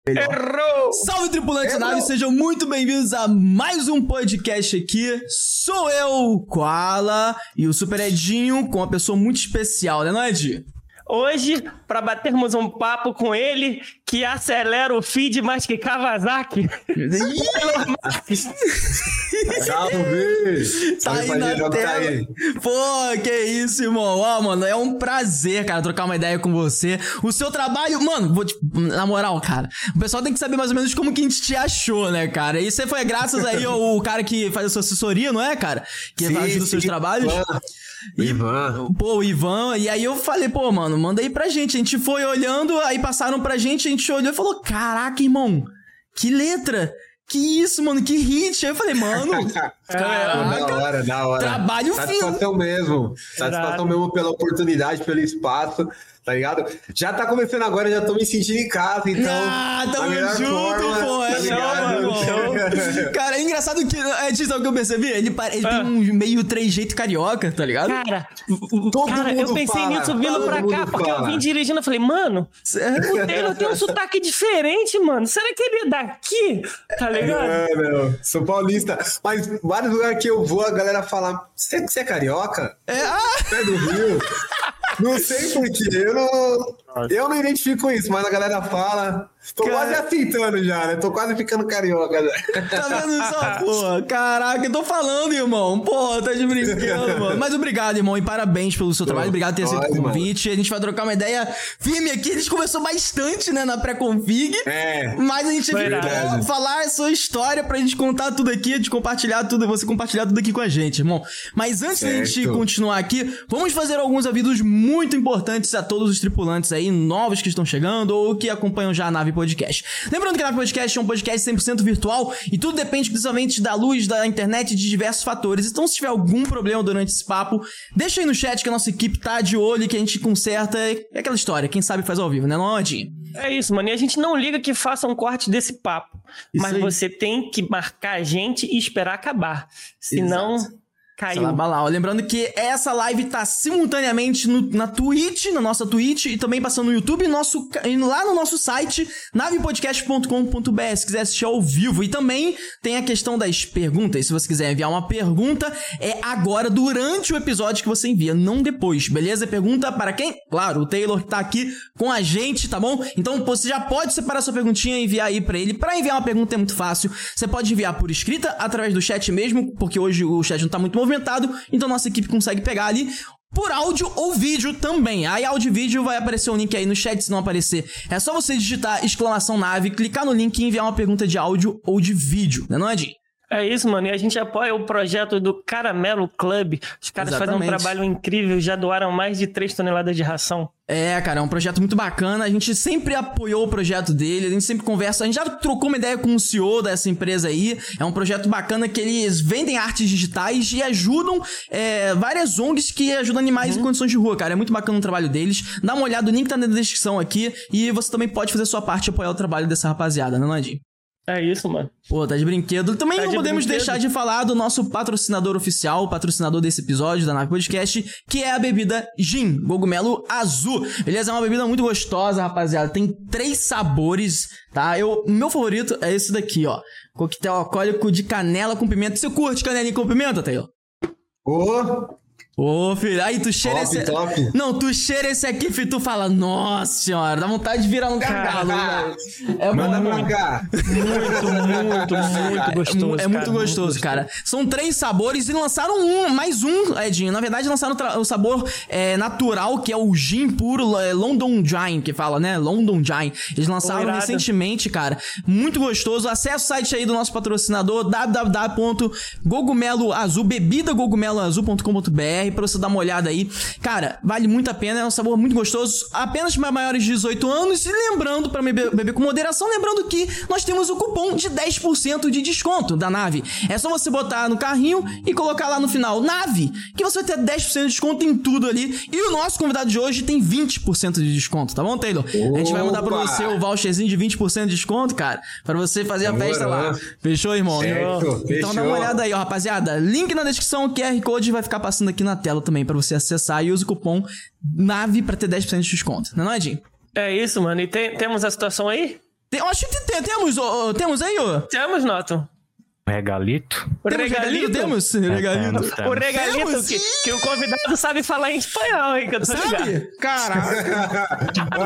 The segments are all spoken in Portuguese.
Errou! Salve, tripulantes da nave, sejam muito bem-vindos a mais um podcast aqui. Sou eu, Koala, e o Super Edinho com uma pessoa muito especial, né, não é, Edi? Hoje, para batermos um papo com ele, que acelera o feed mais que Kawasaki. Salve! Tá aí na tela. Pô, que isso, irmão. Ó, mano, é um prazer, cara, trocar uma ideia com você. O seu trabalho, mano, na moral, cara, o pessoal tem que saber mais ou menos como que a gente te achou, né, cara? E você foi graças aí ao cara que faz a sua assessoria, não é, cara? Que ajuda os seus trabalhos. Ivan. Pô, o Ivan. E aí eu falei, pô, mano, manda aí pra gente. A gente foi olhando, aí passaram pra gente, a gente olhou e falou, caraca, irmão, que letra. Que isso, mano, que hit. Aí eu falei, mano, caraca, da hora. Trabalho fino. Satisfação mesmo pela oportunidade, pelo espaço, tá ligado? Já tá começando agora, já tô me sentindo em casa, então... Ah, tamo junto, pô, é show. Cara, é engraçado que... Sabe o que eu percebi? Ele tem um meio trejeito carioca, tá ligado? Cara, eu pensei nisso vindo pra cá, porque eu vim dirigindo, eu falei, mano, o Taylor tem um sotaque diferente, mano. Será que ele é daqui? Tá ligado? Meu, sou paulista. Mas vários lugares que eu vou, a galera fala, você é carioca? Você é do Rio? Não sei porquê, eu não identifico com isso, mas a galera fala. Tô quase aceitando já, né? Tô quase ficando carioca. Tá vendo só, pô? Caraca, eu tô falando, irmão. Pô, tá de brincando, mano. Mas obrigado, irmão, e parabéns pelo seu trabalho. Obrigado por ter aceito o convite. Mano. A gente vai trocar uma ideia firme aqui. A gente conversou bastante, né, na pré-config. Mas a gente vai falar a sua história pra gente contar tudo aqui, a gente compartilhar tudo, você compartilhar tudo aqui com a gente, irmão. Mas antes da gente continuar aqui, vamos fazer alguns avisos muito importantes a todos os tripulantes aí, novos que estão chegando ou que acompanham já a Nave Podcast. Lembrando que a Nave Podcast é um podcast 100% virtual e tudo depende principalmente da luz, da internet e de diversos fatores. Então, se tiver algum problema durante esse papo, deixa aí no chat que a nossa equipe tá de olho e que a gente conserta. É aquela história, quem sabe faz ao vivo, né, não, Adinho? É isso, mano. E a gente não liga que faça um corte desse papo. Isso mas aí. Você tem que marcar a gente e esperar acabar. Senão... Exato. Caiu. Lembrando que essa live tá simultaneamente na Twitch, na nossa Twitch, e também passando no YouTube e lá no nosso site, navepodcast.com.br, se quiser assistir ao vivo. E também tem a questão das perguntas. Se você quiser enviar uma pergunta, é agora, durante o episódio que você envia, não depois, beleza? Pergunta para quem? Claro, o Taylor tá aqui com a gente, tá bom? Então você já pode separar sua perguntinha e enviar aí pra ele. Pra enviar uma pergunta é muito fácil. Você pode enviar por escrita, através do chat mesmo, porque hoje o chat não tá muito movimentado, então nossa equipe consegue pegar ali por áudio ou vídeo também. Aí áudio e vídeo vai aparecer um link aí no chat, se não aparecer é só você digitar !nave, clicar no link e enviar uma pergunta de áudio ou de vídeo, né, não é, Di? É isso, mano, e a gente apoia o projeto do Caramelo Club. Os caras fazem um trabalho incrível, já doaram mais de 3 toneladas de ração. É, cara, é um projeto muito bacana, a gente sempre apoiou o projeto dele, a gente sempre conversa, a gente já trocou uma ideia com o CEO dessa empresa aí, é um projeto bacana que eles vendem artes digitais e ajudam várias ONGs que ajudam animais em condições de rua, cara, é muito bacana o trabalho deles, dá uma olhada, o link tá na descrição aqui, e você também pode fazer a sua parte e apoiar o trabalho dessa rapaziada, né, Nadinho? É isso, mano. Pô, tá de brinquedo. Também não podemos deixar de falar do nosso patrocinador oficial, o patrocinador desse episódio da Nave Podcast, que é a bebida Gin, Cogumelo Azul. Beleza? É uma bebida muito gostosa, rapaziada. Tem 3 sabores, tá? Meu favorito é esse daqui, ó. Coquetel alcoólico de canela com pimenta. Você curte canelinha com pimenta, Taylor? Ô, filho, aí tu cheira top. Não, tu cheira esse aqui, filho, tu fala, nossa senhora, dá vontade de virar um cagalo, velho. É muito gostoso. É muito gostoso, cara. São 3 sabores e lançaram mais um, Edinho. Na verdade, lançaram o sabor natural, que é o gin puro, London Dry, que fala, né? London Dry. Eles lançaram recentemente, cara. Muito gostoso. Acesse o site aí do nosso patrocinador, www.bebidacogumeloazul.com.br, pra você dar uma olhada aí. Cara, vale muito a pena, é um sabor muito gostoso, apenas para maiores de 18 anos. E lembrando, pra beber com moderação, lembrando que nós temos o cupom de 10% de desconto da Nave. É só você botar no carrinho e colocar lá no final, Nave, que você vai ter 10% de desconto em tudo ali. E o nosso convidado de hoje tem 20% de desconto, tá bom, Taylor? A gente vai mandar pra você o voucherzinho de 20% de desconto, cara, pra você fazer a festa lá. Fechou, irmão? Então dá uma olhada aí, ó, rapaziada. Link na descrição, o QR Code vai ficar passando aqui na tela também pra você acessar e use o cupom NAVE pra ter 10% de desconto. Não é, Edinho? É isso, mano. E temos a situação aí? Eu acho que temos aí, ó. Temos, Noto. Regalito? O regalito? Temos. Regalito. O regalito que o convidado sabe falar em espanhol, hein? Que eu tô ligado. Caraca.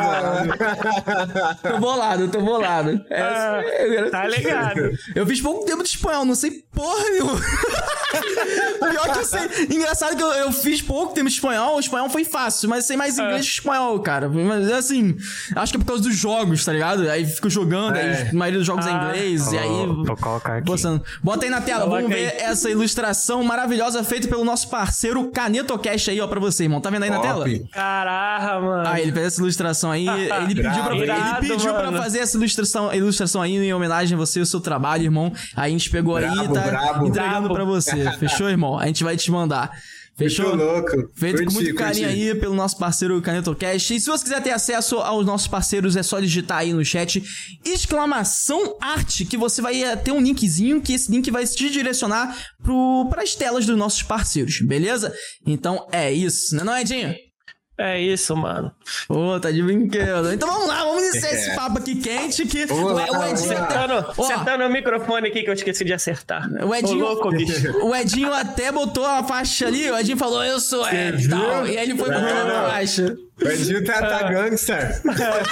Tô bolado. Tá ligado. Eu fiz pouco tempo de espanhol, não sei porra nenhuma. Pior que eu sei. Engraçado que eu fiz pouco tempo de espanhol, o espanhol foi fácil, mas sei mais inglês que espanhol, cara. Mas assim, acho que é por causa dos jogos, tá ligado? Aí fico jogando, aí a maioria dos jogos é inglês, e aí... Vou colocar aqui. Bota aí na tela, vamos ver essa ilustração maravilhosa feita pelo nosso parceiro CanetoCast aí, ó, pra você, irmão. Tá vendo aí na tela? Caraca, mano. Ah, ele fez essa ilustração aí, ele pediu pra fazer essa ilustração aí em homenagem a você e o seu trabalho, irmão. Aí a gente pegou aí e tá entregando pra você. Fechou, irmão? A gente vai te mandar. Fechou? Muito louco. Feito com muito carinho aí pelo nosso parceiro CanetoCast. E se você quiser ter acesso aos nossos parceiros, é só digitar aí no chat !arte, que você vai ter um linkzinho, que esse link vai te direcionar pras telas dos nossos parceiros, beleza? Então é isso, né não, Edinho? É isso, mano. Pô, tá de brinquedo. Então vamos lá, vamos iniciar esse papo aqui quente, que o Edinho... Sentando o microfone aqui que eu esqueci de acertar. O Edinho... louco, bicho. O Edinho até botou a faixa ali, o Edinho falou, eu sou tal, e aí ele foi botando a faixa. O Edinho tá gangster.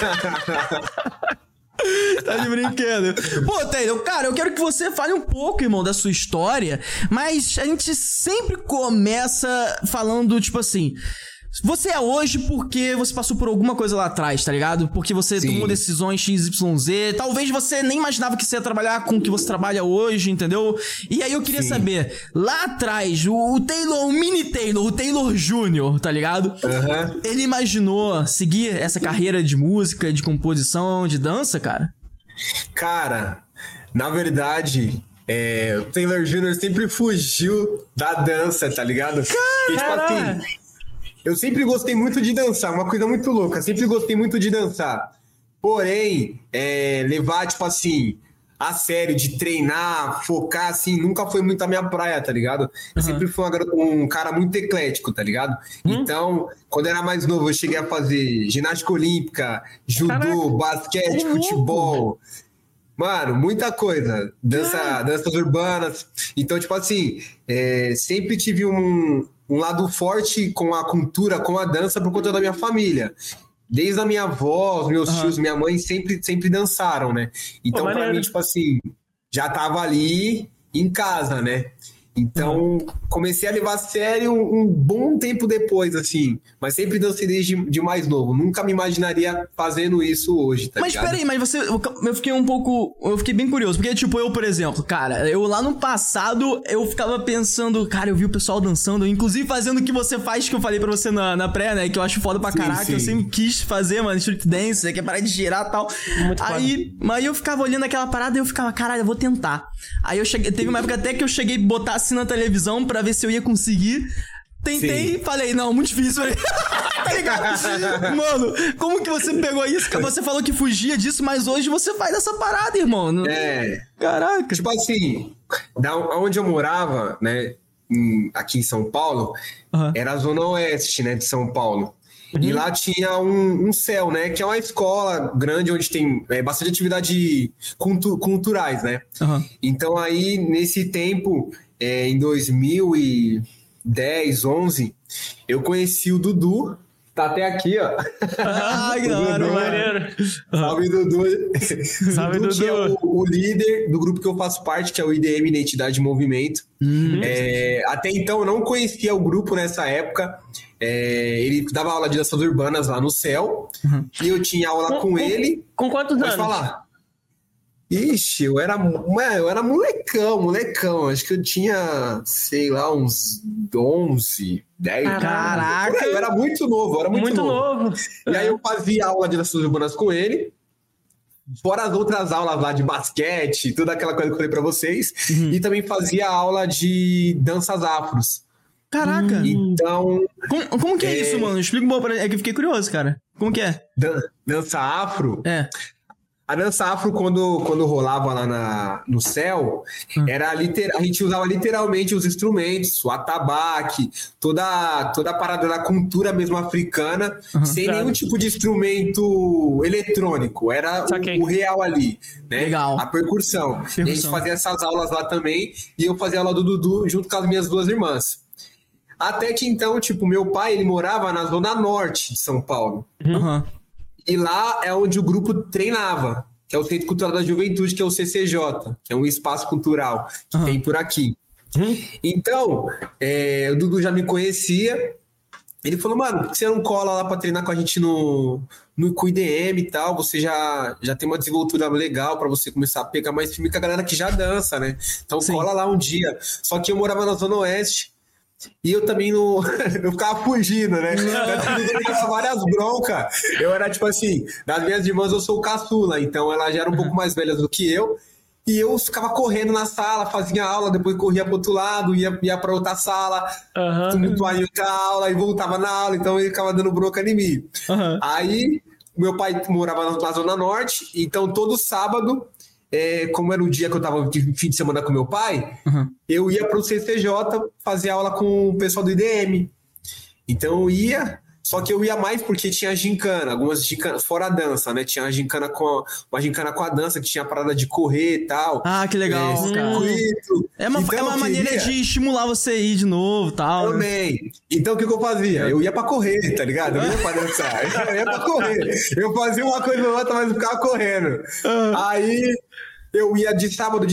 Tá de brinquedo. Pô, Taylor, cara, eu quero que você fale um pouco, irmão, da sua história, mas a gente sempre começa falando, tipo assim... Você é hoje porque você passou por alguma coisa lá atrás, tá ligado? Porque você tomou decisões XYZ. Talvez você nem imaginava que você ia trabalhar com o que você trabalha hoje, entendeu? E aí eu queria saber, lá atrás, o Taylor, o mini Taylor, o Taylor Jr., tá ligado? Ele imaginou seguir essa carreira de música, de composição, de dança, cara? Cara, na verdade... o Taylor Jr. sempre fugiu da dança, tá ligado? E, tipo assim... Eu sempre gostei muito de dançar, uma coisa muito louca. Sempre gostei muito de dançar. Porém, levar, tipo assim, a sério, de treinar, focar, assim, nunca foi muito a minha praia, tá ligado? Eu sempre fui um cara muito eclético, tá ligado? Então, quando eu era mais novo, eu cheguei a fazer ginástica olímpica, judô, basquete, futebol... Mano, muita coisa. Danças urbanas. Então, tipo assim, sempre tive um lado forte com a cultura, com a dança, por conta da minha família. Desde a minha avó, os meus tios, minha mãe sempre dançaram, né? Então, pra mim, tipo assim, já tava ali em casa, né? Então, comecei a levar a sério um bom tempo depois, assim. Mas sempre dancei desde mais novo. Nunca me imaginaria fazendo isso hoje, tá ligado? Mas peraí, mas eu fiquei um pouco... Eu fiquei bem curioso. Porque, tipo, eu, por exemplo, cara... Eu lá no passado, eu ficava pensando... Cara, eu vi o pessoal dançando. Inclusive fazendo o que você faz, que eu falei pra você na pré, né? Que eu acho foda pra caraca. Sim. Eu sempre quis fazer, mano. Street dance, que é parar de girar e tal. Muito aí eu ficava olhando aquela parada e eu ficava... Caralho, eu vou tentar. Aí eu cheguei... Teve uma época até que eu cheguei a botar assim na televisão pra ver se eu ia conseguir. Tentei e falei, não, muito difícil. Tá ligado? Mano, como que você pegou isso? Você falou que fugia disso, mas hoje você faz essa parada, irmão. Caraca. Tipo assim, onde eu morava, né, aqui em São Paulo, era a zona oeste, né, de São Paulo. E lá tinha um CEL, né? Que é uma escola grande onde tem bastante atividade culturais, né? Então aí, nesse tempo, em 2010, 11, eu conheci o Dudu. Tá até aqui, ó. Que da hora, maneiro. Salve, Dudu. Salve, Dudu. Que é o líder do grupo que eu faço parte, que é o IDM, Identidade e Movimento. Até então, eu não conhecia o grupo nessa época. Ele dava aula de danças urbanas lá no CEL. E eu tinha aula com ele. Com quantos anos? Pode falar. Ixi, eu era molecão. Acho que eu tinha, sei lá, uns 11, 10. Caraca! Eu era muito novo, muito novo. E aí eu fazia aula de danças urbanas com ele. Fora as outras aulas lá de basquete, toda aquela coisa que eu falei pra vocês. E também fazia aula de danças afros. Caraca! Então... Como que é isso, mano? Explica um pouco pra mim. É que eu fiquei curioso, cara. Como que é? Dança afro? A dança afro, quando rolava lá no céu, era a gente usava literalmente os instrumentos, o atabaque, toda a parada da cultura mesmo africana, sem nenhum tipo de instrumento eletrônico. Era o real ali, né? Legal. A percussão. E a gente fazia essas aulas lá também, e eu fazia aula do Dudu junto com as minhas 2 irmãs. Até que então, tipo, meu pai, ele morava na zona norte de São Paulo. E lá é onde o grupo treinava, que é o Centro Cultural da Juventude, que é o CCJ, que é um espaço cultural que tem por aqui. Então, o Dudu já me conhecia. Ele falou, mano, por que você não cola lá pra treinar com a gente no IDM e tal? Você já tem uma desenvoltura legal pra você começar a pegar mais firme com a galera que já dança, né? Então cola lá um dia. Só que eu morava na Zona Oeste. E eu também não... eu ficava fugindo, né? Eu dava várias broncas. Eu era tipo assim, das minhas irmãs eu sou o caçula, então ela já era um pouco mais velha do que eu. E eu ficava correndo na sala, fazia aula, depois corria pro outro lado, ia pra outra sala, tumultuava em outra aula e voltava na aula, então ele ficava dando bronca em mim. Aí, meu pai morava na Zona Norte, então todo sábado, como era o dia que eu tava de fim de semana com meu pai, eu ia pro CCJ fazer aula com o pessoal do IDM. Então eu ia, só que eu ia mais porque tinha gincana, algumas gincanas, fora a dança, né? Tinha uma gincana com a dança, que tinha a parada de correr e tal. Ah, que legal, cara. É uma maneira de estimular você a ir de novo e tal. Também. Né? Então o que eu fazia? Eu ia pra correr, tá ligado? Eu ia pra dançar. Eu ia pra correr. Eu fazia uma coisa ou outra, mas eu ficava correndo. Aí eu ia de sábado.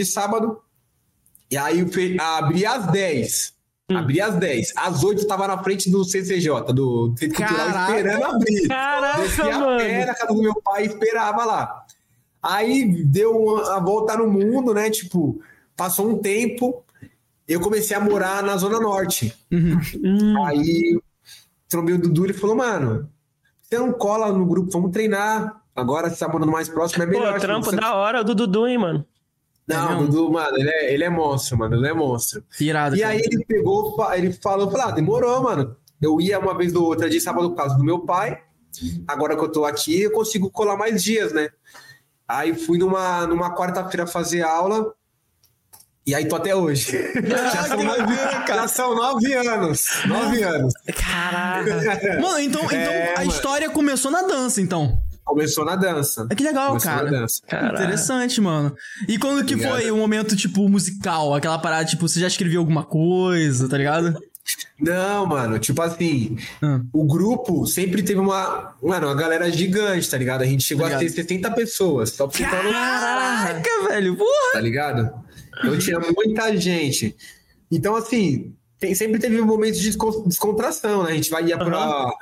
E aí abria às 10. Abria às 10. Às 8 eu tava na frente do CCJ, do Centro Cultural, esperando abrir. Descia a pé na casa do meu pai e esperava lá. Aí deu a volta no mundo, né? Tipo, passou um tempo, eu comecei a morar na Zona Norte. Aí trombei o Dudu e falou, mano, você não cola no grupo, vamos treinar. Agora você tá morando mais próximo, é melhor. Pô, trampo da hora do Dudu, hein, mano. Não, Dudu, mano, ele é monstro, mano, ele é monstro. Irado, e aí ele pegou, ele falou, demorou, mano. Eu ia uma vez ou outra de sábado por causa do meu pai. Agora que eu tô aqui, eu consigo colar mais dias, né? Aí fui numa quarta-feira fazer aula. E aí tô até hoje. Já são 9 anos. 9 anos. Caraca. Mano, então a história começou na dança, então. Começou na dança. Que legal, começou cara. Na dança. Interessante, mano. E quando que foi o momento, tipo, musical? Aquela parada, tipo, você já escreveu alguma coisa, tá ligado? Não, mano, tipo assim, o grupo sempre teve uma galera gigante, tá ligado? A gente chegou a ter 70 pessoas. Só pra Caraca, velho, porra! Tá ligado? Então tinha muita gente. Então, assim, sempre teve momentos de descontração, né? A gente ia pra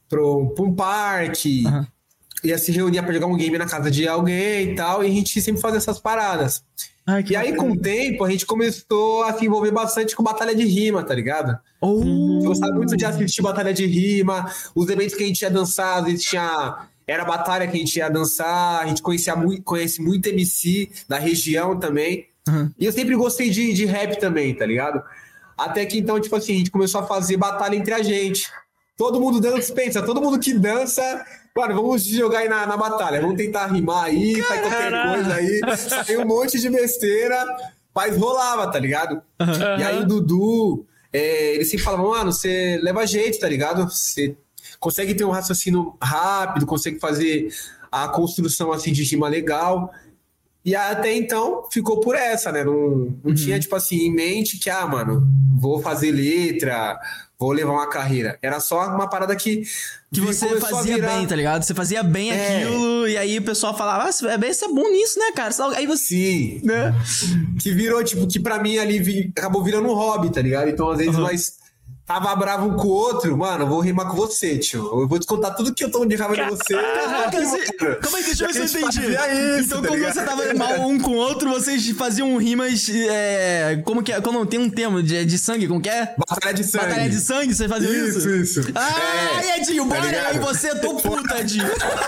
um parque... ia se reunir pra jogar um game na casa de alguém e tal, e a gente sempre fazia essas paradas. E aí, com o tempo, a gente começou a se envolver bastante com batalha de rima, tá ligado? Eu gostava muito de assistir batalha de rima, os eventos que a gente ia dançar, às vezes era batalha que a gente ia dançar, a gente conhece muito MC da região também. E eu sempre gostei de rap também, tá ligado? Até que então, tipo assim, a gente começou a fazer batalha entre a gente. Todo mundo pensa, todo mundo que dança... Mano, vamos jogar aí na batalha, vamos tentar rimar aí, faz qualquer coisa aí, sai um monte de besteira, mas rolava, tá ligado? E aí o Dudu, ele sempre falava, mano, você leva jeito, tá ligado? Você consegue ter um raciocínio rápido, consegue fazer a construção assim de rima legal. E até então ficou por essa, né? Não tinha, tipo assim, em mente que, mano, vou fazer letra, vou levar uma carreira. Era só uma parada que você fazia bem, tá ligado? Você fazia bem aquilo, e aí o pessoal falava, você é bom nisso, né, cara? Aí você... Sim. Né? Que virou, tipo, que pra mim ali acabou virando um hobby, tá ligado? Então, às vezes, nós tava bravo um com o outro, mano, eu vou rimar com você, tio. Eu vou te contar tudo que eu tô de raiva de você. Caraca, como é que deixa eu ver se eu entendi? Então, tá quando ligado? Você tava mal um com o outro, vocês faziam rimas, como que é? Quando tem um termo de sangue, como que é? Batalha de sangue. Batalha de sangue, vocês faziam isso? Isso. E Edinho, bora aí, você, tô puta, Edinho.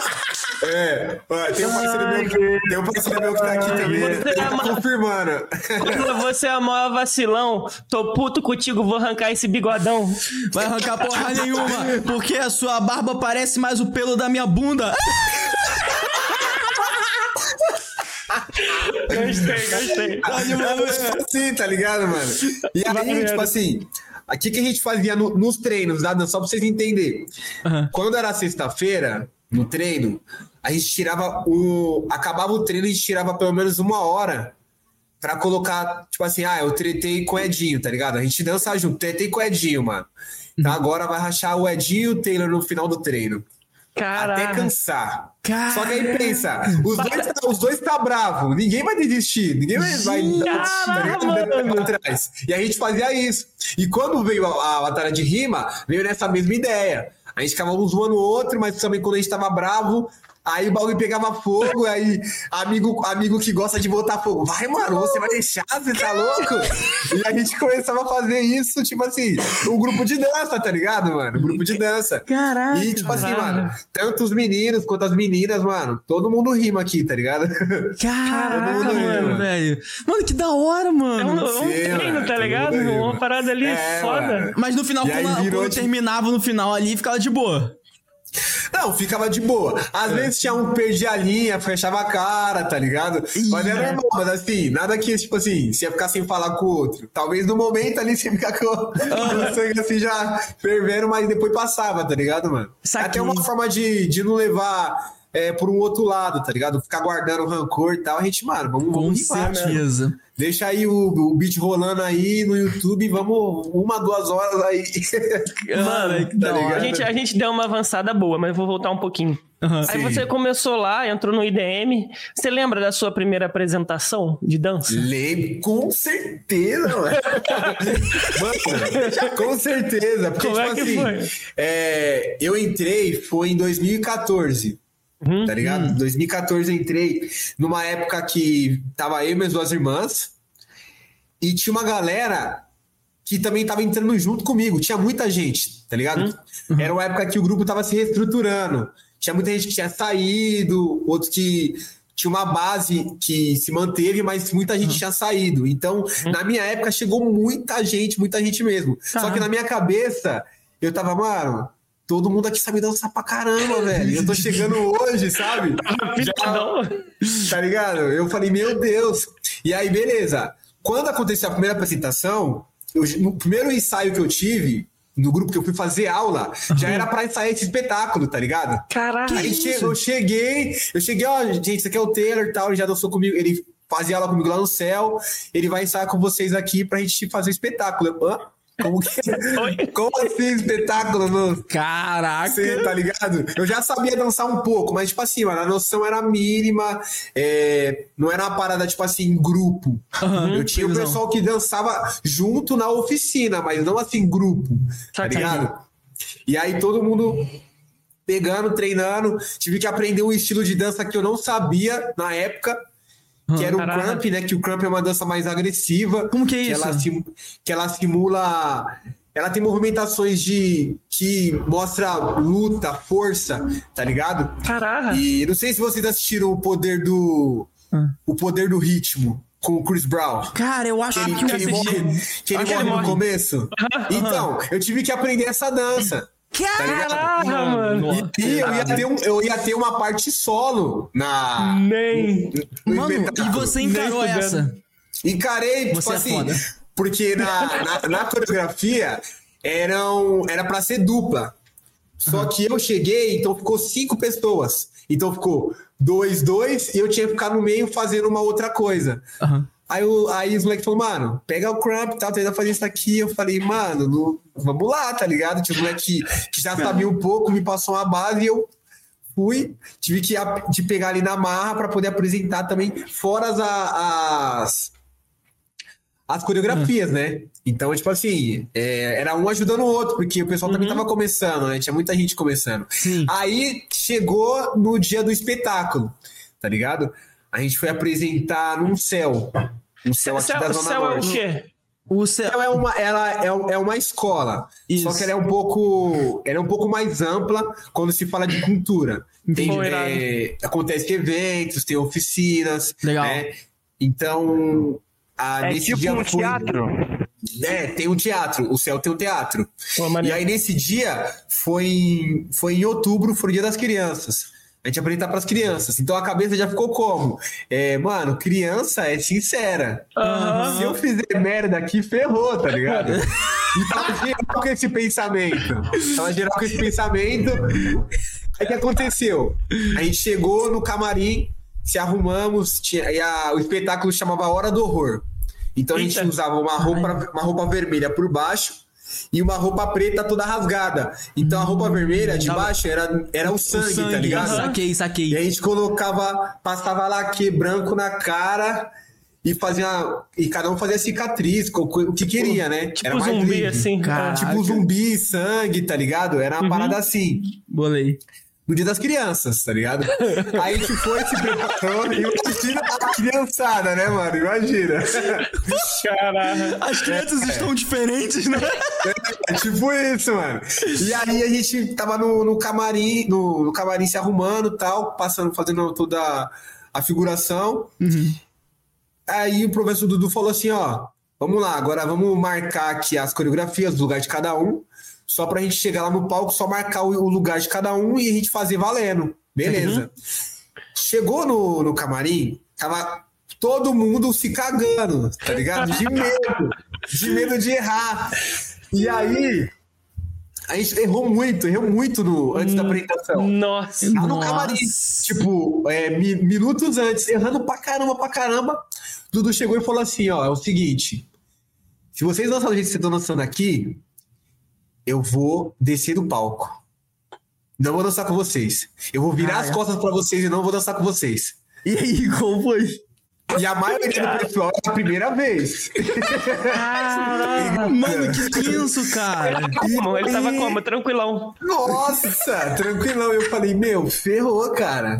Tem um parceiro meu que tá aqui também, ele tá confirmando. Você é o maior vacilão, tô puto contigo, vou arrancar esse bigodão. Vai arrancar porra nenhuma, porque a sua barba parece mais o pelo da minha bunda. Gostei. Assim, tá ligado, mano? E aí, tipo assim, aqui que a gente fazia nos treinos, tá? Só pra vocês entenderem. Quando era sexta-feira, no treino, a gente tirava acabava o treino, a gente tirava pelo menos 1 hora pra colocar, tipo assim, eu tretei com o Edinho, tá ligado? A gente dança junto, tretei com o Edinho, mano. Então agora vai rachar o Edinho e o Taylor no final do treino. Caraca. Até cansar. Só que aí pensa, os dois tá bravo, ninguém vai desistir, ninguém vai pra trás. E a gente fazia isso. E quando veio a batalha de rima, veio nessa mesma ideia. A gente ficava um zoando o outro, mas também quando a gente tava bravo, aí o bagulho pegava fogo, aí amigo que gosta de botar fogo, vai, mano, você vai deixar, você tá louco? E a gente começava a fazer isso, tipo assim, um grupo de dança, tá ligado, mano? Um grupo de dança. Caraca. E, tipo assim, mano, tanto os meninos quanto as meninas, mano, todo mundo rima aqui, tá ligado? Caraca, mano, velho. Mano, que da hora, mano. É um treino, tá ligado? Uma parada ali foda. Mano. Mas no final, quando terminava no final ali, ficava de boa. Não, ficava de boa. Às vezes tinha um que perdia a linha, fechava a cara, tá ligado? Mas era normal, mas assim, nada que, tipo assim, você ia ficar sem falar com o outro. Talvez no momento ali você ficar com o sangue assim já fervendo, mas depois passava, tá ligado, mano? Até uma forma de não levar por um outro lado, tá ligado? Ficar guardando rancor e tal. A gente, mano, vamos rimar, certeza. Né? Deixa aí o beat rolando aí no YouTube, vamos 1-2 horas aí. Mano, tá a gente deu uma avançada boa, mas vou voltar um pouquinho. Aí você começou lá, entrou no IDM. Você lembra da sua primeira apresentação de dança? Lembro, com certeza, mano. Com certeza. Porque, como tipo assim, foi? Eu entrei, foi em 2014. Tá ligado? Em 2014 eu entrei numa época que tava eu e minhas 2 irmãs e tinha uma galera que também tava entrando junto comigo. Tinha muita gente, tá ligado? Era uma época que o grupo tava se reestruturando. Tinha muita gente que tinha saído, outros que tinha uma base que se manteve, mas muita gente tinha saído. Então, na minha época, chegou muita gente mesmo. Só que na minha cabeça, eu tava, mano... Todo mundo aqui sabe dançar pra caramba, velho. Eu tô chegando hoje, sabe? Tá ligado? Eu falei, meu Deus. E aí, beleza. Quando aconteceu a primeira apresentação, no primeiro ensaio que eu tive, no grupo que eu fui fazer aula, já era pra ensaiar esse espetáculo, tá ligado? Caraca. Aí eu cheguei, ó, gente, esse aqui é o Taylor e tal, ele já dançou comigo, ele fazia aula comigo lá no céu, ele vai ensaiar com vocês aqui pra gente fazer o espetáculo. Como assim, espetáculo, mano? Caraca! Você tá ligado? Eu já sabia dançar um pouco, mas, tipo assim, mano, a noção era mínima, não era uma parada, tipo assim, em grupo. Eu tinha o pessoal que dançava junto na oficina, mas não assim, grupo, tá ligado? E aí todo mundo pegando, treinando, tive que aprender um estilo de dança que eu não sabia na época, que era o crump, né? Que o crump é uma dança mais agressiva. Como que é isso? Que ela simula... Ela tem movimentações que mostra luta, força, tá ligado? Caraca! E não sei se vocês assistiram O Poder do Ritmo com o Chris Brown. Cara, eu acho que ele morre no começo. Então, eu tive que aprender essa dança. Caraca, mano! E eu ia ter uma parte solo Mano, e você encarou essa? Encarei, tipo assim, porque na coreografia era pra ser dupla. Só que eu cheguei, então ficou 5 pessoas. Então ficou 2, e eu tinha que ficar no meio fazendo uma outra coisa. Aí os moleques falaram, mano, pega o crump e tal, tenta fazer isso aqui. Eu falei, mano, vamos lá, tá ligado? Tinha um moleque que já sabia um pouco, me passou uma base e eu fui. Tive que pegar ali na marra pra poder apresentar também, fora as coreografias, né? Então, tipo assim, era um ajudando o outro, porque o pessoal também tava começando, né? Tinha muita gente começando. Sim. Aí chegou no dia do espetáculo, tá ligado? A gente foi apresentar num céu. Um céu aqui da Zona Norte. O céu é o quê? O céu é uma escola. Isso. Só que ela é um pouco mais ampla quando se fala de cultura. Acontece eventos, tem oficinas. Legal. Né? Então, nesse tipo dia um teatro. Tem um teatro. O céu tem um teatro. E aí, nesse dia, foi em outubro, foi o Dia das Crianças. A gente apresenta pras crianças. Então a cabeça já ficou como? Mano, criança é sincera. Se eu fizer merda aqui, ferrou, tá ligado? Então geral com esse pensamento. Aí o que aconteceu? A gente chegou no camarim, se arrumamos, o espetáculo chamava Hora do Horror. Então a gente usava uma roupa vermelha por baixo e uma roupa preta toda rasgada. Então a roupa vermelha de baixo era o sangue, tá ligado? Saquei. E a gente passava laque branco na cara e cada um fazia cicatriz, o que queria, né? Tipo era mais zumbi, livre. assim. Tipo zumbi, sangue, tá ligado? Era uma parada assim. Bolei. No Dia das Crianças, tá ligado? Aí a gente foi, se preparou e imagina a criançada, né, mano? Imagina. Caralho. As crianças estão diferentes, né? É tipo isso, mano. E aí a gente tava no camarim, no camarim se arrumando e tal, fazendo toda a figuração. Aí o professor Dudu falou assim, ó, vamos lá, agora vamos marcar aqui as coreografias do lugar de cada um. Só pra gente chegar lá no palco, só marcar o lugar de cada um e a gente fazer valendo. Beleza. Chegou no camarim, tava todo mundo se cagando, tá ligado? De medo de errar. E aí, a gente errou muito antes da apresentação. Nossa. Lá no camarim, tipo, minutos antes, errando pra caramba. Dudu chegou e falou assim, ó, é o seguinte, se vocês dançam do jeito que vocês estão dançando aqui, eu vou descer do palco. Não vou dançar com vocês. Eu vou virar as costas pra vocês e não vou dançar com vocês. E aí, como foi? E a maioria do pessoal é a primeira vez. Mano, que tenso, cara. Ele tava como? Tranquilão. Nossa, tranquilão. Eu falei, ferrou, cara.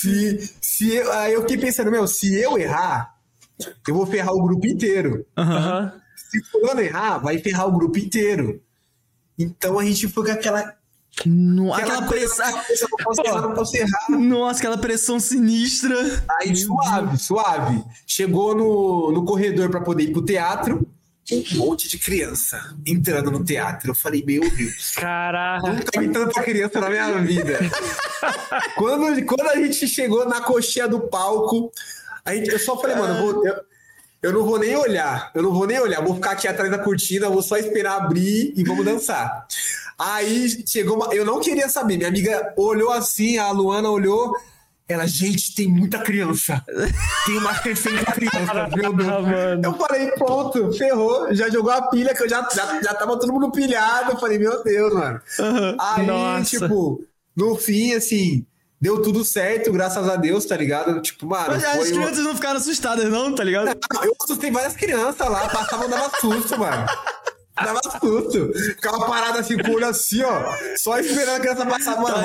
Aí eu fiquei pensando, se eu errar, eu vou ferrar o grupo inteiro. Se fulano errar, vai ferrar o grupo inteiro. Então a gente foi com aquela pressão. Não posso errar. Nossa, aquela pressão sinistra. Aí suave. Chegou no corredor pra poder ir pro teatro. Um monte de criança entrando no teatro. Eu falei, meu Deus. Caraca. Nunca vi tanta criança na minha vida. Quando a gente chegou na coxinha do palco, eu só falei, mano, eu não vou nem olhar. Vou ficar aqui atrás da cortina, vou só esperar abrir e vamos dançar. Aí chegou eu não queria saber. Minha amiga olhou assim, a Luana olhou. Ela, gente, tem muita criança. Tem umas 60 crianças, meu Deus. Eu falei, pronto, ferrou. Já jogou a pilha, que eu já tava todo mundo pilhado. Eu falei, meu Deus, mano. Aí, no fim, assim... Deu tudo certo, graças a Deus, tá ligado? Tipo, mano... Mas as crianças não ficaram assustadas, não, tá ligado? Não, eu assustei várias crianças lá, passavam, dava susto, mano. Dava susto. Ficava parado assim, com o olho assim, ó. Só esperando a criança passar, mano.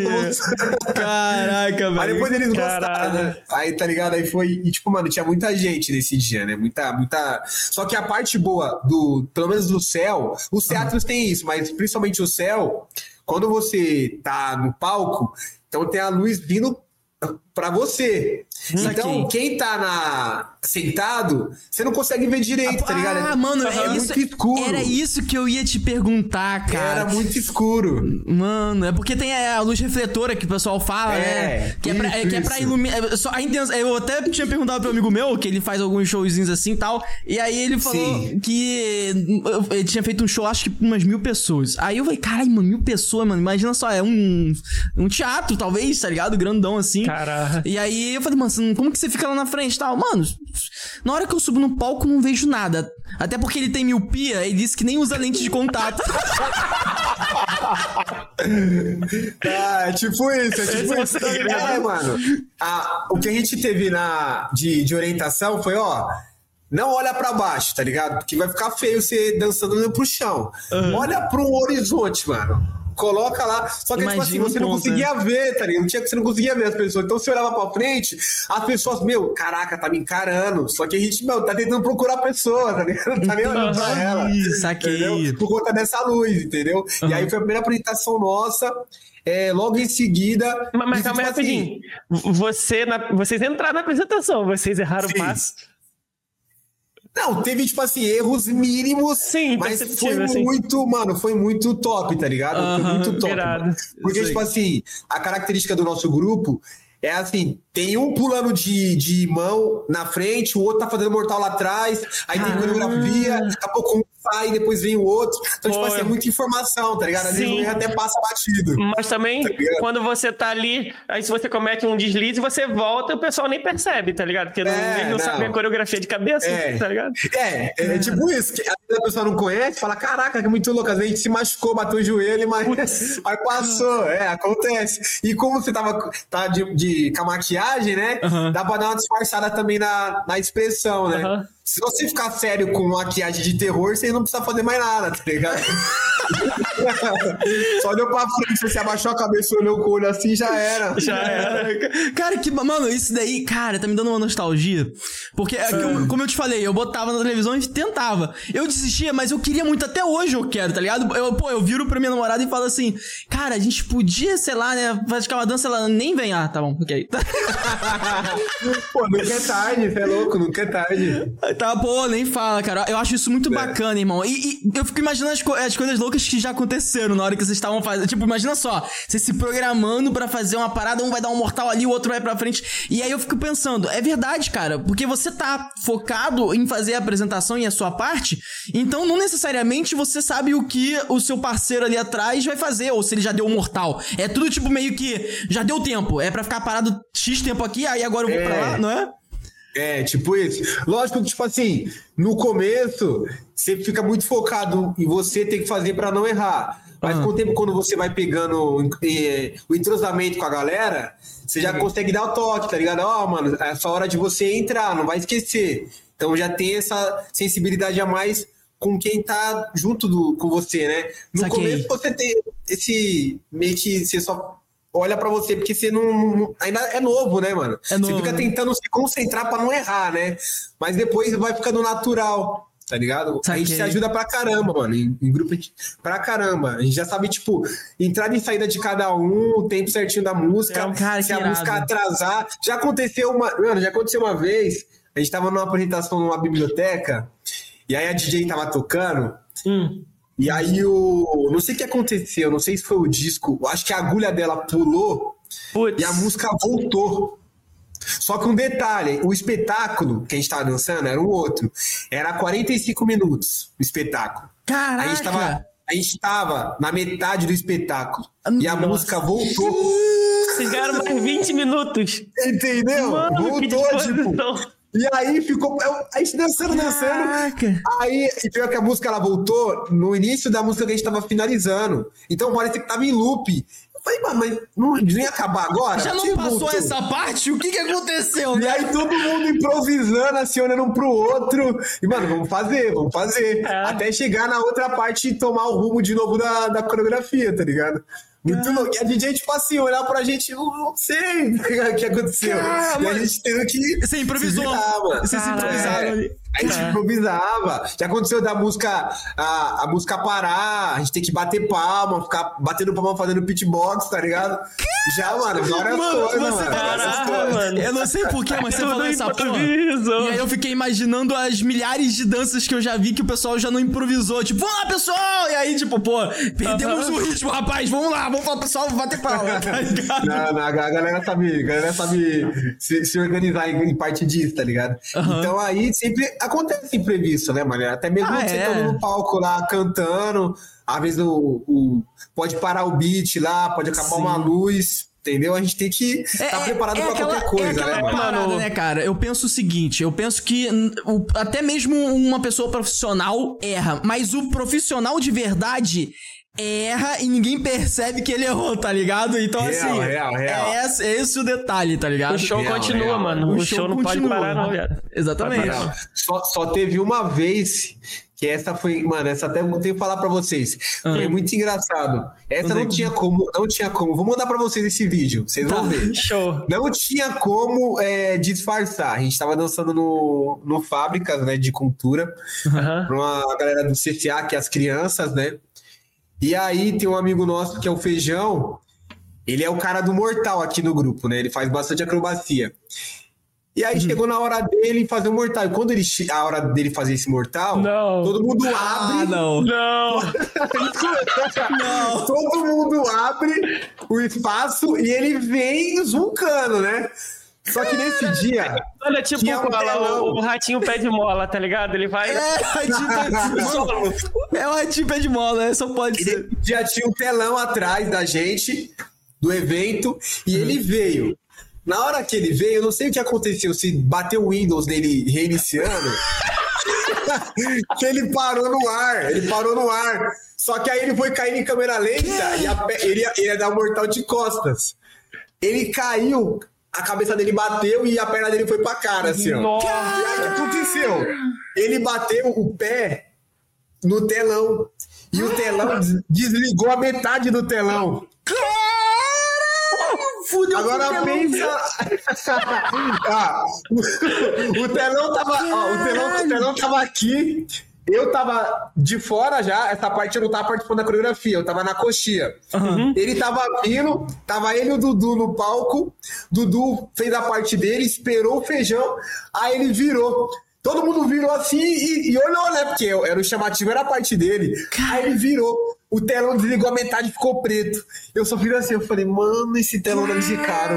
Caraca, velho. Aí depois eles gostaram, né? Aí, tá ligado? Aí foi... E, tipo, mano, tinha muita gente nesse dia, né? Muita... Só que a parte boa pelo menos do céu... Os teatros têm isso, mas principalmente o céu... Quando você tá no palco... Então tem a luz vindo pra você. Então, quem tá sentado, você não consegue ver direito, tá ligado? Mano, muito escuro. Era isso que eu ia te perguntar, cara. Era muito escuro. Mano, é porque tem a luz refletora que o pessoal fala, né? Que é pra iluminar. Eu até tinha perguntado pro amigo meu, que ele faz alguns showzinhos assim e tal. E aí ele falou que ele tinha feito um show, acho que pra umas 1000 pessoas. Aí eu falei, caralho, mano, 1000 pessoas, mano. Imagina só, é um teatro, talvez, tá ligado? Grandão assim. Caraca. E aí eu falei, mano, como que você fica lá na frente e tal? Mano, na hora que eu subo no palco, não vejo nada. Até porque ele tem miopia, ele disse que nem usa lente de contato. É tipo isso. Mano. O que a gente teve de orientação foi, ó... Não olha pra baixo, tá ligado? Porque vai ficar feio você dançando olhando pro chão. Olha pro horizonte, mano. Coloca lá. Só que, tipo assim, você não conseguia ver, tá ligado? Você não conseguia ver as pessoas. Então, você olhava pra frente, as pessoas, caraca, tá me encarando. Só que a gente, tá tentando procurar a pessoa, tá ligado? Não tá nem olhando pra ela. Saquei. Entendeu? Por conta dessa luz, entendeu? E aí foi a primeira apresentação nossa. Logo em seguida... Mas calma aí, rapidinho. Vocês entraram na apresentação, vocês erraram o passo. Não, teve, tipo assim, erros mínimos, sim, mas foi muito, mano, foi muito top, tá ligado? Foi muito top. Porque, tipo assim, a característica do nosso grupo é assim, tem um pulando de mão na frente, o outro tá fazendo mortal lá atrás, aí tem coreografia, daqui a pouco um sai, depois vem o outro. Então, tipo assim, é muita informação, tá ligado? Às vezes o erro até passa batido. Mas também, tá quando você tá ali, aí se você comete um deslize, você volta, o pessoal nem percebe, tá ligado? Porque ele não sabe a coreografia de cabeça, tá ligado? É tipo isso, que às vezes a pessoa não conhece, fala, caraca, que muito louco, às vezes a gente se machucou, bateu o joelho, mas aí passou, acontece. E como você tá com a maquiagem, né, dá pra dar uma disfarçada também na expressão, né? Se você ficar sério com maquiagem de terror, você não precisa fazer mais nada, tá ligado? Só olhou pra frente, você abaixou a cabeça, olhou com o olho assim, já era. Cara, mano, isso daí, cara, tá me dando uma nostalgia. Porque, como eu te falei, eu botava na televisão e tentava. Eu desistia, mas eu queria muito, até hoje eu quero, tá ligado? Eu viro pra minha namorada e falo assim, cara, a gente podia, sei lá, né, praticar uma dança, ela nem vem. Ah, tá bom, ok. Pô, nunca é tarde, você é louco, nunca é tarde. Tá, pô, nem fala, cara. Eu acho isso muito bacana, irmão. E eu fico imaginando as coisas loucas que já aconteceram na hora que vocês estavam fazendo. Tipo, imagina só, vocês se programando pra fazer uma parada, um vai dar um mortal ali, o outro vai pra frente. E aí eu fico pensando, é verdade, cara, porque você tá focado em fazer a apresentação e a sua parte, então não necessariamente você sabe o que o seu parceiro ali atrás vai fazer, ou se ele já deu um mortal. É tudo tipo meio que, já deu tempo, é pra ficar parado X tempo aqui, aí agora eu vou pra lá, não é? É, tipo isso. Lógico que, tipo assim, no começo, você fica muito focado em você ter que fazer pra não errar. Mas com o tempo, quando você vai pegando o entrosamento com a galera, você já consegue dar o toque, tá ligado? Ó, mano, é só hora de você entrar, não vai esquecer. Então já tem essa sensibilidade a mais com quem tá junto com você, né? No começo, você tem esse... meio que você só... olha pra você, porque você não... ainda é novo, né, mano? Você fica tentando se concentrar pra não errar, né? Mas depois vai ficando natural, tá ligado? A gente se ajuda pra caramba, mano. Em grupo, pra caramba. A gente já sabe, tipo, entrada e saída de cada um, o tempo certinho da música. Se a música atrasar... Já aconteceu uma vez, a gente tava numa apresentação numa biblioteca, e aí a DJ tava tocando... E aí não sei o que aconteceu, não sei se foi o disco, acho que a agulha dela pulou e a música voltou. Só que um detalhe, o espetáculo que a gente tava dançando era um outro. Era 45 minutos o espetáculo. Caraca! A gente tava na metade do espetáculo e a música voltou. Vocês ganharam mais 20 minutos. Entendeu? Mano, voltou, tipo... E aí ficou... A gente dançando. Aí, e pior que a música, ela voltou no início da música que a gente tava finalizando. Então parecia que tava em loop. Eu falei, mano, mas não ia acabar agora? Já não passou essa parte? O que aconteceu? E aí todo mundo improvisando, assim, olhando um pro outro. E, mano, vamos fazer. Até chegar na outra parte e tomar o rumo de novo da coreografia, tá ligado? Muito louco. E a DJ, tipo assim, olhar pra gente, eu não sei o que aconteceu. E a gente teve que... Você improvisou. Vocês se improvisaram ali. A gente improvisava. Já aconteceu da música, a música parar, a gente tem que bater palma, ficar batendo palma fazendo pitbox, tá ligado? Já, mano, várias coisas, mano. Eu não sei porquê, mas você falou essa porra. E aí eu fiquei imaginando as milhares de danças que eu já vi que o pessoal já não improvisou. Tipo, vamos lá, pessoal! E aí, tipo, pô, perdemos o ritmo, rapaz, vamos lá, vamos falar pro pessoal bater palma, tá ligado? Não, a galera sabe se organizar em parte disso, tá ligado? Então aí sempre acontece imprevisto, né, mano? Até mesmo você tá no palco lá cantando, às vezes pode parar o beat lá, pode acabar uma luz, entendeu? A gente tem que estar preparado pra qualquer coisa, né, mano? Parada, né, cara? Eu penso o seguinte, eu penso que até mesmo uma pessoa profissional erra, mas o profissional de verdade erra e ninguém percebe que ele errou, tá ligado? Então, real. É esse o detalhe, tá ligado? O show continua, mano. O show não pode parar, não, viado. Exatamente. Só teve uma vez que essa foi... Mano, essa até eu tenho que falar pra vocês. Foi muito engraçado. Essa não tinha como. Vou mandar pra vocês esse vídeo, vocês vão ver. Show. Não tinha como disfarçar. A gente tava dançando no Fábricas, né, de Cultura. Pra uma galera do CCA, que é as crianças, né? E aí tem um amigo nosso que é o Feijão, ele é o cara do mortal aqui no grupo, né? Ele faz bastante acrobacia. E aí chegou na hora dele fazer o mortal. E quando a hora dele fazer esse mortal, todo mundo abre. Não. Todo mundo abre o espaço e ele vem zuncando, né? Só que nesse dia. Olha, tipo o ratinho pé de mola, tá ligado? Ele vai. É o ratinho pé de mola, só pode ser. Já tinha um telão atrás da gente, do evento, e ele veio. Na hora que ele veio, eu não sei o que aconteceu, se bateu o Windows dele reiniciando, que ele parou no ar. Só que aí ele foi cair em câmera lenta e ele ia dar um mortal de costas. Ele caiu, a cabeça dele bateu e a perna dele foi pra cara, assim, ó. Nossa. E aí o que aconteceu? Ele bateu o pé no telão e o telão desligou a metade do telão. Fudeu. Agora pensa. O telão tava aqui. Eu tava de fora já. Essa parte eu não tava participando da coreografia. Eu tava na coxia. Ele tava vindo. Tava ele e o Dudu no palco. Dudu fez a parte dele, esperou o feijão. Aí ele virou. Todo mundo virou assim e olhou, né? Porque era o chamativo, era a parte dele. Aí ele virou. O telão desligou a metade e ficou preto. Eu só fiz assim, eu falei, mano, esse telão deve ser caro.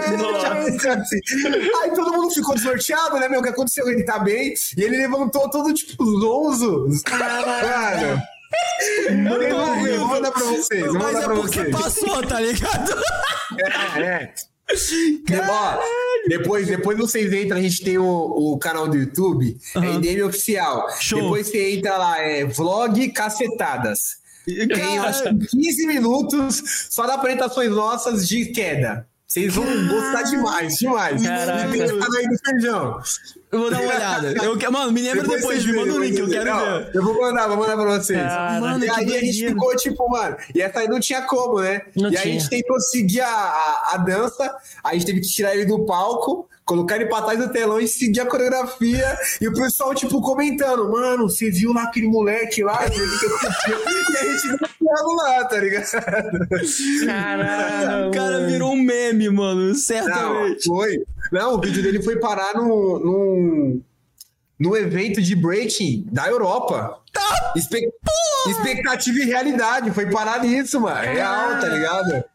Aí todo mundo ficou desnorteado, né, meu? O que aconteceu? Ele tá bem. E ele levantou todo, tipo, zonzo. Caralho. Manda pra vocês. Mas é porque passou, tá ligado? Depois vocês entram, a gente tem o canal do YouTube, é IDM Oficial. Show. Depois você entra lá, vlog Cacetadas. Tem, acho que 15 minutos só de apresentações nossas de queda. Vocês vão gostar demais. Caraca. E tem o canal aí do Feijão. Eu vou dar uma olhada. Mano, me lembra depois, me manda o link, eu quero ver. Eu vou mandar pra vocês. Mano, e aí a gente ficou tipo, mano, e essa aí não tinha como, né? Aí a gente tentou seguir a dança, a gente teve que tirar ele do palco, colocar ele pra trás do telão e seguir a coreografia, e o pessoal, tipo, comentando, mano, você viu lá aquele moleque lá? E a gente não ficava lá, tá ligado? Caralho. O cara virou um meme, mano, certamente. Não, o vídeo dele foi parar no evento de breaking da Europa. Expectativa e realidade. Foi parar nisso, mano. Real, tá ligado?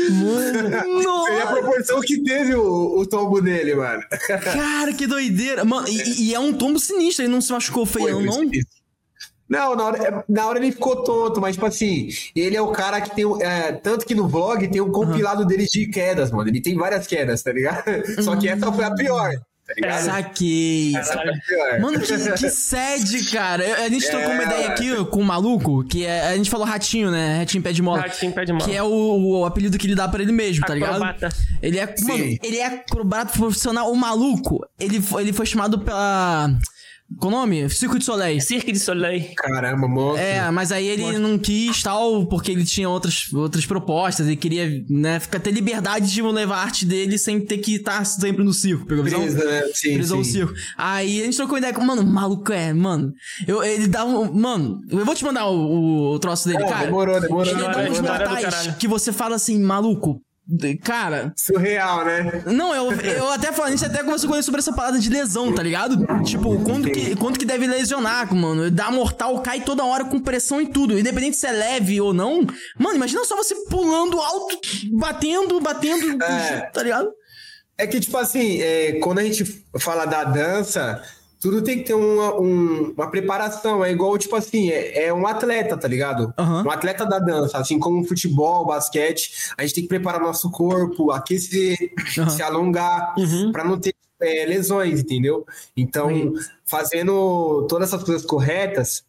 Mano, foi a proporção que teve o tombo dele, mano. Cara, que doideira. Mano, e é um tombo sinistro. Ele não se machucou feio, não? Não, na hora ele ficou tonto, mas tipo assim, ele é o cara que tem, tanto que no vlog tem um compilado dele de quedas, mano, ele tem várias quedas, tá ligado? Só que essa foi a pior, tá ligado? Saquei. Mano, que sede, cara. A gente trocou uma ideia aqui com o maluco, que a gente falou ratinho, né? Ratinho pé de mola. Ratinho pé de mola. Que é o apelido que ele dá pra ele mesmo, tá ligado? Acrobata. Ele é, mano, ele é acrobata profissional. O maluco, ele foi chamado pela... Qual o nome? Cirque du Soleil. Cirque du Soleil. Caramba, moço. Mas aí ele não quis, tal, porque ele tinha outras propostas. Ele queria, né, ter liberdade de levar a arte dele sem ter que estar sempre no circo. Pegou a visão? Preso ao circo. Aí a gente trocou ideia com... Mano, o maluco mano. Ele dá um... Mano, eu vou te mandar o troço dele, cara. Demorou. Ele dá uns mortais que você fala assim, maluco... Cara... Surreal, né? Não, eu até falando, a gente até conversou com ele sobre essa parada de lesão, tá ligado? Tipo, quanto que deve lesionar, mano. Dá mortal, cai toda hora com pressão e tudo. Independente se é leve ou não. Mano, imagina só você pulando alto, batendo, tá ligado? É que, tipo assim, quando a gente fala da dança... Tudo tem que ter uma preparação. É igual, tipo assim, é um atleta, tá ligado? Um atleta da dança. Assim como futebol, basquete. A gente tem que preparar nosso corpo, aquecer, se alongar, pra não ter lesões, entendeu? Então, fazendo todas essas coisas corretas,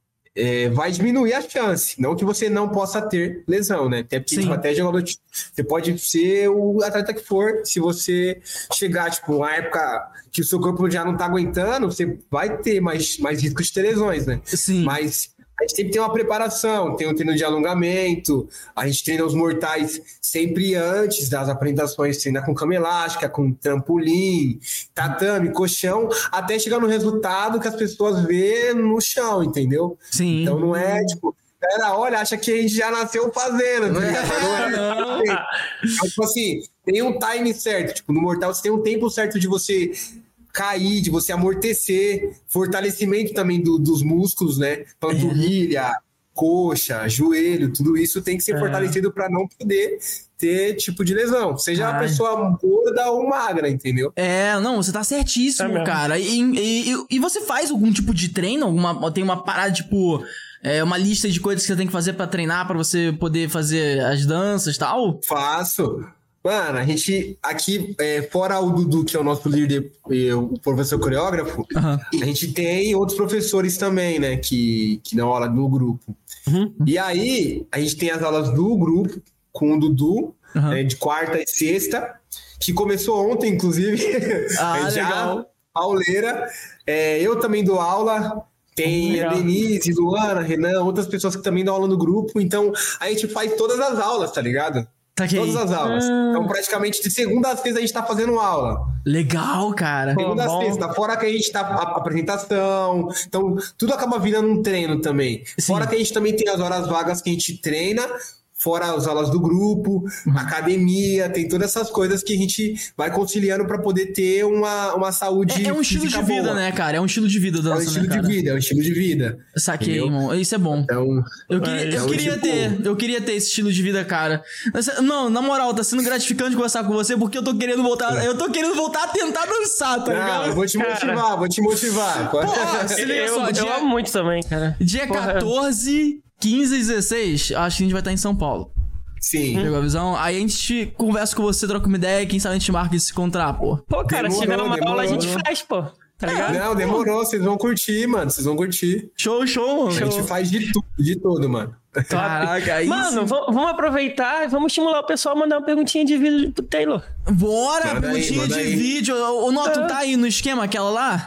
vai diminuir a chance. Não que você não possa ter lesão, né? Até porque, tipo, até jogador... Você pode ser o atleta que for. Se você chegar, tipo, uma época... que o seu corpo já não tá aguentando, você vai ter mais risco de ter lesões, né? Sim. Mas a gente sempre tem uma preparação, tem um treino de alongamento, a gente treina os mortais sempre antes das apresentações, treina com cama elástica, com trampolim, tatame, colchão, até chegar no resultado que as pessoas vê no chão, entendeu? Sim. Então não é, tipo... Olha, acha que a gente já nasceu fazendo, tá ligado? Não é. Então, tipo assim, tem um time certo. Tipo, no Mortal você tem um tempo certo de você cair, de você amortecer, fortalecimento também dos músculos, né? Panturrilha, coxa, joelho, tudo isso tem que ser fortalecido para não poder ter tipo de lesão. Seja uma pessoa gorda ou magra, entendeu? Não, você tá certíssimo, cara. E você faz algum tipo de treino? Tem uma parada, tipo... uma lista de coisas que você tem que fazer pra treinar, pra você poder fazer as danças e tal? Faço. Mano, a gente aqui, fora o Dudu, que é o nosso líder, o professor coreógrafo, a gente tem outros professores também, né, que dão aula no grupo. E aí, a gente tem as aulas do grupo com o Dudu, de quarta e sexta, que começou ontem, inclusive. Legal. Pauleira. Eu também dou aula. Tem a Denise, Luana, Renan, outras pessoas que também dão aula no grupo. Então, a gente faz todas as aulas, tá ligado? Todas as aulas. Então, praticamente, de segunda a sexta, a gente tá fazendo aula. Legal, cara. Segunda a sexta. Fora que a gente tá apresentação. Então, tudo acaba virando um treino também. Sim. Fora que a gente também tem as horas vagas que a gente treina. Fora as aulas do grupo, academia, tem todas essas coisas que a gente vai conciliando pra poder ter uma saúde. É um estilo de vida, boa, né, cara? É um estilo de vida dança, é um estilo né, de vida, é um estilo de vida. Saquei, irmão. Isso é bom. Então, eu queria ter esse estilo de vida, cara. Não, na moral, tá sendo gratificante conversar com você porque eu tô querendo voltar. Eu tô querendo voltar a tentar dançar, tá ligado? Eu vou te motivar. Porra, se liga só, eu amo muito também, cara. Dia 14, 15 e 16, acho que a gente vai estar em São Paulo. Sim. Pegou a visão? Aí a gente conversa com você, troca uma ideia, quem sabe a gente marca de se encontrar, pô. Pô, cara, se tiver uma aula, a gente faz, pô. Tá ligado? Não, demorou, vocês vão curtir, mano. Vocês vão curtir. Show, mano. A gente faz de tudo, mano. Caraca, isso. Mano, vamos aproveitar e vamos estimular o pessoal a mandar uma perguntinha de vídeo pro Taylor. Bora, perguntinha de vídeo. O Noto tá aí no esquema, aquela lá?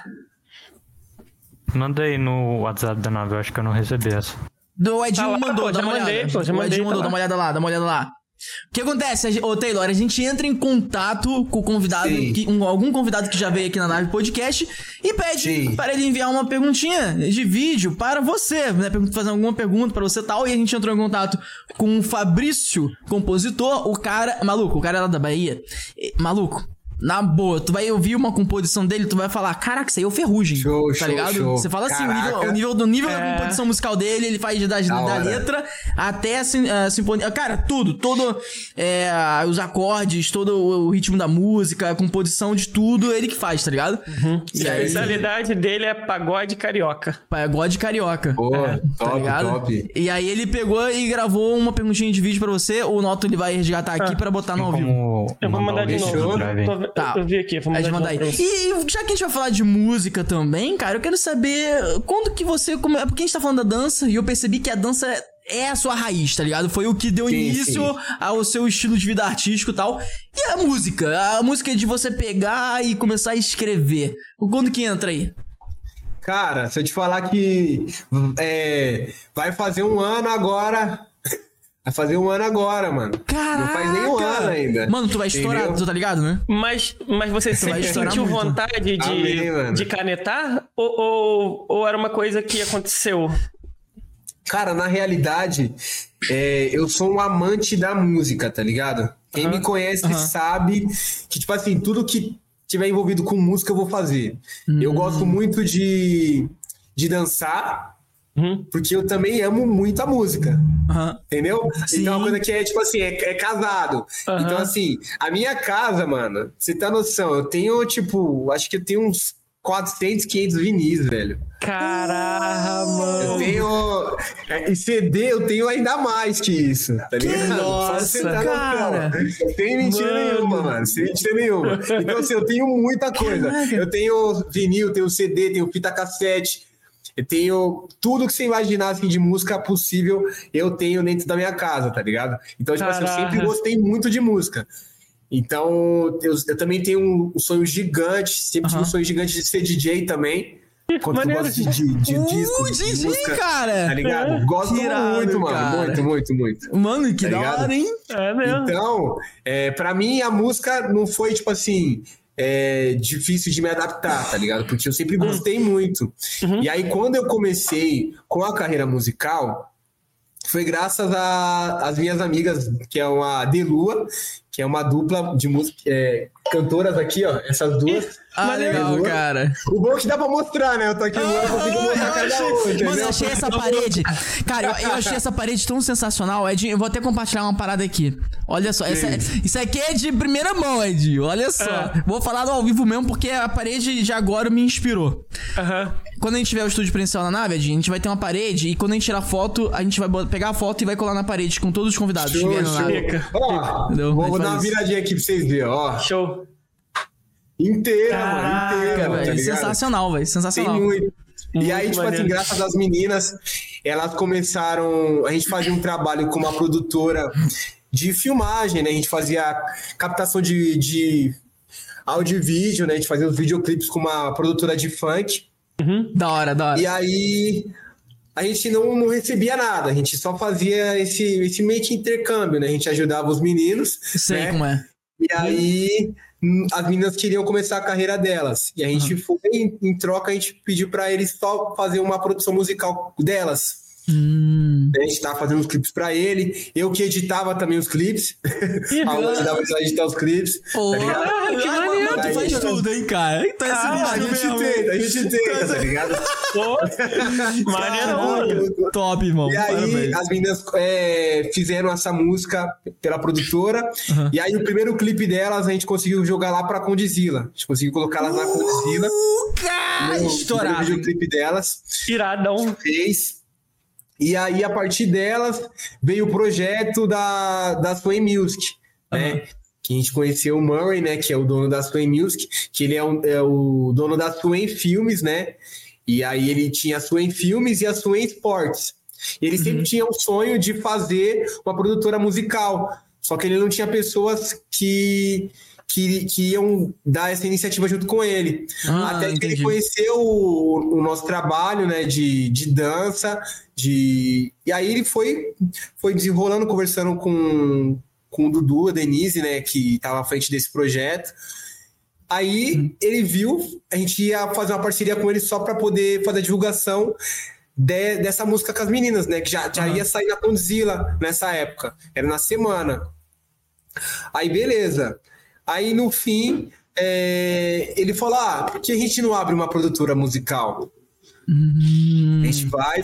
Manda aí no WhatsApp da nave, eu acho que eu não recebi essa. O Edinho mandou, dá uma olhada. O Edinho mandou, dá uma olhada lá. O que acontece, Taylor? A gente entra em contato com o convidado, algum convidado que já veio aqui na Nave Podcast e pede para ele enviar uma perguntinha de vídeo para você, né? Fazer alguma pergunta para você e tal. E a gente entrou em contato com o Fabrício, compositor, o cara é lá da Bahia. Maluco. Na boa, tu vai ouvir uma composição dele, tu vai falar, caraca, isso aí é o Ferrugem, tá ligado? Você fala assim, o nível da composição musical dele, ele faz da letra até a sinfonia, cara, tudo, os acordes, todo o ritmo da música, a composição de tudo, ele que faz, tá ligado? E a especialidade dele é pagode carioca. Pagode carioca. Pô, tá ligado? Top. E aí ele pegou e gravou uma perguntinha de vídeo pra você, o Noto ele vai resgatar aqui pra botar no ao vivo. Eu vou mandar de novo. Tá. Eu vi aqui, vou mandar aí. E já que a gente vai falar de música também, cara, eu quero saber quando que você... Porque a gente tá falando da dança e eu percebi que a dança é a sua raiz, tá ligado? Foi o que deu início ao seu estilo de vida artístico e tal. E a música? A música é de você pegar e começar a escrever. Quando que entra aí? Cara, se eu te falar que vai fazer um ano agora... Vai fazer um ano agora, mano. Caraca! Não faz nem um ano ainda. Mano, tu vai estourar, tu tá ligado, né? Mas você sempre sentiu vontade de canetar? Ou era uma coisa que aconteceu? Cara, na realidade, eu sou um amante da música, tá ligado? Quem me conhece sabe que, tipo assim, tudo que tiver envolvido com música eu vou fazer. Eu gosto muito de dançar. Porque eu também amo muito a música. Entendeu? Sim. Então é uma coisa que é tipo assim, é casado. Então assim, a minha casa, mano, você tá noção, eu tenho tipo, acho que eu tenho uns 400, 500 vinis, velho. Caraca, mano. Eu tenho... E CD eu tenho ainda mais que isso, tá ligado? Nossa, cara. Não tem mentira nenhuma, mano. Sem mentira nenhuma. Então assim, eu tenho muita coisa. Caraca. Eu tenho vinil, tenho CD, tenho fita cassete. Eu tenho tudo que você imaginar assim, de música possível, eu tenho dentro da minha casa, tá ligado? Então, tipo assim, eu sempre gostei muito de música. Então, eu também tenho um sonho gigante, sempre tive um sonho gigante de ser DJ também. Quando eu gosto de disco, de DJ, música, cara! Tá ligado? Gosto muito, mano. Cara. Muito. Mano, que tá da hora, hein? É mesmo. Então, pra mim, a música não foi, tipo assim... difícil de me adaptar, tá ligado? Porque eu sempre gostei muito. E aí, quando eu comecei com a carreira musical, foi graças às minhas amigas, que é a Delua, que é uma dupla de música, cantoras aqui, ó, essas duas. Legal, cara. O bom é que dá pra mostrar, né? Eu tô aqui, eu consigo mostrar cada um, entendeu? Mano, eu achei essa parede... Cara, eu achei essa parede tão sensacional, Edinho. Eu vou até compartilhar uma parada aqui. Olha só, isso aqui é de primeira mão, Edinho. Olha só. Vou falar ao vivo mesmo, porque a parede de agora me inspirou. Quando a gente tiver o estúdio presencial na nave, Edinho, a gente vai ter uma parede e quando a gente tirar foto, a gente vai pegar a foto e vai colar na parede com todos os convidados que vieram lá. Ó, vou dar uma viradinha aqui pra vocês verem, ó. Show. Inteira, mano, inteira. Véio, tá sensacional, velho, sensacional. Tem muito. E aí, tipo assim, graças às meninas, elas começaram... A gente fazia um trabalho com uma produtora de filmagem, né? A gente fazia captação de áudio e vídeo, né? A gente fazia os videoclipes com uma produtora de funk. Da hora. E aí... A gente não recebia nada, a gente só fazia esse meio que intercâmbio, né? A gente ajudava os meninos. Sei, né? Como é. E aí... As meninas queriam começar a carreira delas. E a gente foi, em troca, a gente pediu pra eles só fazer uma produção musical delas. A gente tava fazendo os clipes pra ele. Eu que editava também os clipes. A ajudava a editar os clipes. Tá ligado? Que maneiro. Tu faz tudo, hein, cara? Então, a gente tenta, tá ligado? Maneiro. Top, irmão. E aí, as meninas fizeram essa música pela produtora. E aí, o primeiro clipe delas, a gente conseguiu jogar lá pra Condzilla. A gente conseguiu colocar elas na Condzilla. Cara, estourado. O clipe delas. Iradão. Fez. E aí, a partir delas, veio o projeto da Sway Music, né? Que a gente conheceu o Murray, né? Que é o dono da Sway Music, que ele é o dono da Sway Filmes, né? E aí ele tinha a Sway Filmes e a Sway Sports. Ele sempre tinha o sonho de fazer uma produtora musical, só que ele não tinha pessoas que iam dar essa iniciativa junto com ele. Até que ele conheceu o nosso trabalho, né, de dança, e aí ele foi desenrolando, conversando com o Dudu, a Denise, né, que estava à frente desse projeto. Aí ele viu, a gente ia fazer uma parceria com ele só para poder fazer a divulgação dessa música com as meninas, né, que já ia sair na Condzilla nessa época, era na semana. Aí beleza. Aí, no fim, ele falou, por que a gente não abre uma produtora musical? A gente vai,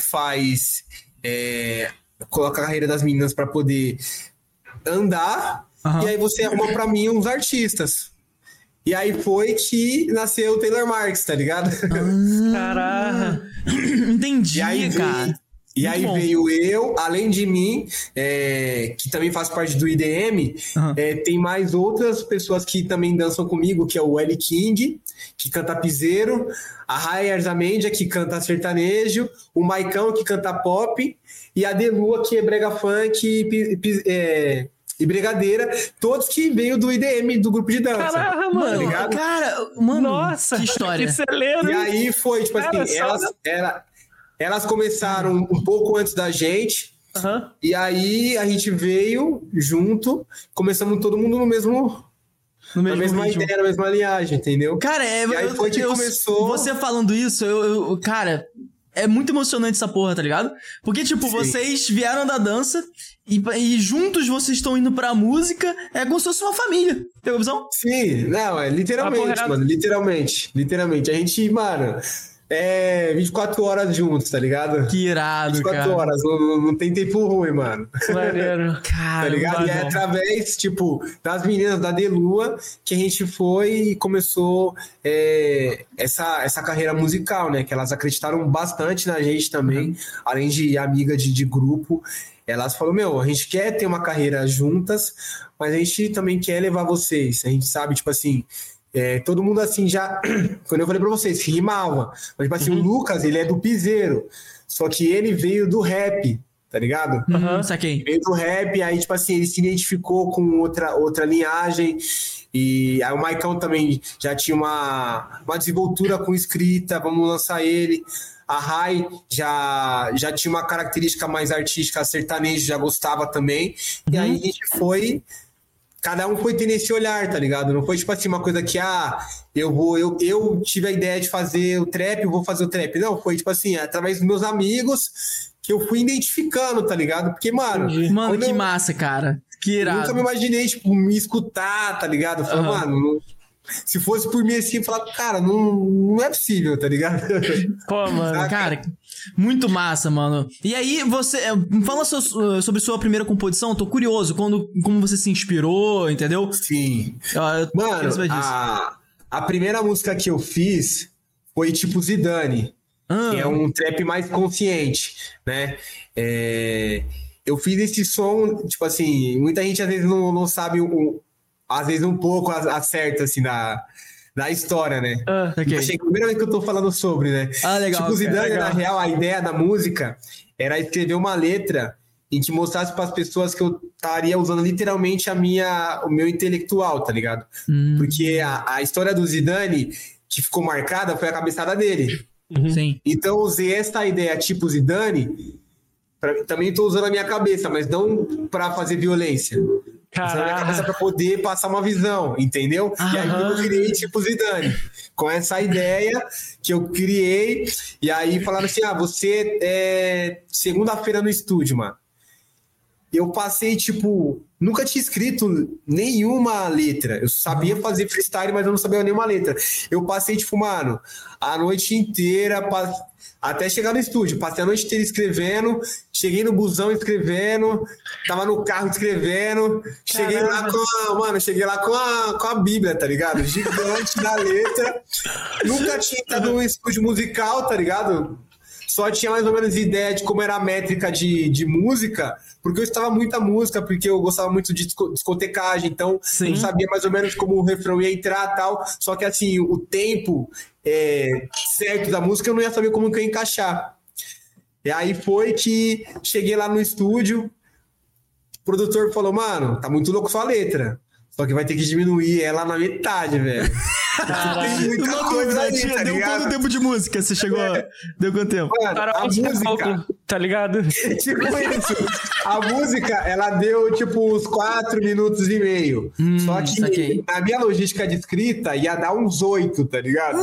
coloca a carreira das meninas para poder andar, e aí você arruma para mim uns artistas. E aí foi que nasceu o Taylor Marks, tá ligado? Caraca. Entendi, cara. E aí veio eu, além de mim, que também faz parte do IDM, tem mais outras pessoas que também dançam comigo, que é o L King, que canta piseiro, a Ray Arzamendia, que canta sertanejo, o Maicão, que canta pop, e a Delua, que é brega funk e brigadeira, todos que veio do IDM, do grupo de dança. Caraca, mano. Mano, nossa, que história. Que celeiro. E aí foi, tipo assim, elas começaram um pouco antes da gente, e aí a gente veio junto, começamos todo mundo na mesma ideia, na mesma linhagem, entendeu? Cara, e aí foi que começou... Você falando isso, cara, é muito emocionante essa porra, tá ligado? Porque, tipo, vocês vieram da dança e juntos vocês estão indo pra música, é como se fosse uma família. Tem visão? Sim, não, literalmente, mano, literalmente. A gente, mano... 24 horas juntos, tá ligado? Que irado, 24 cara. horas, não tem tempo ruim, mano. Maneiro. Cara, tá ligado? E é através, tipo, das meninas da Delua que a gente foi e começou essa carreira musical, né? Que elas acreditaram bastante na gente também, além de amiga de grupo. Elas falaram, a gente quer ter uma carreira juntas, mas a gente também quer levar vocês. A gente sabe, tipo assim... todo mundo assim já, quando eu falei pra vocês, rimava, mas tipo assim, o Lucas, ele é do piseiro, só que ele veio do rap, tá ligado? Saquei. Veio do rap, aí tipo assim, ele se identificou com outra linhagem, e aí o Maicão também já tinha uma desenvoltura com escrita, vamos lançar ele. A Rai já tinha uma característica mais artística, sertanejo já gostava também, e aí a gente foi... Cada um foi tendo esse olhar, tá ligado? Não foi tipo assim, uma coisa que, eu tive a ideia de fazer o trap, eu vou fazer o trap. Não, foi tipo assim, através dos meus amigos que eu fui identificando, tá ligado? Porque, mano... Mano, que massa, cara. Que irado. Nunca me imaginei, tipo, me escutar, tá ligado? Falei, mano, se fosse por mim assim, eu falava, cara, não é possível, tá ligado? Pô, mano. Cara, muito massa, mano. E aí, você... Fala sobre sua primeira composição, tô curioso. Como você se inspirou, entendeu? Sim. Mano, a primeira música que eu fiz foi tipo Zidane, que é um trap mais consciente, né? Eu fiz esse som, tipo assim, muita gente às vezes não sabe, às vezes um pouco acerta, assim, da história, né? Okay. Achei que a primeira vez que eu tô falando sobre, né? Legal. Tipo, Zidane, na real, a ideia da música era escrever uma letra em que mostrasse para as pessoas que eu estaria usando literalmente o meu intelectual, tá ligado? Porque a história do Zidane, que ficou marcada, foi a cabeçada dele. Sim. Então, eu usei essa ideia tipo Zidane... Também estou usando a minha cabeça, mas não para fazer violência. Usando a minha cabeça para poder passar uma visão, entendeu? E aí eu criei tipo Zidane, com essa ideia que eu criei. E aí falaram assim, você é segunda-feira no estúdio, mano. Eu passei, tipo, nunca tinha escrito nenhuma letra. Eu sabia fazer freestyle, mas eu não sabia nenhuma letra. Eu passei, tipo, mano, a noite inteira... Até chegar no estúdio, passei a noite inteira escrevendo, cheguei no busão escrevendo, tava no carro escrevendo, cheguei lá com a Bíblia, tá ligado? Gigante da letra. Nunca tinha entrado num estúdio musical, tá ligado? Só tinha mais ou menos ideia de como era a métrica de música, porque eu estava muita música, porque eu gostava muito de discotecagem, então eu não sabia mais ou menos como o refrão ia entrar e tal, só que assim, o tempo certo da música eu não ia saber como que eu ia encaixar. E aí foi que cheguei lá no estúdio, o produtor falou, mano, tá muito louco sua letra, só que vai ter que diminuir ela na metade, velho. Tem muita coisa aí, tá deu ligado? quanto tempo de música? Você chegou... Deu quanto tempo? Mano, a música... Tá ligado? Tipo isso. A música, ela deu, tipo, uns 4 minutos e meio. Só que a minha logística de escrita ia dar uns 8, tá ligado?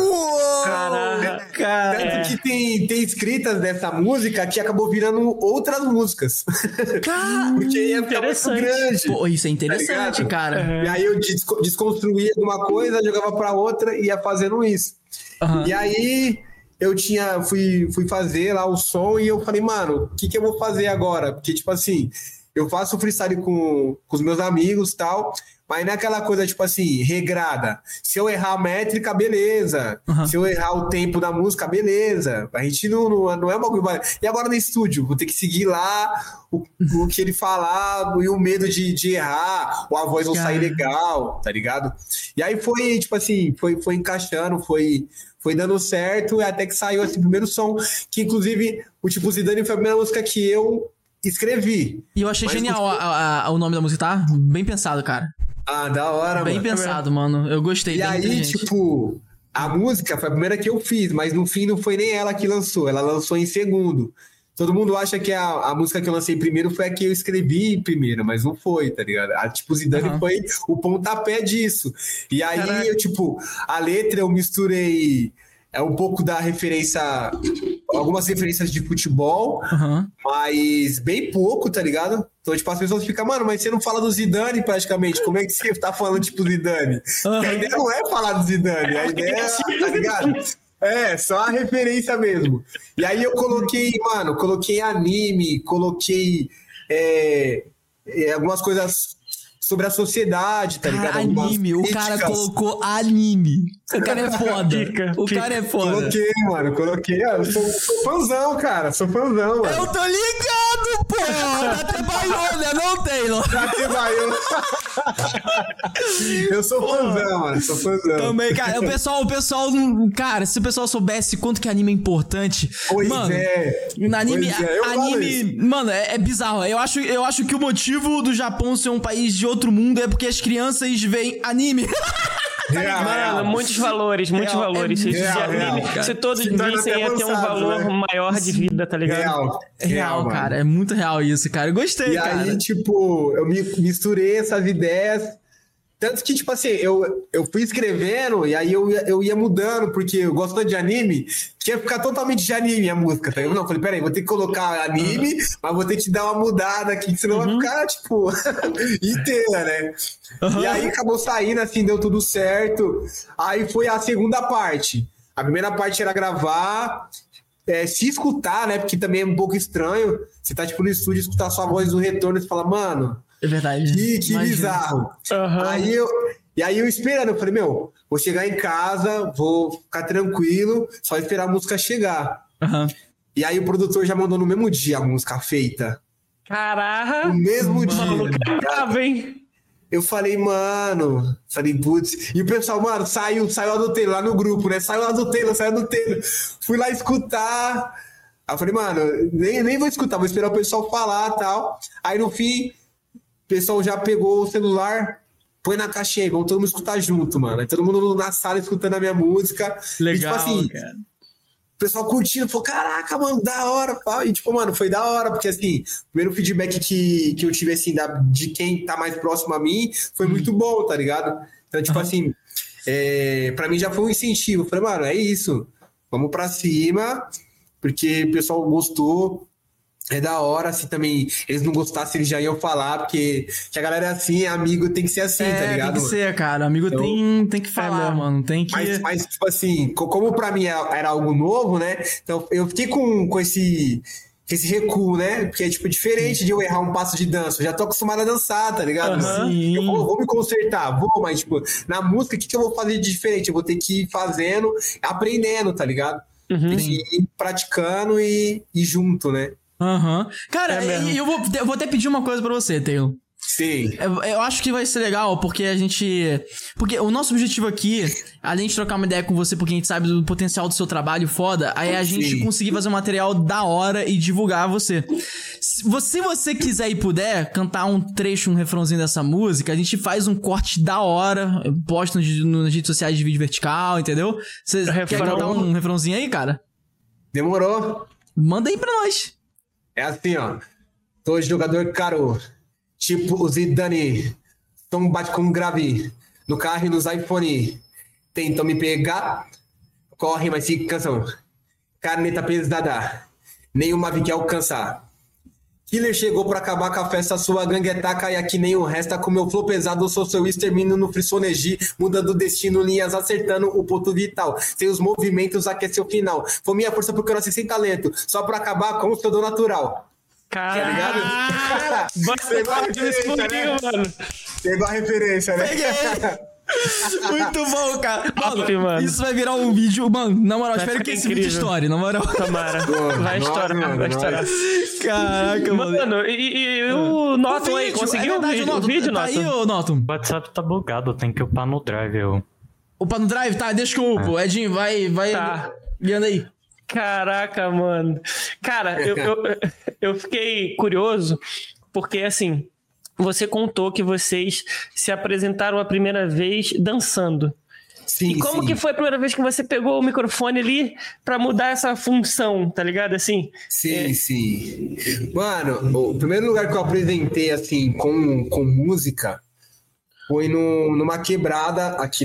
Caraca! Tanto que tem escritas dessa música que acabou virando outras músicas. Porque ia ficar muito grande. Pô, isso é interessante, tá, cara. E aí eu desconstruía alguma coisa, jogava pra outra e ia fazendo isso. E aí... eu fui fazer lá o som e eu falei, mano, o que eu vou fazer agora? Porque, tipo assim, eu faço freestyle com os meus amigos e tal, mas não é aquela coisa, tipo assim, regrada. Se eu errar a métrica, beleza. Se eu errar o tempo da música, beleza. A gente não é um bagulho... E agora no estúdio? Vou ter que seguir lá o que ele falar e o medo de errar, ou a voz não sair legal, tá ligado? E aí foi, tipo assim, foi encaixando, foi dando certo, até que saiu esse primeiro som, que inclusive o tipo Zidane foi a primeira música que eu escrevi. E eu achei genial o nome da música, tá? Bem pensado, cara. Da hora, bem mano. Bem pensado, mano. Eu gostei. E aí, tipo, a música foi a primeira que eu fiz, mas no fim não foi nem ela que lançou, ela lançou em segundo. Todo mundo acha que a música que eu lancei primeiro foi a que eu escrevi primeiro, mas não foi, tá ligado? A tipo Zidane foi o pontapé disso. E aí, a letra eu misturei um pouco da referência, algumas referências de futebol, mas bem pouco, tá ligado? Então, tipo, as pessoas ficam, mano, mas você não fala do Zidane praticamente, como é que você tá falando, tipo, Zidane? A ideia não é falar do Zidane, a ideia é, tá ligado? Só a referência mesmo. E aí eu coloquei anime, coloquei algumas coisas sobre a sociedade, tá ligado? Anime, o cara colocou anime. O cara é foda. O cara é foda. Coloquei. Eu sou fãzão, cara. Sou fãzão, mano. Eu tô ligado, pô. Tá até Baiona, não, Taylor? Tá até Baiona. Eu sou fãzão, mano. Sou fãzão. Também, cara. O pessoal... Cara, se o pessoal soubesse quanto que anime é importante... Mano, anime... Mano, é bizarro. Eu acho que o motivo do Japão ser um país de outro mundo é porque as crianças veem anime. Mano, muitos valores. Se todos vissem, ia ter um valor maior de vida, tá ligado? Real, cara. É muito real isso, cara. Eu gostei, cara. E aí, tipo, eu misturei essas ideias Tanto que, tipo assim, eu fui escrevendo e aí eu ia mudando, porque eu gosto tanto de anime, que ia ficar totalmente de anime a música, tá? Eu não, falei, peraí, vou ter que colocar anime, mas vou ter que dar uma mudada aqui, senão vai ficar, tipo, inteira, né? E aí acabou saindo, assim, deu tudo certo. Aí foi a segunda parte. A primeira parte era gravar, se escutar, né? Porque também é um pouco estranho. Você tá, tipo, no estúdio, escutar sua voz do retorno e você fala, mano... É verdade. Que bizarro. Aí eu esperando, eu falei, vou chegar em casa, vou ficar tranquilo, só esperar a música chegar. E aí o produtor já mandou no mesmo dia a música feita. Caraca! No mesmo dia. Bravo, hein? Eu falei, putz. E o pessoal, mano, saiu do Taylor lá no grupo, né? Saiu do Taylor. Fui lá escutar. Aí eu falei, mano, nem vou escutar, vou esperar o pessoal falar e tal. Aí no fim... O pessoal já pegou o celular, põe na caixinha aí, vamos todo mundo escutar junto, mano. Aí todo mundo na sala escutando a minha música. Legal, e, tipo assim, cara. O pessoal curtindo, falou, caraca, mano, da hora, pá. E tipo, mano, foi da hora, porque assim, o primeiro feedback que eu tive, assim, de quem tá mais próximo a mim, foi muito bom, tá ligado? Então, tipo assim, pra mim já foi um incentivo. Eu falei, mano, é isso, vamos pra cima, porque o pessoal gostou. É da hora, assim, também, eles não gostassem, eles já iam falar, porque que a galera é assim, amigo tem que ser assim, tá ligado? Tem que ser, cara, amigo então, tem que falar, mano, tem que... Mas, tipo assim, como pra mim era algo novo, né, então eu fiquei com esse recuo, né, porque é, tipo, diferente de eu errar um passo de dança, eu já tô acostumado a dançar, tá ligado? Eu vou me consertar, mas, tipo, na música, o que eu vou fazer de diferente? Eu vou ter que ir fazendo, aprendendo, tá ligado? Tem que ir praticando e junto, né? Cara, eu vou até pedir uma coisa pra você, Taylor. Sim. Eu acho que vai ser legal, porque Porque o nosso objetivo aqui, além de trocar uma ideia com você, porque a gente sabe do potencial do seu trabalho foda, aí é a gente conseguir fazer um material da hora e divulgar você. Se você quiser e puder cantar um trecho, um refrãozinho dessa música, a gente faz um corte da hora, posta nas redes sociais de vídeo vertical, entendeu? Você quer cantar um refrãozinho aí, cara? Demorou. Manda aí pra nós. É assim, ó. Tô jogador caro, tipo o Zidane. Tom bate com grave no carro e nos iPhone. Tentam me pegar, corre, mas se cansam. Caneta pesada, nenhuma vi que alcança. Killer chegou pra acabar com a festa, sua gangue é taca e aqui nenhum resta. Com meu flow pesado, eu sou seu extermino no frissoneji, mudando o destino, linhas acertando o ponto vital. Sem os movimentos, aqui é seu final. Foi minha força porque eu nasci sem talento, só pra acabar com o seu dom natural. Cara, tá ligado? Pegou a referência, né? Pegou a referência, né? Muito bom, cara. Mano, isso vai virar um vídeo. Mano, na moral, espero que esse vídeo estoure, na moral. Tomara. Vai estourar. Caraca, mano. E o Noton aí, conseguiu o vídeo, Noton? Tá aí, ô Noton? O WhatsApp tá bugado, tem que upar no Drive. Upar no Drive? Tá, deixa que eu upo. Edinho, vai. Tá. Guiando aí. Caraca, mano. Cara, eu fiquei curioso, porque assim... Você contou que vocês se apresentaram a primeira vez dançando. Sim, e como que foi a primeira vez que você pegou o microfone ali pra mudar essa função, tá ligado? Assim? Sim. Mano, o primeiro lugar que eu apresentei, assim, com música foi numa quebrada aqui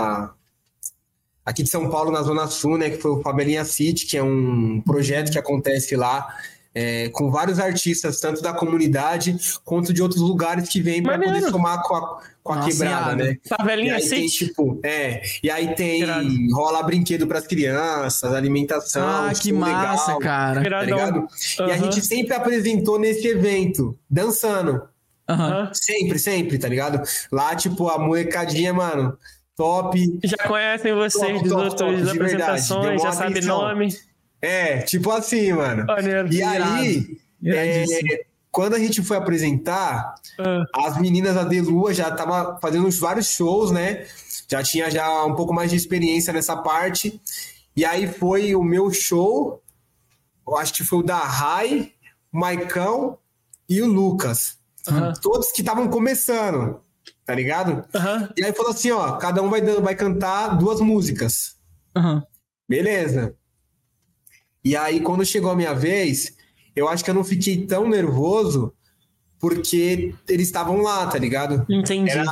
de São Paulo, na Zona Sul, né? Que foi o Favelinha City, que é um projeto que acontece lá. Com vários artistas, tanto da comunidade quanto de outros lugares que vêm para poder somar com a quebrada, né? Favelinha City. E aí rola brinquedo para as crianças, alimentação, que massa, legal, cara. Tá ligado? E a gente sempre apresentou nesse evento, dançando. Sempre, tá ligado? Lá, tipo, a molecadinha, mano, top. Já conhecem vocês dos outros apresentações, já sabem nome. Tipo assim, mano. E aí, quando a gente foi apresentar, as meninas da Delua já estavam fazendo vários shows, né? Já tinha um pouco mais de experiência nessa parte. E aí foi o meu show, eu acho que foi o da Rai, o Maicão e o Lucas. Todos que estavam começando, tá ligado? E aí falou assim, ó, cada um vai cantar 2 músicas. Beleza. E aí, quando chegou a minha vez, eu acho que eu não fiquei tão nervoso porque eles estavam lá, tá ligado? Entendi.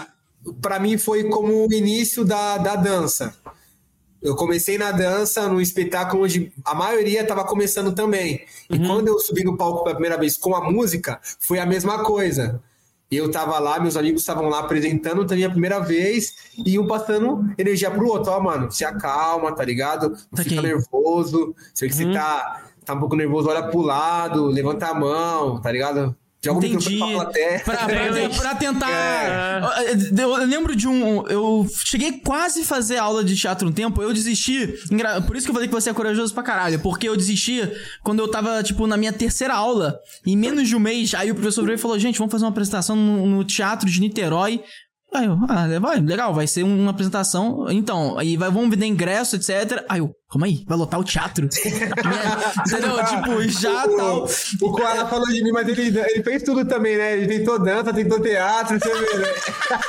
pra mim foi como o início da dança. Eu comecei na dança, num espetáculo onde a maioria estava começando também. E quando eu subi no palco pela primeira vez com a música, foi a mesma coisa. Eu tava lá, meus amigos estavam lá apresentando também a primeira vez e iam passando energia pro outro. Ó, mano, se acalma, tá ligado? Não fica nervoso. Se vê que você tá um pouco nervoso, olha pro lado, levanta a mão, tá ligado? Joga o microfone pra plateia. Pra tentar... Eu lembro de eu cheguei quase a fazer aula de teatro um tempo, eu desisti. Por isso que eu falei que você é corajoso pra caralho. Porque eu desisti quando eu tava, tipo, na minha terceira aula. Em menos de um mês, aí o professor veio e falou: gente, vamos fazer uma apresentação no Teatro de Niterói. Aí eu, legal, vai ser uma apresentação. Então, aí vamos vender ingresso, etc. Aí eu, calma aí, vai lotar o teatro. Entendeu? Tipo, já tal. O Koala falou de mim, mas ele fez tudo também, né? Ele tentou dança, tentou teatro, você vê, né?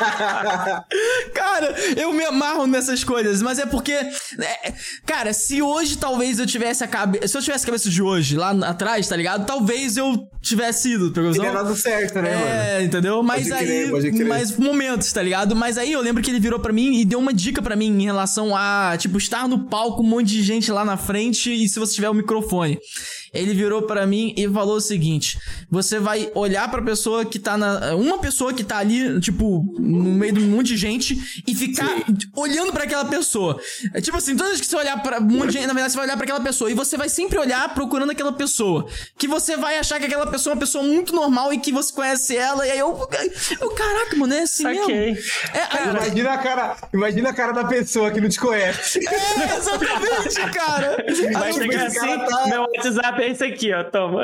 Cara, eu me amarro nessas coisas, mas é porque... cara, se hoje talvez eu tivesse a cabeça... Se eu tivesse a cabeça de hoje, lá atrás, tá ligado? Talvez eu tivesse ido, pegou? Teria dado certo, né, mano? Entendeu? Mas pode crer. Mas momentos, tá ligado? Mas aí eu lembro que ele virou pra mim e deu uma dica pra mim em relação a, tipo, estar no palco, um monte de gente lá na frente e se você tiver o microfone. Ele virou pra mim e falou o seguinte: você vai olhar pra pessoa que tá uma pessoa que tá ali, tipo, no meio de um monte de gente e ficar olhando pra aquela pessoa. É tipo assim, todas as que você olhar pra um monte de gente, na verdade você vai olhar pra aquela pessoa e você vai sempre olhar procurando aquela pessoa. Que você vai achar que aquela pessoa é uma pessoa muito normal e que você conhece ela. E aí eu caraca, mano, é assim mesmo. Imagina a cara da pessoa que não te conhece. Exatamente, cara. Vai chegar assim, meu WhatsApp é esse aqui, ó, toma.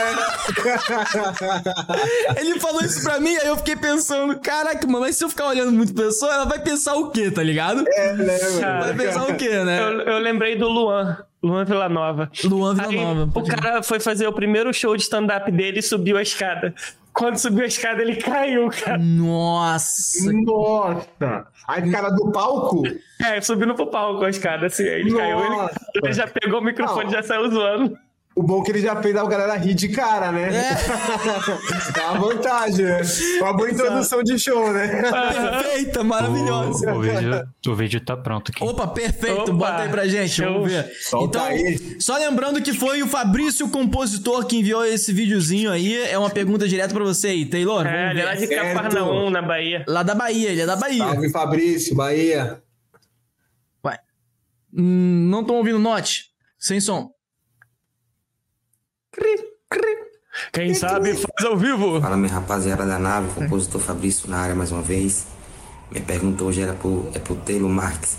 Ele falou isso pra mim, aí eu fiquei pensando, caraca, mano, mas se eu ficar olhando muito pessoa, ela vai pensar o quê, tá ligado? Vai pensar o quê, né? Eu lembrei do Luan Villanova. O cara foi fazer o primeiro show de stand-up dele e subiu a escada. Quando subiu a escada, ele caiu, cara. Nossa! Aí, cara do palco? Subindo pro palco a escada, assim. Aí ele caiu, ele já pegou o microfone e já saiu zoando. O bom é que ele já fez a galera rir de cara, né? É uma vantagem, né? Uma boa introdução de show, né? Perfeita, maravilhosa. O vídeo tá pronto aqui. Opa, perfeito. Bota aí pra gente, vamos ver. Solta aí. Só lembrando que foi o Fabrício, o compositor, que enviou esse videozinho aí. É uma pergunta direta pra você aí, Taylor. Ele é lá de Cafarnaum, na Bahia. Lá da Bahia, ele é da Bahia. Salve, Fabrício, Bahia. Vai. Não tô ouvindo note. Sem som. Quem sabe faz ao vivo. Fala, minha rapaziada da nave, compositor Fabrício na área mais uma vez. Minha pergunta hoje era pro Taylor Marques.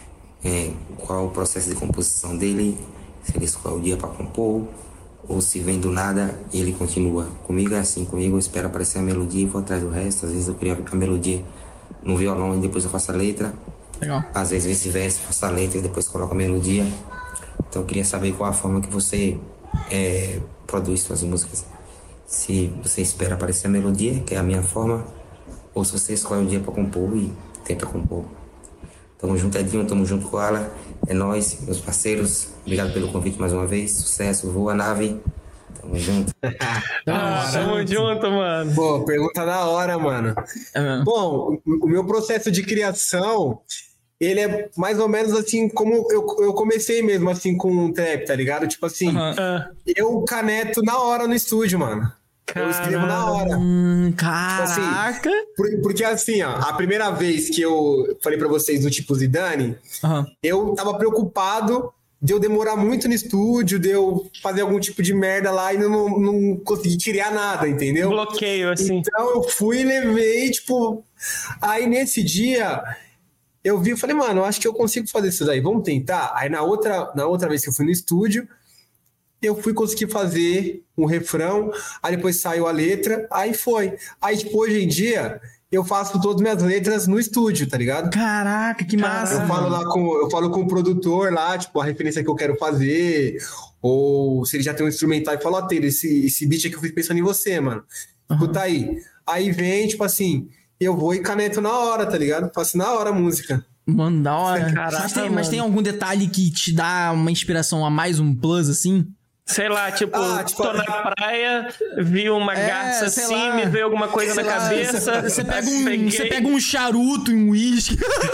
Qual o processo de composição dele? Se ele escolhe o dia para compor ou se vem do nada e ele continua. Comigo é assim, comigo eu espero aparecer a melodia e vou atrás do resto. Às vezes eu crio a melodia no violão e depois eu faço a letra. Legal. Às vezes vice-versa, faço a letra e depois coloco a melodia. Então eu queria saber qual a forma que você produz suas músicas. Se você espera aparecer a melodia, que é a minha forma, ou se você escolhe um dia para compor e tenta compor. Tamo junto, Edinho, tamo junto, Koala. É nóis, meus parceiros. Obrigado pelo convite mais uma vez. Sucesso, voa nave. Tamo junto. Tamo junto, mano. Pô, pergunta da hora, mano. Bom, o meu processo de criação, ele é mais ou menos assim como eu comecei mesmo, assim, com um trap, tá ligado? Tipo assim, eu caneto na hora no estúdio, mano. Eu escrevo na hora. Caraca! Assim, porque assim, ó, a primeira vez que eu falei pra vocês do tipo Zidane, eu tava preocupado de eu demorar muito no estúdio, de eu fazer algum tipo de merda lá e não conseguir tirar nada, entendeu? Bloqueio, assim. Então eu fui e levei, tipo... Aí nesse dia... Eu vi e falei, mano, eu acho que eu consigo fazer isso daí, vamos tentar? Aí na outra vez que eu fui no estúdio, eu fui conseguir fazer um refrão, aí depois saiu a letra, aí foi. Aí, tipo, hoje em dia, eu faço todas as minhas letras no estúdio, tá ligado? Caraca, que massa! Eu falo com o produtor lá, tipo, a referência que eu quero fazer, ou se ele já tem um instrumental, e falo, ó, Taylor, esse beat aqui eu fui pensando em você, mano. Escuta aí. Aí vem, tipo assim... Eu vou e caneto na hora, tá ligado? Faço na hora a música. Mano, da hora. Caraca, mas tem algum detalhe que te dá uma inspiração a mais, um plus, assim? Sei lá, tipo, tô na praia, vi uma garça assim, lá, me veio alguma coisa na cabeça. Você pega um charuto e um uísque.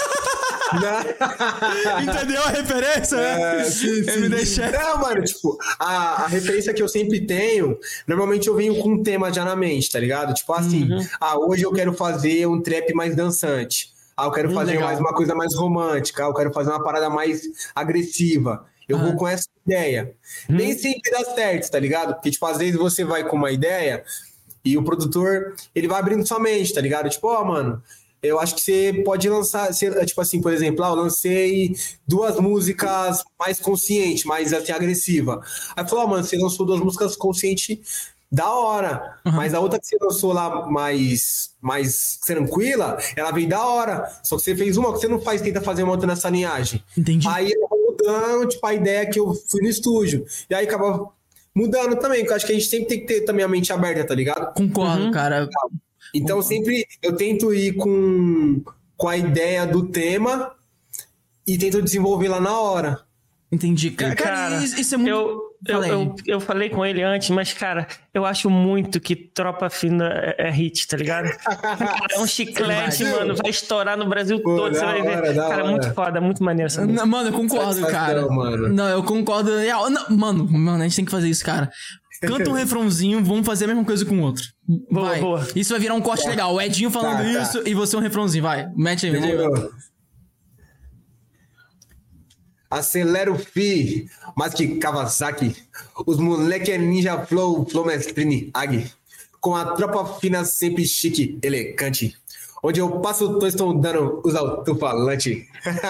Entendeu a referência, né? Sim. Não, mano, tipo, a referência que eu sempre tenho, normalmente eu venho com um tema já na mente, tá ligado? Tipo assim, hoje eu quero fazer um trap mais dançante. Eu quero fazer mais uma coisa mais romântica. Eu quero fazer uma parada mais agressiva. Eu vou com essa ideia. Nem sempre dá certo, tá ligado? Porque, tipo, às vezes você vai com uma ideia e o produtor, ele vai abrindo sua mente, tá ligado? Tipo, mano, eu acho que você pode lançar, tipo assim, por exemplo, eu lancei 2 músicas mais conscientes, mais assim, agressiva. Aí falou, mano, você lançou 2 músicas conscientes da hora, mas a outra que você lançou lá mais tranquila, ela veio da hora. Só que você fez uma que você não tenta fazer uma outra nessa linhagem. Entendi. Aí eu vou mudando, tipo, a ideia que eu fui no estúdio. E aí acaba mudando também, porque eu acho que a gente sempre tem que ter também a mente aberta, tá ligado? Concordo, cara. Então sempre eu tento ir com a ideia do tema e tento desenvolver lá na hora. Entendi. Cara, isso é muito... Eu falei com ele antes, mas, cara, eu acho muito que Tropa Fina é hit, tá ligado? Cara, é um chiclete, mano, vai estourar no Brasil todo, você vai ver. Cara, é muito foda, muito maneiro essa música. Mano, eu concordo, cara. Mano. Não, eu concordo. Mano, a gente tem que fazer isso, cara. Canta um refrãozinho, vamos fazer a mesma coisa com o outro. Boa. Isso vai virar um corte legal. O Edinho falando isso e você um refrãozinho, vai. Mete aí. Acelera o fi, mas que Kawasaki. Os moleque é ninja flow mestrini, ag. Com a tropa fina sempre chique, elegante. Onde eu passo, tô estudando os alto-falantes.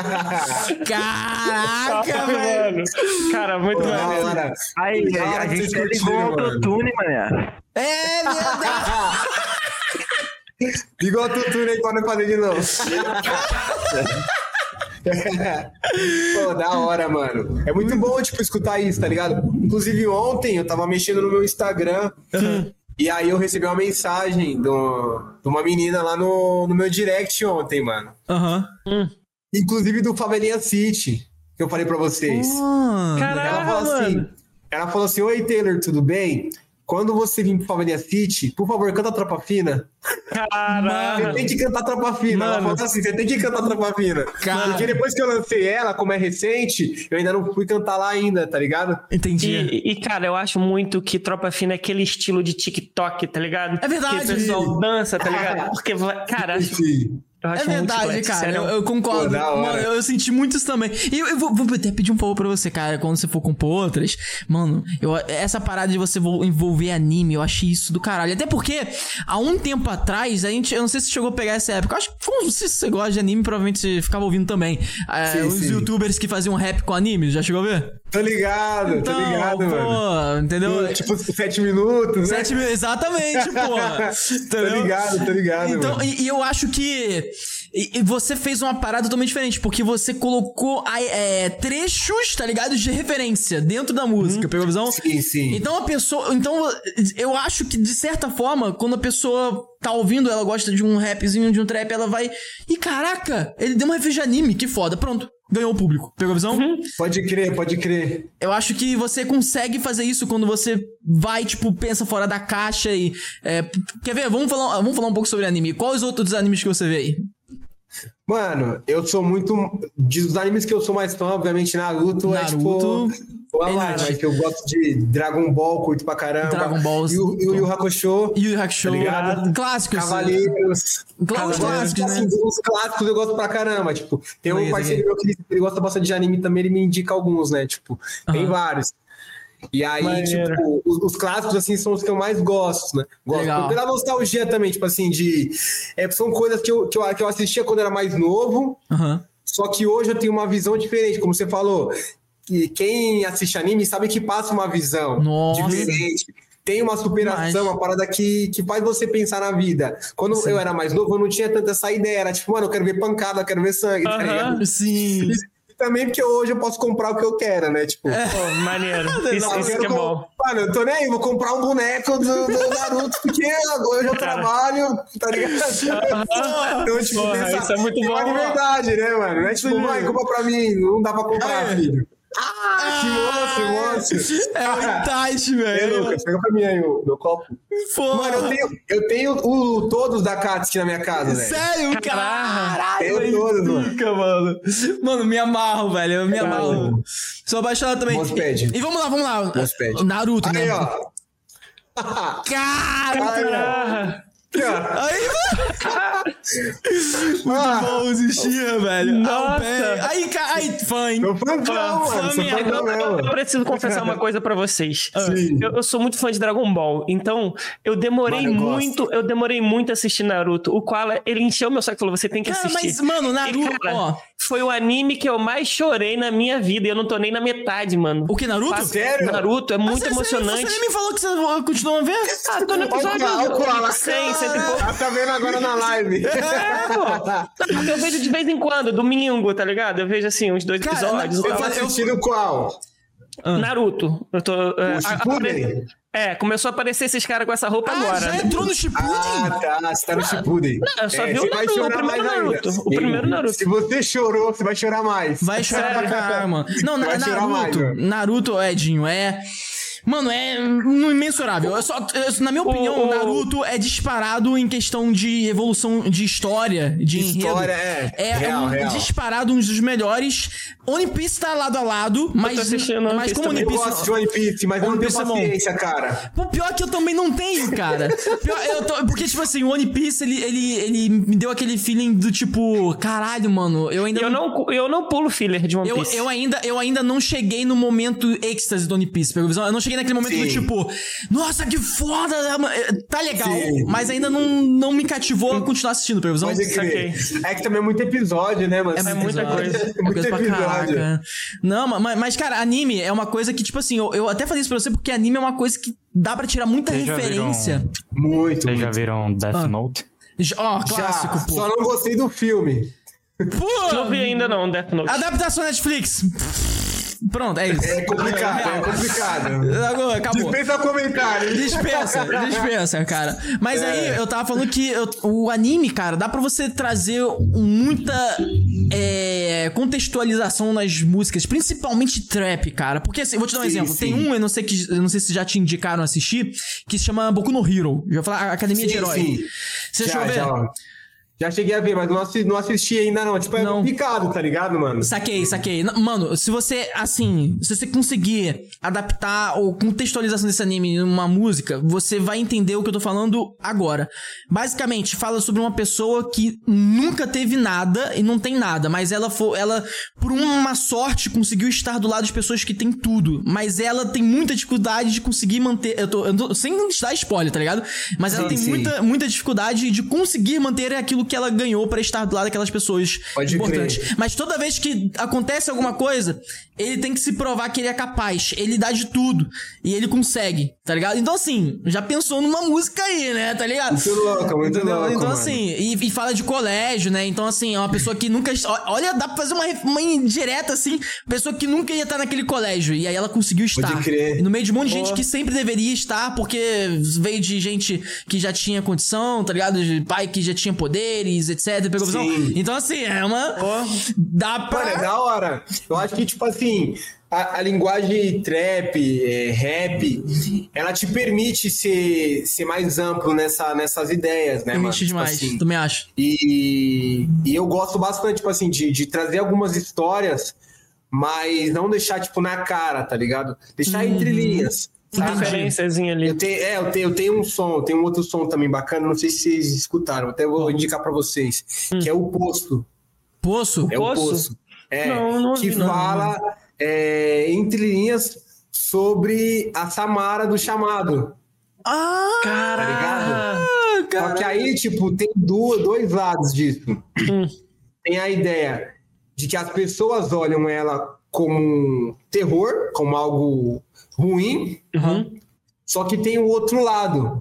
Caraca, velho. Cara, muito maneiro. Aí, a gente ligou o autotune, mané. É, meu Deus. Ligou o autotune aí pra não fazer de novo. Pô, da hora, mano. É muito bom, tipo, escutar isso, tá ligado? Inclusive, ontem eu tava mexendo no meu Instagram e aí eu recebi uma mensagem de uma menina lá no meu direct ontem, mano. Inclusive do Favelinha City, que eu falei pra vocês. Caraca, ela falou assim, oi, Taylor, tudo bem? Quando você vir pro Favelinha City, por favor, canta Tropa Fina. Caralho. Você tem que cantar Tropa Fina. Ela falou assim, você tem que cantar Tropa Fina. Cara. Porque depois que eu lancei ela, como é recente, eu ainda não fui cantar lá ainda, tá ligado? Entendi. E cara, eu acho muito que Tropa Fina é aquele estilo de TikTok, tá ligado? É verdade. Que o pessoal dança, tá ligado? Porque, cara, eu acho verdade, cara. Eu concordo. Pô, mano, eu senti muito isso também. E eu vou até pedir um favor pra você, cara. Quando você for compor outras, mano, essa parada de você envolver anime, eu achei isso do caralho. Até porque, há um tempo atrás, eu não sei se chegou a pegar essa época. Eu acho que, se você gosta de anime, provavelmente você ficava ouvindo também. Os youtubers que faziam rap com anime, já chegou a ver? Tô ligado, mano. Pô, entendeu? Tipo, 7 minutos, né? Exatamente, pô. Tô ligado, então, mano. E eu acho que você fez uma parada totalmente diferente, porque você colocou trechos, tá ligado? De referência dentro da música, pegou a visão? Sim. Então eu acho que, de certa forma, quando a pessoa tá ouvindo, ela gosta de um rapzinho, de um trap, ela vai... E caraca, ele deu uma referência de anime, que foda, pronto. Ganhou o público. Pegou a visão? Pode crer. Eu acho que você consegue fazer isso quando você vai, tipo, pensa fora da caixa e... quer ver? Vamos falar um pouco sobre anime. Quais outros animes que você vê aí? Mano, eu sou muito... Dos animes que eu sou mais fã, obviamente, Naruto é, tipo... Mas que eu gosto de Dragon Ball, curto pra caramba. Dragon Ball. E o Yu Hakusho. Tá ligado? Clássicos. Cavaleiros. Clássicos, né? Os clássicos eu gosto pra caramba. Tipo, tem um parceiro meu que ele gosta bastante de anime também, ele me indica alguns, né? Tipo, tem vários. E aí, tipo, os clássicos, assim, são os que eu mais gosto, né? Gosto. Pela nostalgia também, tipo assim, são coisas que eu assistia quando era mais novo, só que hoje eu tenho uma visão diferente, como você falou. Que quem assiste anime sabe que passa uma visão diferente. Tem uma superação, uma parada que faz você pensar na vida. Quando eu era mais novo, eu não tinha tanta essa ideia. Era tipo, mano, eu quero ver pancada, eu quero ver sangue, tá ligado? Sim. E também porque hoje eu posso comprar o que eu quero, né? Tipo, pô, maneiro. Isso que é bom. Mano, eu tô nem aí, vou comprar um boneco do Naruto, porque hoje eu trabalho, tá ligado? Então, tipo, isso é muito bom. É de verdade, né, mano? Não é tipo, mãe, compra pra mim, não dá pra comprar, filho. Que moço. É o Itachi, velho. Lucas, pega pra mim aí o meu copo. Porra. Mano, eu tenho todos da Katsuki na minha casa, velho. Sério, caralho. Tenho todos, mano. Mano, me amarro, velho. Eu me amarro. Sou apaixonado também. Mousepad. E vamos lá. Mousepad. Naruto, Aí, né? ó. Cara! Aí, muito bom os Uchiha, velho. Nossa. Aí, fã, hein? Tô fãzão, mano. Sou fãzão Eu mesmo. preciso confessar uma coisa pra vocês. Sim. Eu sou muito fã de Dragon Ball, então eu demorei muito a assistir Naruto, o qual ele encheu meu saco e falou, você tem que Cara, assistir. mas, mano, Naruto, E, cara, ó. foi o anime que eu mais chorei na minha vida e eu não tô nem na metade, mano. O que, Naruto? Sério? Naruto é muito emocionante. Você nem me falou que você continua a ver? Ah, tô no episódio Olha o Koala. 100 e pouco. Tá vendo agora na live. Pô. Eu vejo de vez em quando, domingo, tá ligado? Eu vejo assim, uns 2 Cara, episódios. Você tá assistindo qual? Naruto. Eu tô. O Shippuden? Começou a aparecer esses caras com essa roupa agora. Já né? entrou no Shippuden? Tá. Você tá no Shippuden. Não, eu só vi você o vai Naruto, chorar o primeiro mais Naruto. ainda. O primeiro Naruto. Se você chorou, você vai chorar mais. Vai chorar pra caralho, mano. Não, Vai chorar mais, Naruto, Edinho, Mano, é imensurável. Na minha opinião, Naruto é disparado em questão de evolução de história, de enredo. História, real. Disparado um dos melhores. One Piece tá lado a lado, mas como One Eu Piece... gosto de One Piece, mas eu não tenho paciência, cara. Pô, pior que eu também não tenho, cara. Porque, tipo assim, o One Piece, ele me deu aquele feeling do tipo... Caralho, mano, eu ainda... Eu não pulo filler de One Piece. Eu ainda não cheguei no momento êxtase do One Piece, pegou visão? Eu não cheguei naquele momento do tipo... Nossa, que foda! Tá legal. Sim. Mas ainda não me cativou a continuar assistindo, pegou visão? Pode crer. É que também é muito episódio, né, mano? É muita coisa. Muito Coisa pra episódio. caraca. Não, mas, cara, anime é uma coisa que, tipo assim, eu até falei isso pra você porque anime é uma coisa que dá pra tirar muita Vocês já referência. Muito. Vocês já viram Death Note? Clássico, Já, pô. só não gostei do filme. Pô, Não vi ainda não, Death Note. adaptação Netflix. Pronto, é isso. É complicado. Acabou. Dispensa comentário. Dispensa, cara. Mas aí eu tava falando que o anime, cara, dá pra você trazer muita contextualização nas músicas, principalmente trap, cara. Porque assim, vou te dar um exemplo. Sim. Tem eu não sei se já te indicaram assistir, que se chama Boku no Hero. Já falar Academia de Herói. Sim. Você chegou a ver? Já cheguei a ver, mas não assisti ainda não. Tipo, é complicado, tá ligado, mano? Saquei. Mano, se você conseguir adaptar ou contextualização desse anime numa música, você vai entender o que eu tô falando agora. Basicamente, fala sobre uma pessoa que nunca teve nada e não tem nada, mas ela, por uma sorte, conseguiu estar do lado de pessoas que têm tudo. Mas ela tem muita dificuldade de conseguir manter... Eu tô sem dar spoiler, tá ligado? Mas ela tem muita dificuldade de conseguir manter aquilo que ela ganhou pra estar do lado daquelas pessoas importantes. Crer. Mas toda vez que acontece alguma coisa, ele tem que se provar que ele é capaz. Ele dá de tudo. E ele consegue, tá ligado? Então, assim, já pensou numa música aí, né? Tá ligado? Muito louco, então, mano. assim, e fala de colégio, né? Então, assim, é uma pessoa que nunca... Olha, dá pra fazer uma indireta, assim. Pessoa que nunca ia estar naquele colégio. E aí ela conseguiu estar. Pode crer. E no meio de um monte de gente que sempre deveria estar, porque veio de gente que já tinha condição, tá ligado? De pai que já tinha poderes, etc. Pegou visão? Então, assim, dá pra... Mano, é da hora. Eu acho que, tipo assim, a linguagem trap, rap, ela te permite ser mais amplo nessas ideias, né, mano? Permite demais, tipo assim, também acho. E eu gosto bastante, tipo assim, de trazer algumas histórias, mas não deixar, tipo, na cara, tá ligado? Deixar entre linhas. Referênciazinha ali. Eu tenho um som, tem um outro som também bacana, não sei se vocês escutaram, até vou indicar pra vocês, que é o Poço. Poço? É o Poço. Não que ouvi, fala entre linhas sobre a Samara do Chamado. Caraca! Só que aí, tipo, tem dois lados disso. Tem a ideia de que as pessoas olham ela como um terror, como algo ruim, só que tem o outro lado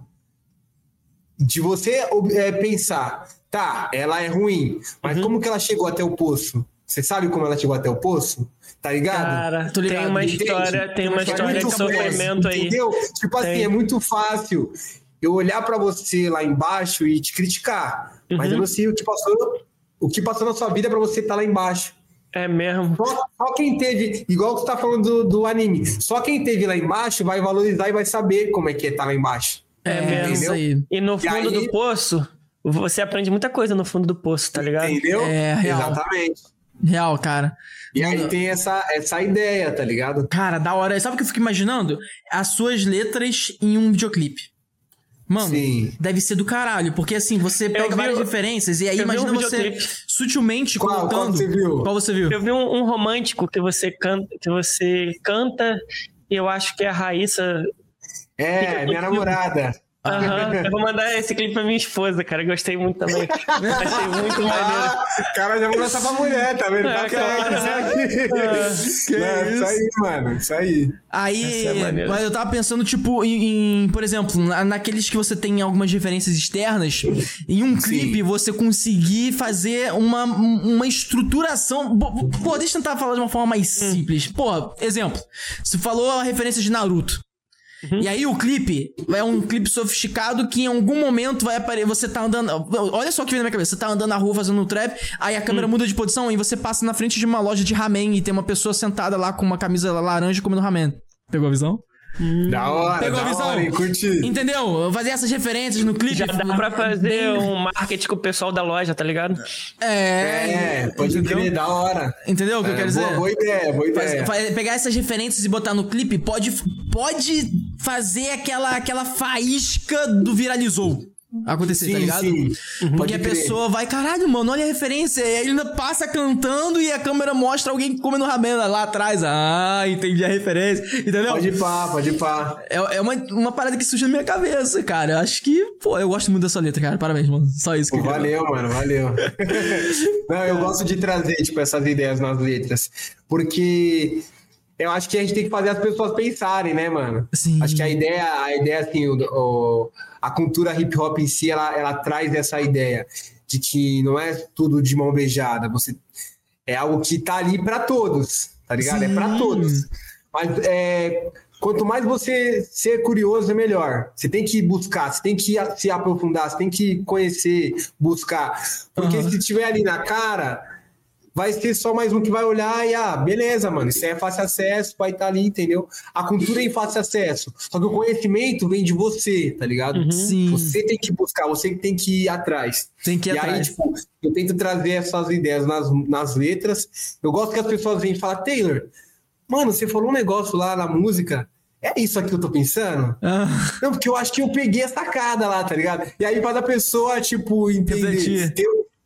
de você pensar, tá, ela é ruim, mas como que ela chegou até o poço? Você sabe como ela chegou até o poço? Tá ligado? Cara, ligado. tem uma história de sofrimento aí. Entendeu? Tipo assim, é muito fácil eu olhar pra você lá embaixo e te criticar, mas eu não sei o que passou na sua vida pra você estar lá embaixo. É mesmo. Só quem teve, igual você tá falando do anime, só quem teve lá embaixo vai valorizar e vai saber como é que tá lá embaixo. É mesmo. Isso aí. E no fundo do poço, você aprende muita coisa no fundo do poço, tá ligado? Entendeu? É, real. Exatamente. Real, cara. E aí tem essa ideia, tá ligado? Cara, da hora. Sabe o que eu fico imaginando? As suas letras em um videoclipe. Mano, Sim. deve ser do caralho. Porque assim, você pega várias referências e aí imagina você sutilmente colocando... Qual você viu? Qual você viu? Eu vi um romântico que você canta e eu acho que é a Raíssa... É, minha namorada. Eu vou mandar esse clipe pra minha esposa, cara. Eu gostei muito também. Achei muito maneiro. O cara já vou lançar pra mulher, tá vendo? Isso aí, mano. Isso aí. Aí, mas eu tava pensando, tipo, em por exemplo, naqueles que você tem algumas referências externas, em um clipe você conseguir fazer uma estruturação. Pô, deixa eu tentar falar de uma forma mais simples. Pô, exemplo, você falou a referência de Naruto. E aí o clipe é um clipe sofisticado que em algum momento vai aparecer, você tá andando, olha só o que vem na minha cabeça, você tá andando na rua fazendo um trap, aí a câmera muda de posição e você passa na frente de uma loja de ramen e tem uma pessoa sentada lá com uma camisa laranja comendo ramen. Pegou a visão? Da hora, pegou a visão? Hora, curti. Entendeu? Fazer essas referências no clipe. Já dá pra fazer um marketing com o pessoal da loja, tá ligado? Pode crer, da hora. Entendeu o que eu quero dizer? Boa ideia. Pegar essas referências e botar no clipe pode fazer aquela faísca do viralizou acontecer, tá ligado? Sim. Porque a pessoa vai, caralho, mano, olha a referência. E aí ele ainda passa cantando e a câmera mostra alguém comendo ramen lá atrás. Ah, entendi a referência. Entendeu? Pode ir pá. É uma parada que surge na minha cabeça, cara. Eu acho que, pô, eu gosto muito dessa letra, cara. Parabéns, mano. Só isso que eu queria. Valeu, mano, valeu. Não, eu gosto de trazer, tipo, essas ideias nas letras. Porque eu acho que a gente tem que fazer as pessoas pensarem, né, mano? Sim. Acho que a ideia assim, a cultura hip hop em si, ela traz essa ideia de que não é tudo de mão beijada. É algo que tá ali pra todos, tá ligado? Sim. É pra todos. Mas quanto mais você ser curioso, é melhor. Você tem que buscar, você tem que se aprofundar, você tem que conhecer, buscar. Porque se tiver ali na cara, vai ser só mais um que vai olhar e, beleza, mano, isso aí é fácil acesso, vai estar ali, entendeu? A cultura é em fácil acesso, só que o conhecimento vem de você, tá ligado? Sim. Você tem que buscar, você tem que ir atrás. Tem que ir atrás. Aí, tipo, eu tento trazer essas ideias nas letras. Eu gosto que as pessoas vêm e falam, Taylor, mano, você falou um negócio lá na música, é isso aqui que eu tô pensando? Não, porque eu acho que eu peguei a sacada lá, tá ligado? E aí faz a pessoa, tipo, entender.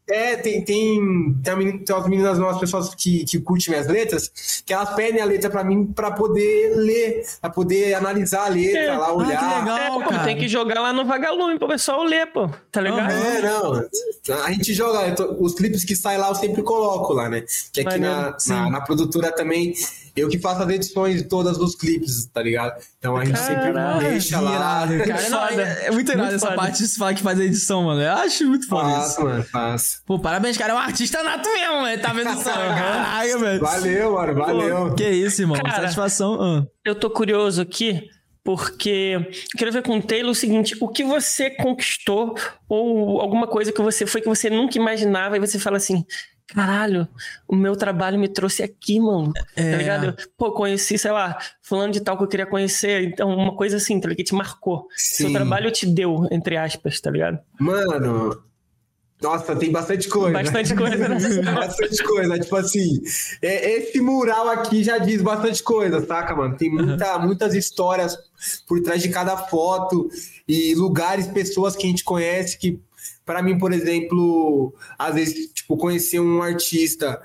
Tem umas meninas, umas pessoas que curtem minhas letras, que elas pedem a letra pra mim pra poder ler, pra poder analisar a letra, lá olhar. Que legal, cara. Tem que jogar lá no Vagalume pro pessoal ler, pô. Tá ligado? Não. A gente joga, os clipes que saem lá eu sempre coloco lá, né? Que aqui na produtora também, eu que faço as edições todas dos clipes, tá ligado? Então a gente sempre deixa lá. Cara, não, é muito irado essa parte de se falar que faz a edição, mano. Eu acho muito foda isso. Mano, faço. Pô, parabéns, cara. É um artista nato mesmo, velho. Tá vendo só? Caralho, velho. Valeu, mano. Valeu. Pô, que isso, irmão. Cara, satisfação. Eu tô curioso aqui, porque eu quero ver com o Taylor o seguinte: o que você conquistou ou alguma coisa que você nunca imaginava e você fala assim, caralho, o meu trabalho me trouxe aqui, mano. Tá ligado? Pô, conheci, sei lá, fulano de tal que eu queria conhecer. Então, uma coisa assim, tá ligado? Que te marcou. Sim. Seu trabalho te deu, entre aspas, tá ligado? Mano, nossa, tem bastante coisa. Bastante coisa, né? Bastante coisa. Tipo assim, esse mural aqui já diz bastante coisa, saca, mano? Tem muitas histórias por trás de cada foto e lugares, pessoas que a gente conhece que, pra mim, por exemplo, às vezes, tipo, conhecer um artista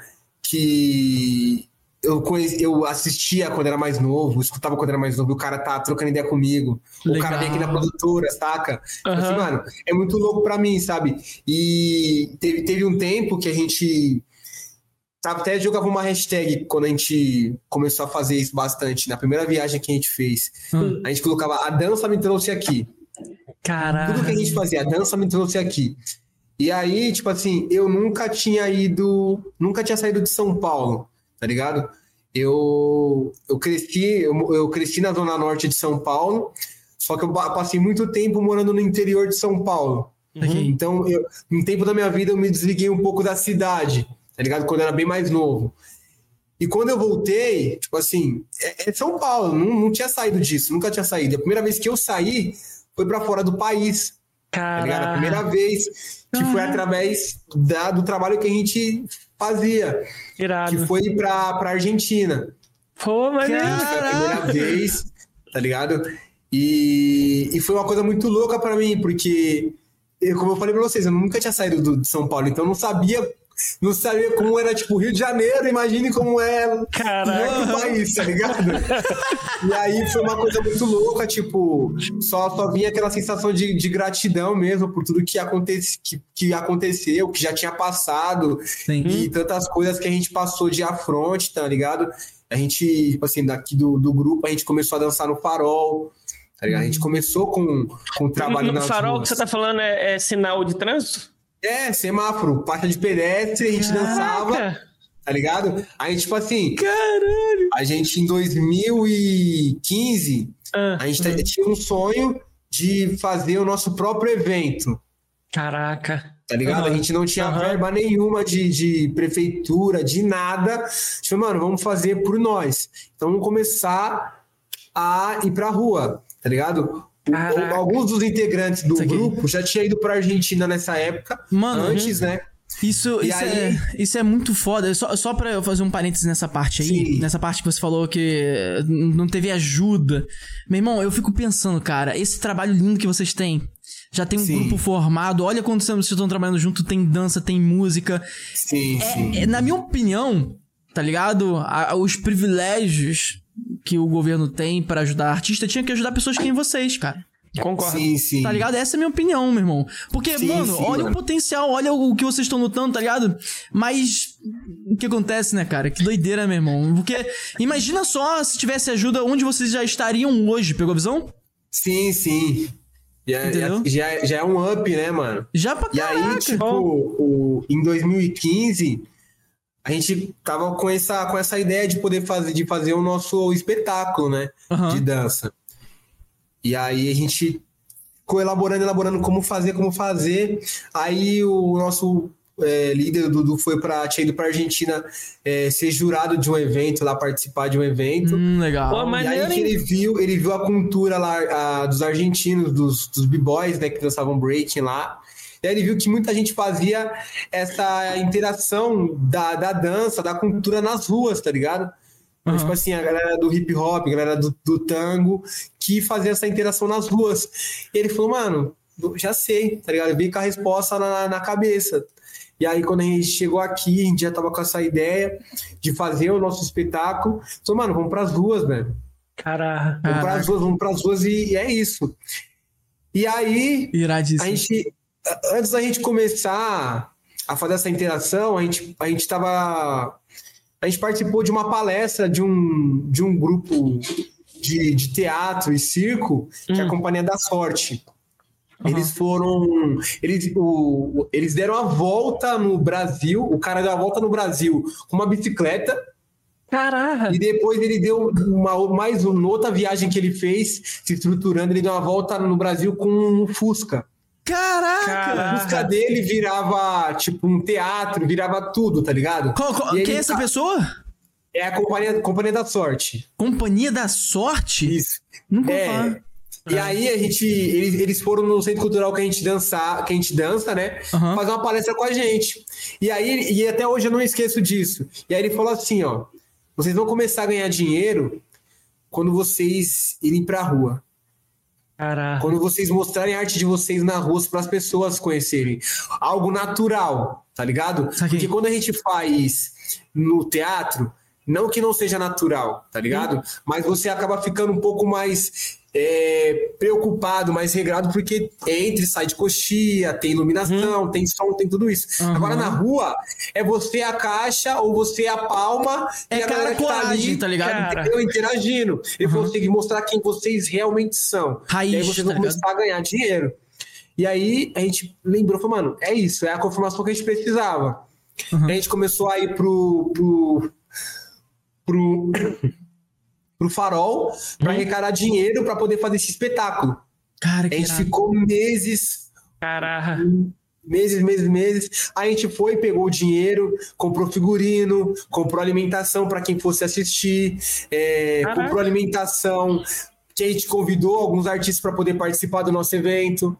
que eu assistia quando era mais novo, escutava quando era mais novo, e o cara tá trocando ideia comigo. Legal. O cara vem aqui na produtora, saca? Assim, mano, é muito louco pra mim, sabe? E teve um tempo que a gente... Sabe, até jogava uma hashtag quando a gente começou a fazer isso bastante, na primeira viagem que a gente fez. A gente colocava, a dança me trouxe aqui. Caralho. Tudo que a gente fazia, a dança me trouxe aqui. E aí, tipo assim, eu nunca tinha saído de São Paulo, tá ligado? Eu cresci na zona norte de São Paulo, só que eu passei muito tempo morando no interior de São Paulo. Então, no tempo da minha vida, eu me desliguei um pouco da cidade, tá ligado? Quando eu era bem mais novo. E quando eu voltei, tipo assim, é São Paulo, não tinha saído disso, nunca tinha saído. A primeira vez que eu saí foi pra fora do país. Tá ligado? A primeira vez que foi através do trabalho que a gente fazia. Irado. Que foi pra Argentina. Pô, mas foi a primeira vez, tá ligado? E foi uma coisa muito louca pra mim, porque, como eu falei pra vocês, eu nunca tinha saído de São Paulo, então eu não sabia como era, tipo, Rio de Janeiro, imagine como é o país, tá ligado? E aí foi uma coisa muito louca, tipo, só vinha aquela sensação de gratidão mesmo por tudo que aconteceu, que já tinha passado, e tantas coisas que a gente passou de afronte, tá ligado? A gente, tipo assim, daqui do grupo, a gente começou a dançar no Farol, tá ligado? A gente começou com o trabalho no Farol ruas. Que você tá falando é sinal de trânsito? Semáforo, faixa de pedestre, a gente dançava, tá ligado? Aí, tipo assim, caralho, a gente em 2015, a gente tinha um sonho de fazer o nosso próprio evento. Caraca. Tá ligado? A gente não tinha verba nenhuma de prefeitura, de nada. Tipo, mano, vamos fazer por nós. Então vamos começar a ir pra rua, tá ligado? Alguns dos integrantes do grupo já tinham ido pra Argentina nessa época, antes, né? Isso é muito foda. Só pra eu fazer um parênteses nessa parte aí, nessa parte que você falou que não teve ajuda. Meu irmão, eu fico pensando, cara, esse trabalho lindo que vocês têm. Já tem um grupo formado, olha quando vocês estão trabalhando junto, tem dança, tem música. Sim. Na minha opinião, tá ligado? Os privilégios que o governo tem pra ajudar artista tinha que ajudar pessoas que nem vocês, cara. Concordo. Sim. Tá ligado? Essa é a minha opinião, meu irmão. Porque, olha o potencial, olha o que vocês estão lutando, tá ligado? Mas o que acontece, né, cara? Que doideira, meu irmão. Porque imagina só se tivesse ajuda, onde vocês já estariam hoje, pegou a visão? Sim. Já é um up, né, mano? Já pra caraca. E aí, tipo, em 2015... a gente tava com essa ideia de poder fazer o nosso espetáculo, né? De dança. E aí a gente ficou elaborando como fazer. Aí o nosso líder, o Dudu, tinha ido pra Argentina ser jurado de um evento, lá participar de um evento. Legal. Pô, e aí que ele viu a cultura lá dos argentinos, dos b-boys, né? Que dançavam breaking lá. E aí ele viu que muita gente fazia essa interação da dança, da cultura nas ruas, tá ligado? Então, tipo assim, a galera do hip hop, a galera do tango, que fazia essa interação nas ruas. E ele falou, mano, já sei, tá ligado? Eu vim com a resposta na cabeça. E aí, quando a gente chegou aqui, a gente já tava com essa ideia de fazer o nosso espetáculo. Falou, mano, vamos pras ruas, velho. Caraca. Vamos pras ruas e é isso. E aí, iradíssimo. Antes da gente começar a fazer essa interação, a gente participou de uma palestra de um grupo de teatro e circo, que é a Companhia da Sorte. Eles deram a volta no Brasil, o cara deu a volta no Brasil com uma bicicleta. Caraca! E depois ele deu uma outra viagem que ele fez, se estruturando, ele deu uma volta no Brasil com um Fusca. Caraca! A música dele virava, tipo, um teatro, virava tudo, tá ligado? Quem é essa pessoa? É a Companhia da Sorte. Companhia da Sorte? Isso. Nunca vou falar. E aí eles foram no centro cultural que a gente dança, né? Fazer uma palestra com a gente. E até hoje eu não esqueço disso. E aí ele falou assim, ó, vocês vão começar a ganhar dinheiro quando vocês irem pra rua. Caraca. Quando vocês mostrarem a arte de vocês na rua para as pessoas conhecerem. Algo natural, tá ligado? Porque quando a gente faz no teatro, não que não seja natural, tá ligado? Mas você acaba ficando um pouco mais preocupado, mais regrado, porque entra e sai de coxia, tem iluminação, tem som, tem tudo isso. Agora na rua, é você a caixa ou você a palma e a galera que tá ali, tá ligado? Interagindo. Ele falou, tem que mostrar quem vocês realmente são. Raiz, e aí vocês vão começar a ganhar dinheiro. E aí a gente lembrou, falou, mano, é isso, é a confirmação que a gente precisava. A gente começou a ir pro Farol para arrecadar dinheiro para poder fazer esse espetáculo. Cara, a gente ficou meses Meses. Aí a gente foi, pegou o dinheiro, comprou figurino, comprou alimentação para quem fosse assistir, comprou alimentação, que a gente convidou alguns artistas para poder participar do nosso evento.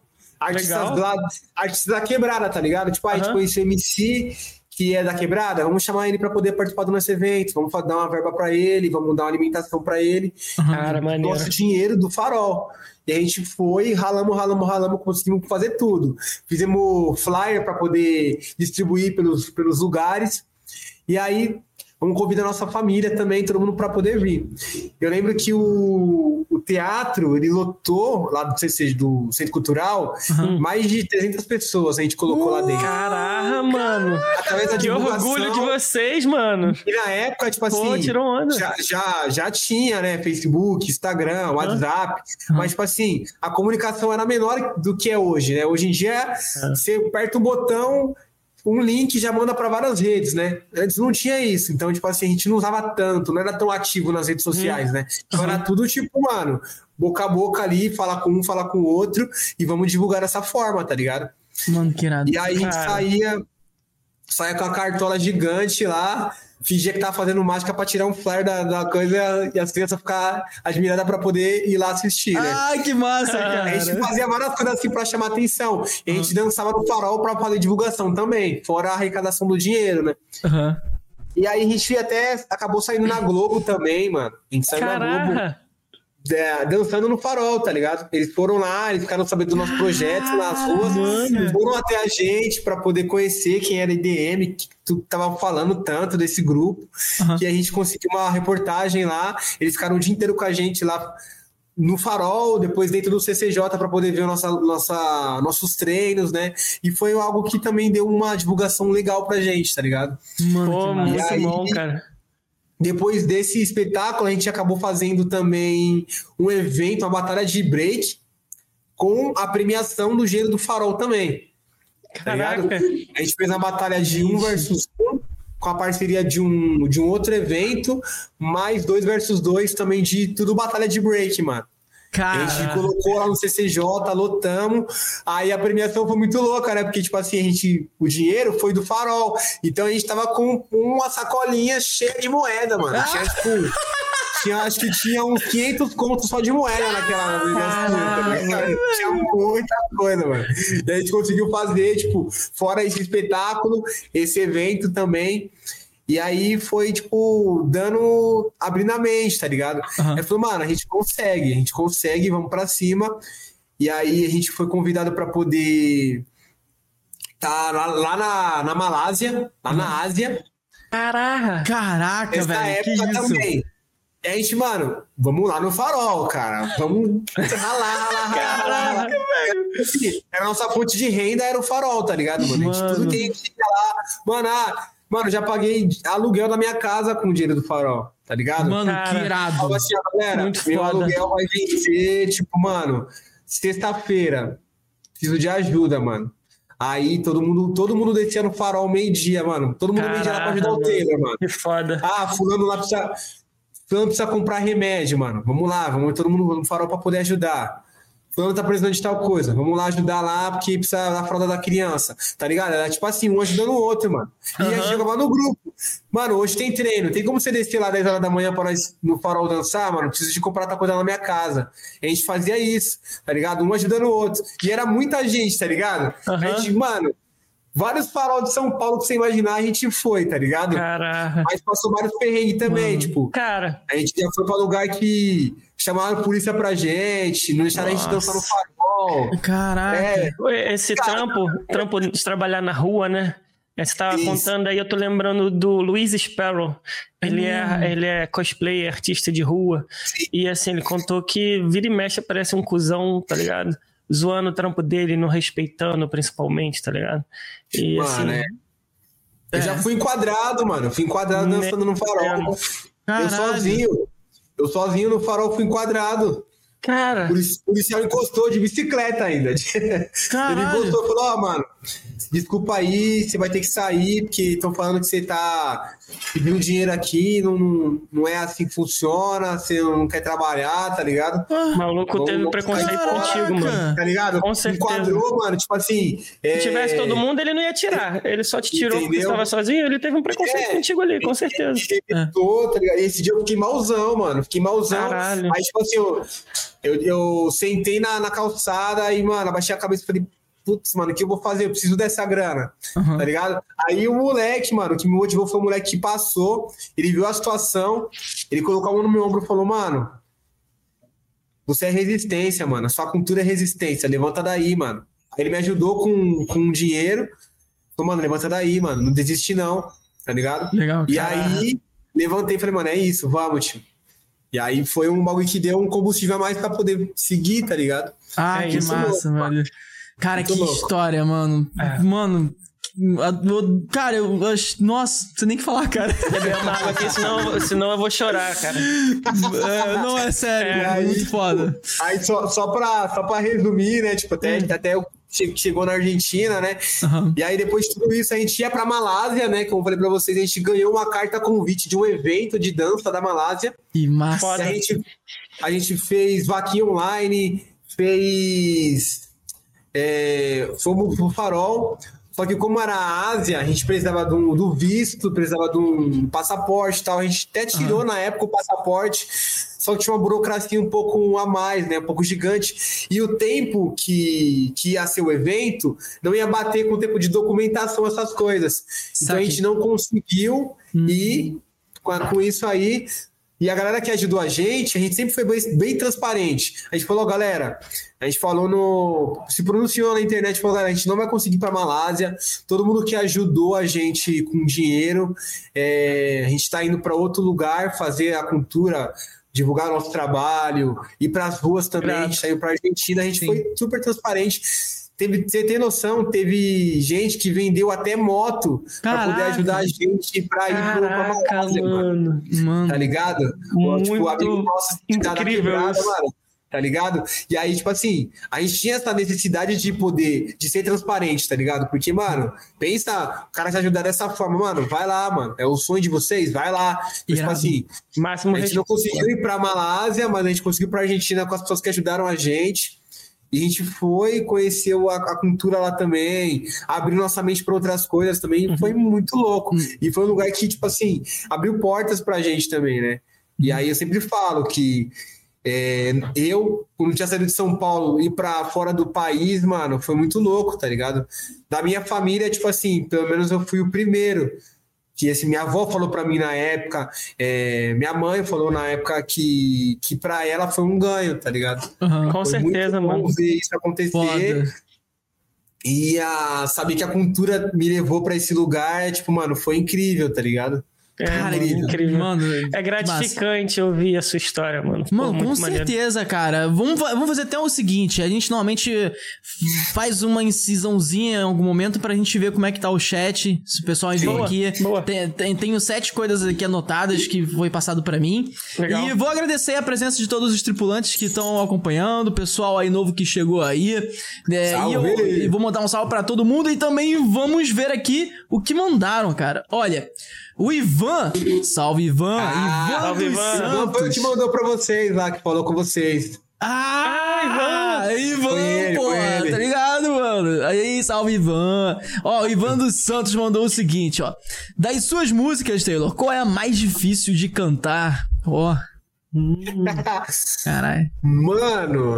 Artistas da quebrada, tá ligado? Tipo, a gente conheceu o MC, que é da quebrada, vamos chamar ele para poder participar do nosso evento, vamos dar uma verba para ele, vamos dar uma alimentação para ele. Cara, maneiro. Nosso dinheiro do Farol. E a gente foi, ralamos, conseguimos fazer tudo. Fizemos flyer para poder distribuir pelos lugares. E aí, vamos convidar a nossa família também, todo mundo para poder vir. Eu lembro que o teatro, ele lotou, lá do CC, do Centro Cultural, mais de 300 pessoas a gente colocou lá dentro. Caraca, mano. Através da divulgação. Orgulho de vocês, mano. E na época, tipo assim, tirou onda. Já tinha, né, Facebook, Instagram, WhatsApp, mas, tipo assim, a comunicação era menor do que é hoje, né? Hoje em dia, você aperta um botão, um link já manda para várias redes, né? Antes não tinha isso, então, tipo assim, a gente não usava tanto, não era tão ativo nas redes sociais, né? Então era tudo tipo, mano, boca a boca ali, fala com um, fala com o outro, e vamos divulgar dessa forma, tá ligado? Mano, que irado. E aí a gente saía com a cartola gigante lá, fingia que tava fazendo mágica pra tirar um flyer da coisa e as crianças ficar admiradas pra poder ir lá assistir, né? Ai, que massa, cara. A gente fazia várias coisas assim pra chamar atenção. E a gente dançava no Farol pra fazer divulgação também, fora a arrecadação do dinheiro, né? E aí a gente até acabou saindo na Globo também, mano. A gente saiu na Globo. Dançando no Farol, tá ligado? Eles foram lá, eles ficaram sabendo do nosso projeto nas ruas, foram até a gente pra poder conhecer quem era IDM, que tu tava falando tanto desse grupo, que a gente conseguiu uma reportagem lá, eles ficaram o dia inteiro com a gente lá no Farol, depois dentro do CCJ para poder ver nossos treinos, né? E foi algo que também deu uma divulgação legal pra gente, tá ligado? Pô, muito bom, cara. Depois desse espetáculo, a gente acabou fazendo também um evento, uma batalha de break, com a premiação do gênero do Farol também. Tá ligado? A gente fez a batalha de 1 versus 1, com a parceria de um outro evento, mais 2 versus 2 também de tudo batalha de break, mano. A gente colocou lá no CCJ, lotamos, aí a premiação foi muito louca, né? Porque, tipo assim, o dinheiro foi do Farol, então a gente tava com uma sacolinha cheia de moeda, mano. Acho que tinha uns 500 contos só de moeda naquela... Tinha muita coisa, mano. E a gente conseguiu fazer, tipo, fora esse espetáculo, esse evento também... E aí foi, tipo, abrindo a mente, tá ligado? Aí falou, mano, a gente consegue, vamos pra cima. E aí a gente foi convidado pra poder tá lá na Malásia, lá na Ásia. Caraca, essa velho, que época isso? também. E a gente, mano, vamos lá no Farol, cara. Vamos ralar. Era a nossa fonte de renda, era o Farol, tá ligado, mano? A gente, tudo que a gente ia lá, Mano, já paguei aluguel da minha casa com o dinheiro do Farol, tá ligado? Mano, que irado. Falava assim, galera, meu aluguel vai vencer, tipo, mano, sexta-feira, preciso de ajuda, mano. Aí todo mundo descia no Farol meio-dia, mano. Todo mundo meio-dia lá pra ajudar o Taylor, mano. Que foda. Fulano lá precisa comprar remédio, mano. Vamos lá, vamos todo mundo no Farol pra poder ajudar. Fulano tá precisando de tal coisa, vamos lá ajudar lá, porque precisa da fralda da criança, tá ligado? Era tipo assim, um ajudando o outro, mano. E a gente jogava no grupo. Mano, hoje tem treino, tem como você descer lá 10 horas da manhã pra nós no Farol dançar, mano? Preciso de comprar tal coisa na minha casa. E a gente fazia isso, tá ligado? Um ajudando o outro. E era muita gente, tá ligado? A gente, mano, vários Farol de São Paulo que você imaginar, a gente foi, tá ligado? Caraca. Mas passou vários perrengues também, tipo. Cara. A gente já foi pra lugar que chamaram a polícia pra gente, não deixaram a gente dançar no Farol. Caraca. Esse trampo de trabalhar na rua, né? Você tava contando aí, eu tô lembrando do Luiz Sparrow. Ele é cosplayer, artista de rua. Sim. E assim, ele contou que vira e mexe parece um cuzão, tá ligado? Zoando o trampo dele, não respeitando principalmente, tá ligado? E mano, assim... Eu já fui enquadrado, mano. Fui enquadrado dançando no Farol. Eu sozinho no Farol fui enquadrado. Cara. O policial encostou de bicicleta ainda. Caralho. Ele encostou e falou, mano, desculpa aí, você vai ter que sair, porque estão falando que você tá pedindo dinheiro aqui, não é assim que funciona, você não quer trabalhar, tá ligado? O maluco teve preconceito contigo, mano. Tá ligado? Com certeza. Enquadrou, mano, tipo assim... Se tivesse todo mundo, ele não ia tirar. Ele só te tirou porque estava sozinho, ele teve um preconceito contigo ali, com certeza. Evitou, tá ligado? Esse dia eu fiquei malzão, mano. Fiquei malzão. Caralho. Aí, tipo assim, eu sentei na calçada e, mano, abaixei a cabeça e falei, putz, mano, o que eu vou fazer? Eu preciso dessa grana, tá ligado? Aí o moleque, mano, que me motivou foi o moleque que passou, ele viu a situação, ele colocou a mão no meu ombro e falou, mano, você é resistência, mano, a sua cultura é resistência, levanta daí, mano. Aí ele me ajudou com dinheiro, falou, mano, levanta daí, mano, não desiste não, tá ligado? Legal, e cara. aí, levantei e falei, mano, é isso, vamos, tio. E aí foi um bagulho que deu um combustível a mais pra poder seguir, tá ligado? Ah, que massa, velho. Cara, Muito que louco. história, mano. Mano, cara, eu acho... Nossa, não sei nem o que falar, cara. Beber uma água aqui, senão eu vou chorar, cara. Não, é sério, muito foda. Aí só pra resumir, né? Tipo, até eu chegou na Argentina, né? E aí depois de tudo isso a gente ia pra Malásia, né? Como eu falei pra vocês, a gente ganhou uma carta convite de um evento de dança da Malásia. Que massa. A gente fez vaquinha online, fomos pro Farol. Só que como era a Ásia, a gente precisava do visto, precisava de um passaporte e tal. A gente até tirou na época o passaporte, só que tinha uma burocracia um pouco a mais, né? Um pouco gigante. E o tempo que ia ser o evento não ia bater com o tempo de documentação, essas coisas. Então a gente não conseguiu ir com isso aí. E a galera que ajudou a gente sempre foi bem transparente. A gente falou, galera, se pronunciou na internet, falou, galera, a gente não vai conseguir ir pra Malásia. Todo mundo que ajudou a gente com dinheiro, a gente tá indo para outro lugar fazer a cultura, divulgar nosso trabalho, ir pras ruas também. A gente saiu pra Argentina, a gente foi super transparente. Você tem noção, teve gente que vendeu até moto pra poder ajudar a gente pra ir pra Malásia, mano. Tá ligado? Muito tipo, amigo nosso que tá na quebrada, mano. Tá ligado? E aí, tipo assim, a gente tinha essa necessidade de ser transparente, tá ligado? Porque, mano, pensa, o cara te ajudar dessa forma, mano, vai lá, mano. É o sonho de vocês, vai lá. Tipo assim, a gente não conseguiu ir pra Malásia, mas a gente conseguiu ir pra Argentina com as pessoas que ajudaram a gente. E a gente foi, conheceu a cultura lá também, abriu nossa mente para outras coisas também, foi muito louco. E foi um lugar que, tipo assim, abriu portas pra gente também, né? E aí eu sempre falo que quando tinha saído de São Paulo, ir pra fora do país, mano, foi muito louco, tá ligado? Da minha família, tipo assim, pelo menos eu fui o primeiro. Que assim, minha avó falou pra mim na época, minha mãe falou na época que pra ela foi um ganho, tá ligado? Com certeza, mano. Vamos ver isso acontecer. Foda. E saber que a cultura me levou pra esse lugar, tipo, mano, foi incrível, tá ligado? Cara, incrível. Mano, é gratificante ouvir a sua história, mano. Mano, com certeza, cara. Vamos fazer até o seguinte, a gente normalmente faz uma incisãozinha em algum momento pra gente ver como é que tá o chat, se o pessoal enviou aqui. Boa. Tenho 7 coisas aqui anotadas que foi passado pra mim. Legal. E vou agradecer a presença de todos os tripulantes que estão acompanhando, o pessoal aí novo que chegou aí. E vou mandar um salve pra todo mundo e também vamos ver aqui o que mandaram, cara. Olha... O Ivan, salve Ivan, salve Ivan. Ivan foi o que mandou pra vocês lá, que falou com vocês. Ivan, foi pô, ele. Tá ligado, mano? Aí, salve Ivan. Ó, o Ivan dos Santos mandou o seguinte, ó. Das suas músicas, Taylor, qual é a mais difícil de cantar? Ó. Caralho. Mano,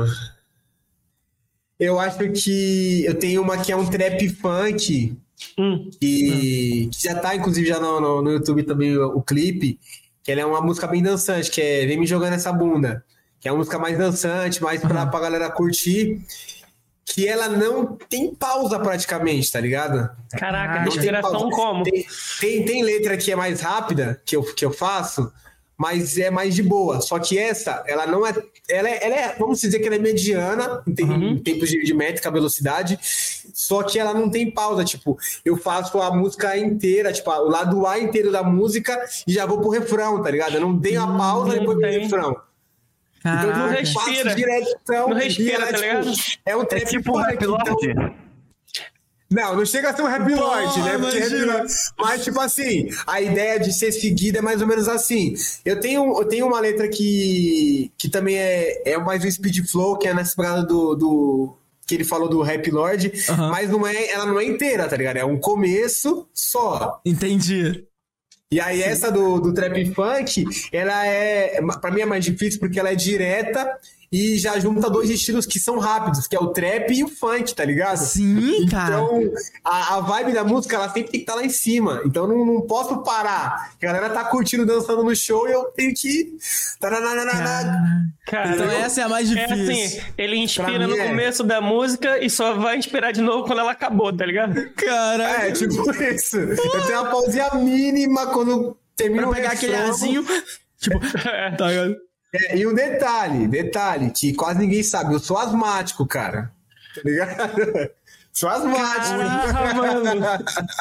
eu acho que eu tenho uma que é um trap funk... Que já tá, inclusive, já no YouTube também o clipe, que ela é uma música bem dançante, que é Vem Me Jogando Essa Bunda, que é uma música mais dançante, mais pra galera curtir, que ela não tem pausa praticamente, tá ligado? Caraca, respiração como? Tem letra que é mais rápida, que eu faço, mas é mais de boa. Só que essa, ela não é... Ela é, vamos dizer que ela é mediana em tempos de métrica, velocidade, só que ela não tem pausa. Tipo, eu faço a música inteira, tipo, o lado A inteiro da música e já vou pro refrão, tá ligado? Eu não dei a pausa e depois pro refrão. Então não respira. Diretão, não respira, tá ligado? É um trap tipo Rap Lord. Não chega a ser um Rap Lord, né? Mas, tipo assim, a ideia de ser seguida é mais ou menos assim. Eu tenho uma letra que também é mais um speed flow, que é nessa parada do que ele falou do Rap Lord, mas ela não é inteira, tá ligado? É um começo só. Entendi. E aí essa do Trap Funk, ela pra mim é mais difícil porque ela é direta e já junta dois estilos que são rápidos, que é o trap e o funk, tá ligado? Sim, cara. Então, a vibe da música, ela sempre tem que estar lá em cima. Então, não posso parar. A galera tá curtindo, dançando no show e eu tenho que... Cara, então essa é a mais difícil. É assim, ele inspira no começo da música e só vai inspirar de novo quando ela acabou, tá ligado? Caralho. É, tipo isso. Eu tenho uma pausinha mínima quando termina pra pegar aquele arzinho. Tipo, tá ligado? E um detalhe, que quase ninguém sabe, eu sou asmático, cara. Tá ligado? Sou asmático. Mano.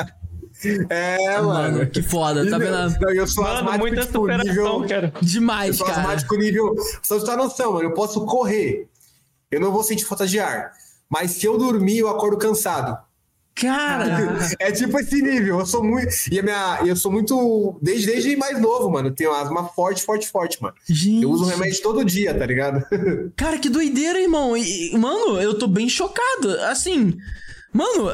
Mano. Que foda, tá vendo? Não, eu sou asmático, muita superação, cara. Demais, cara. Eu sou asmático nível... Só você tá noção, mano, eu posso correr. Eu não vou sentir falta de ar. Mas se eu dormir, eu acordo cansado. Cara, é tipo esse nível. Eu sou muito. Eu sou muito. Desde mais novo, mano. Eu tenho asma forte, mano. Gente. Eu uso remédio todo dia, tá ligado? Cara, que doideira, irmão. Mano, eu tô bem chocado. Assim. Mano,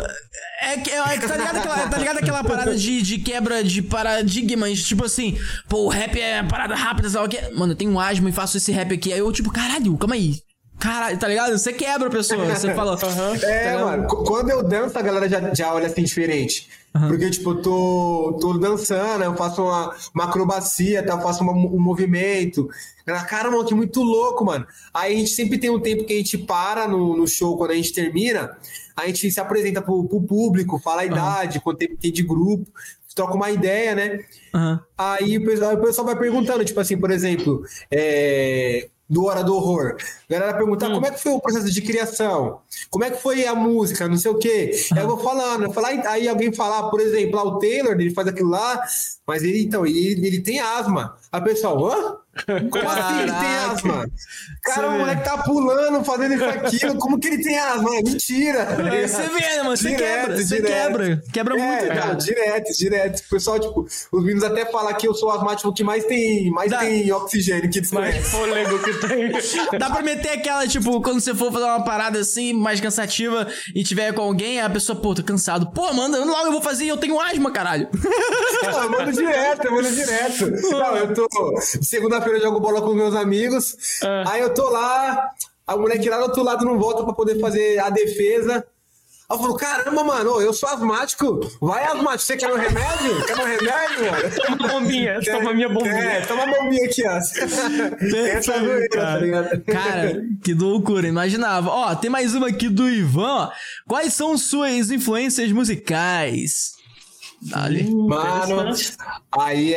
tá ligado aquela parada de quebra de paradigmas? Tipo assim, pô, o rap é parada rápida, sabe o quê? Mano, eu tenho asma e faço esse rap aqui. Aí eu, tipo, caralho, calma aí. Caralho, tá ligado? Você quebra a pessoa, você fala... tá mano, quando eu danço, a galera já olha assim diferente. Porque, tipo, eu tô dançando, eu faço uma acrobacia, tá? Eu faço um movimento. Cara, mano, que muito louco, mano. Aí a gente sempre tem um tempo que a gente para no show, quando a gente termina, a gente se apresenta pro público, fala a idade, quanto tempo tem de grupo, troca uma ideia, né? Aí o pessoal vai perguntando, tipo assim, por exemplo... do Hora do Horror. A galera perguntar como é que foi o processo de criação, como é que foi a música, não sei o quê. Aí eu vou falando, aí alguém falar, por exemplo, lá o Taylor, ele faz aquilo lá, mas ele tem asma. A pessoa, hã? Como assim ele tem asma? Cara, o moleque tá pulando, fazendo isso, aquilo, como que ele tem asma? É mentira. Você vê, né, mano? Você quebra muito, cara. Não, direto. O pessoal, tipo, os meninos até falam que eu sou o asmático que mais tem oxigênio que eles mais fôlego que tem. Dá pra meter aquela, tipo, quando você for fazer uma parada assim, mais cansativa e tiver com alguém, a pessoa, pô, tô cansado. Pô, manda, logo eu vou fazer e eu tenho asma, caralho. Eu mando direto. Não, eu tô... Segunda-feira eu jogo bola com meus amigos, aí eu tô lá, a moleque lá do outro lado não volta pra poder fazer a defesa. Aí eu falo, caramba, mano, eu sou asmático. Vai, asmático, você quer um remédio? Mano? Toma bombinha, toma minha bombinha. Toma a bombinha aqui, ó. Essa é doida, tá ligado? Cara, que loucura, imaginava. Ó, tem mais uma aqui do Ivan, ó. Quais são suas influências musicais? Dale. Mano, aí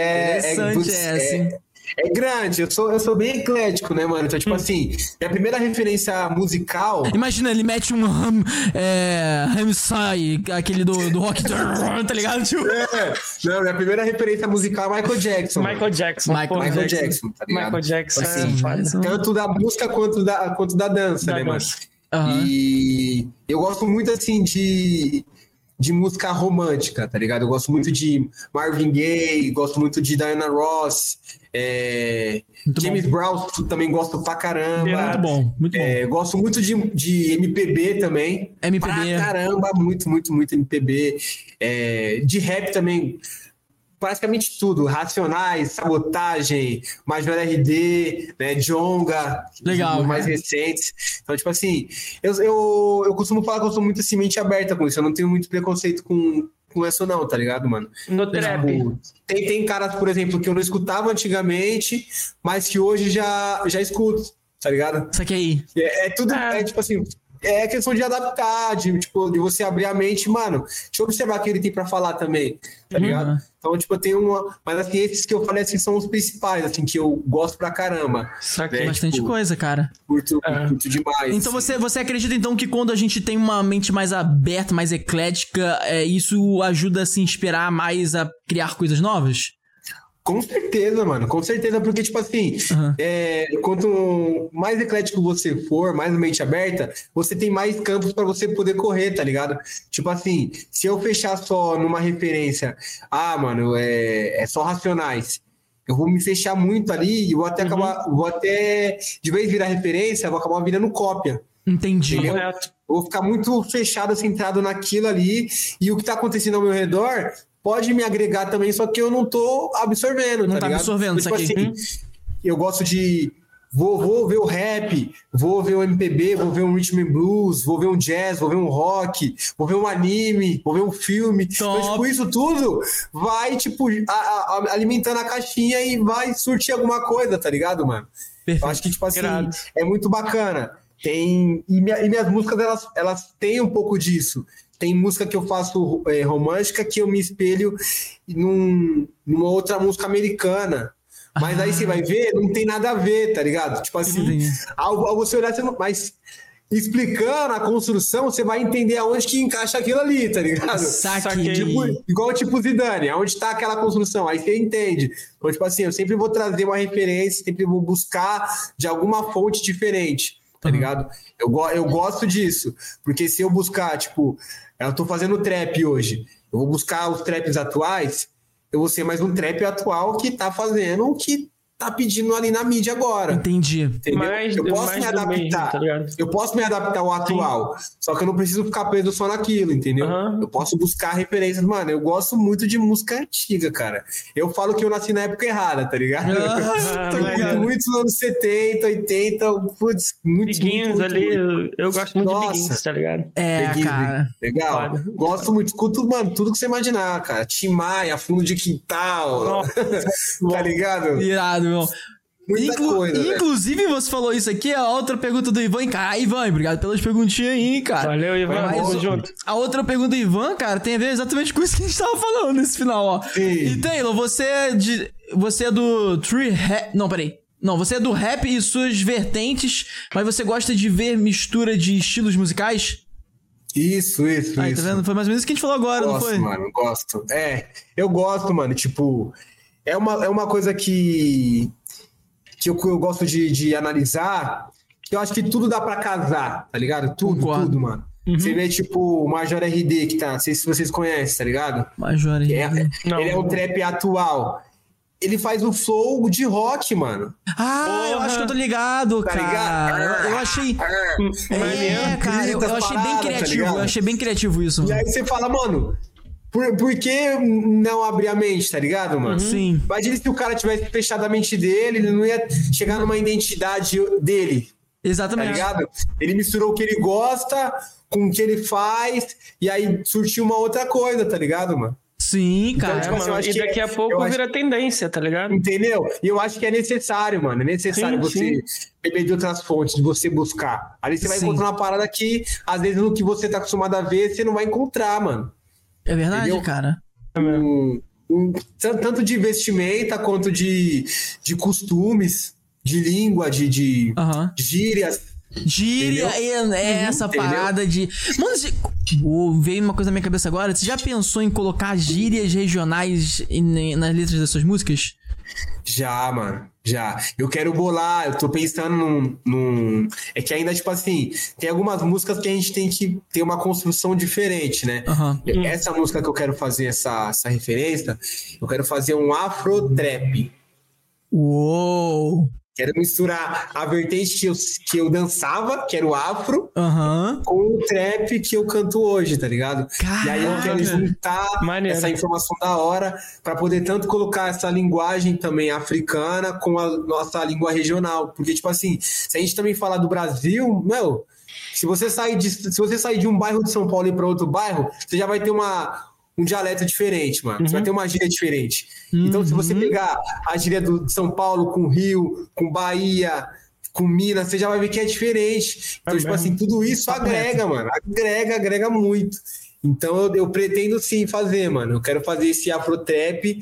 é grande, eu sou bem eclético, né, mano? Então, tipo assim, minha primeira referência musical... Imagina, ele mete um Ramsay, aquele do rock, tá ligado? Tipo... Não, minha primeira referência musical é Michael Jackson. Michael Jackson, tá ligado? Michael Jackson, assim, tanto da música quanto da dança, né, mano? E eu gosto muito, assim, de música romântica, tá ligado? Eu gosto muito de Marvin Gaye, gosto muito de Diana Ross, James Brown também gosto pra caramba. Muito bom. Gosto muito de MPB também. MPB. Pra caramba, muito MPB. De rap também, praticamente tudo. Racionais, Sabotagem, Major RD, né, Djonga. Legal. Os mais recentes. Então, tipo assim, eu costumo falar que eu sou muito assim, mente aberta com isso. Eu não tenho muito preconceito com isso não, tá ligado, mano? No trap. Tem caras, por exemplo, que eu não escutava antigamente, mas que hoje já escuto, tá ligado? Isso aqui aí. Tipo assim... É questão de adaptar, de você abrir a mente, mano. Deixa eu observar o que ele tem pra falar também, tá ligado? Então, tipo, eu tenho uma... Mas, assim, esses que eu falei, assim, são os principais, assim, que eu gosto pra caramba. Saquei bastante coisa, cara. Curto demais. Então, você acredita, então, que quando a gente tem uma mente mais aberta, mais eclética, isso ajuda a se inspirar mais a criar coisas novas? Com certeza, mano. Com certeza, porque, tipo assim, quanto mais eclético você for, mais mente aberta, você tem mais campos pra você poder correr, tá ligado? Tipo assim, se eu fechar só numa referência, mano, é só Racionais, eu vou me fechar muito ali e vou até de vez virar referência, vou acabar virando cópia. Entendi. Entendeu? Eu vou ficar muito fechado, centrado naquilo ali, e o que tá acontecendo ao meu redor pode me agregar também, só que eu não tô absorvendo, Não tá ligado? absorvendo, tipo isso aqui. assim, eu gosto de... Vou ver o rap, vou ver o MPB, vou ver um rhythm and blues, vou ver um jazz, vou ver um rock, vou ver um anime, vou ver um filme. Então, tipo, isso tudo vai, tipo, alimentando a caixinha e vai surtir alguma coisa, tá ligado, mano? Perfeito. Eu acho que, tipo assim, é muito bacana. E minhas músicas, elas têm um pouco disso. Tem música que eu faço romântica que eu me espelho numa outra música americana. Mas aí você vai ver, não tem nada a ver, tá ligado? Tipo assim, ao você olhar, mas explicando a construção, você vai entender aonde que encaixa aquilo ali, tá ligado? Igual tipo Zidane, aonde tá aquela construção, aí você entende. Então, tipo assim, eu sempre vou trazer uma referência, sempre vou buscar de alguma fonte diferente, tá ligado? Eu gosto disso, porque se eu buscar, tipo, eu tô fazendo trap hoje, eu vou buscar os traps atuais, eu vou ser mais um trap atual que tá fazendo o que tá pedindo ali na mídia agora. Entendi. Eu posso me adaptar. Mesmo, tá eu posso me adaptar ao atual. Sim. Só que eu não preciso ficar preso só naquilo, entendeu? Eu posso buscar referências. Mano, eu gosto muito de música antiga, cara. Eu falo que eu nasci na época errada, tá ligado? Muitos anos 70, 80, putz, muito ali, eu gosto muito de Biguins, tá ligado? Cara. Legal. Gosto muito. Escuto, mano, tudo que você imaginar, cara. Tim Maia, Fundo de Quintal. Tá ligado? Irado, meu. Coisa, inclusive, você falou isso aqui, a outra pergunta do Ivan. Cara, Ivan, obrigado pelas perguntinhas aí, cara. Valeu, Ivan. Vamos junto. A outra pergunta do Ivan, cara, tem a ver exatamente com isso que a gente tava falando nesse final, ó. Sim. E Taylor, você é do Tree Rap... Não, peraí. Não, você é do rap e suas vertentes, mas você gosta de ver mistura de estilos musicais? Isso. Aí, tá vendo? Foi mais ou menos isso que a gente falou agora, não foi? Mano, gosto. Eu gosto, mano, tipo... É uma coisa que eu gosto de analisar, que eu acho que tudo dá pra casar, tá ligado? Tudo, mano. Você vê, tipo, o Major RD, que tá... Não sei se vocês conhecem, tá ligado? Major RD. Ele é um trap atual. Ele faz o flow de rock, mano. Eu acho que eu tô ligado, tá cara. Ligado? Eu achei... cara, eu achei bem criativo. Eu achei bem criativo isso. E aí você fala, mano... Por que não abrir a mente, tá ligado, mano? Sim. Imagina se o cara tivesse fechado a mente dele, ele não ia chegar numa identidade dele. Exatamente. Tá ligado? Ele misturou o que ele gosta com o que ele faz, e aí surgiu uma outra coisa, tá ligado, mano? Sim, cara. Então, tipo, e daqui a pouco vira tendência, tá ligado? Entendeu? E eu acho que é necessário, mano. É necessário você beber de outras fontes, de você buscar. Ali você vai encontrar uma parada que, às vezes, no que você tá acostumado a ver, você não vai encontrar, mano. É verdade, entendeu? Cara. Tanto de vestimenta quanto de costumes, de língua, de gírias. Gíria essa parada de... Mano, veio uma coisa na minha cabeça agora. Você já pensou em colocar gírias regionais nas letras das suas músicas? Já, mano. Já. Eu quero bolar, eu tô pensando num... É que ainda, tipo assim, tem algumas músicas que a gente tem que ter uma construção diferente, né? Essa música que eu quero fazer, essa referência, eu quero fazer um afro-trap. Uou! Quero misturar a vertente que eu dançava, que era o afro, com o trap que eu canto hoje, tá ligado? Caramba. E aí eu quero juntar essa informação da hora pra poder tanto colocar essa linguagem também africana com a nossa língua regional. Porque, tipo assim, se a gente também falar do Brasil, se você sair de um bairro de São Paulo e ir pra outro bairro, você já vai ter um dialeto diferente, mano. Você vai ter uma gíria diferente. Então, se você pegar a gíria de São Paulo com Rio, com Bahia, com Minas, você já vai ver que é diferente. Então, tipo assim, tudo isso agrega, mano. Agrega muito. Então, eu pretendo sim fazer, mano. Eu quero fazer esse afro-trap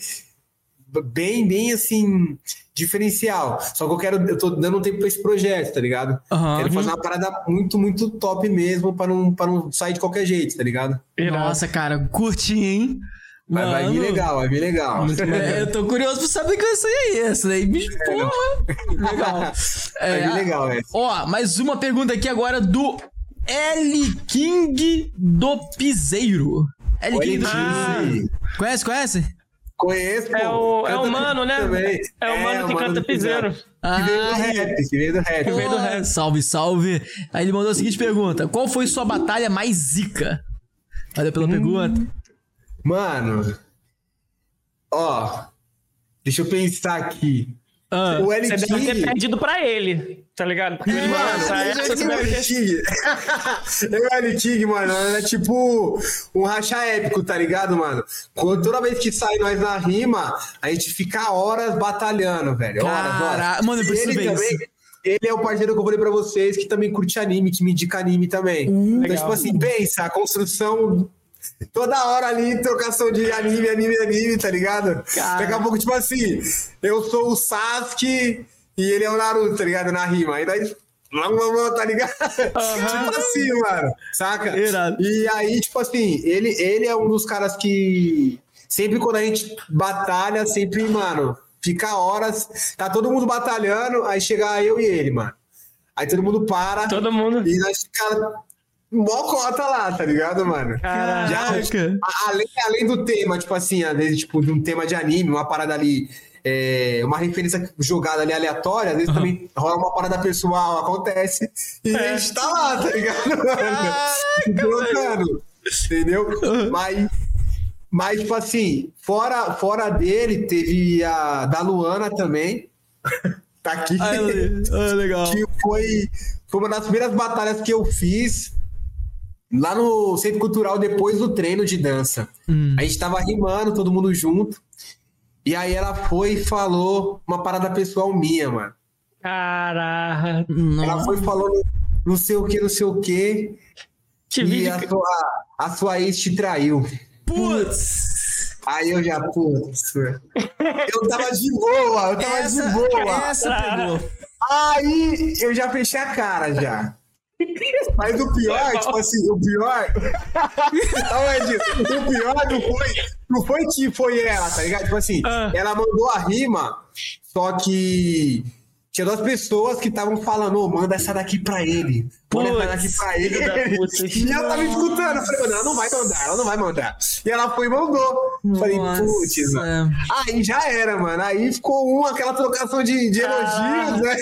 bem assim, diferencial. Só que eu tô dando um tempo pra esse projeto, tá ligado? Quero fazer uma parada muito, muito top mesmo, pra não sair de qualquer jeito, tá ligado? Nossa, cara, curti, hein? Mas vai vir legal, vai vir legal. Eu tô curioso pra saber que vai sair esse daí. Bicho, porra. Legal. Vai vir legal, essa. Ó, mais uma pergunta aqui agora do L. King do Piseiro. L. King do Piseiro. Conhece? Conheço, pô. É o mano, né? Também. É o mano que canta Piseiro. Que veio do rap. Salve. Aí ele mandou a seguinte pergunta: qual foi sua batalha mais zica? Valeu pela pergunta. Mano, ó, deixa eu pensar aqui. O L. Você King... deve ter perdido pra ele, tá ligado? Porque ele O L. King, mano, é tipo um racha épico, tá ligado, mano? Toda vez que sai nós na rima, a gente fica horas batalhando, velho. Horas. Mano, eu preciso ver isso. Ele é o parceiro que eu falei pra vocês, que também curte anime, que me indica anime também. Então, tipo assim, pensa, a construção... Toda hora ali, trocação de anime, tá ligado? Daqui a pouco, tipo assim, eu sou o Sasuke e ele é o Naruto, tá ligado? Na rima. Aí nós... Tá ligado? Tipo assim, mano. Saca? E aí, tipo assim, ele é um dos caras que... Sempre quando a gente batalha, sempre, mano... Fica horas, tá todo mundo batalhando, aí chega eu e ele, mano. Aí todo mundo para. Todo mundo. E nós ficamos mó cota lá, tá ligado, mano? Caraca. Além do tema, tipo assim, às vezes, tipo, de um tema de anime, uma parada ali, uma referência jogada ali aleatória, às vezes também rola uma parada pessoal, acontece, e a gente tá lá, tá ligado, mano? Entendeu? Mas, tipo assim, fora dele, teve a da Luana também. Tá aqui. Legal. Que foi uma das primeiras batalhas que eu fiz lá no Centro Cultural depois do treino de dança. A gente tava rimando, todo mundo junto. E aí ela foi e falou uma parada pessoal minha, mano. Caraca. Ela foi e falou não sei o que. E a sua ex te traiu. Putz! Aí eu já, putz. Eu tava de boa, Essa pegou. Aí eu já fechei a cara já. Mas o pior, tipo assim, o pior não foi que foi ela, tá ligado? Tipo assim, ela mandou a rima, só que tinha duas pessoas que estavam falando, manda essa daqui pra ele. Manda essa daqui pra ele. E ela tava escutando. Eu falei, mano, ela não vai mandar. E ela foi e mandou. Falei, putz, mano. Aí já era, mano. Aí ficou aquela trocação de elogios, né?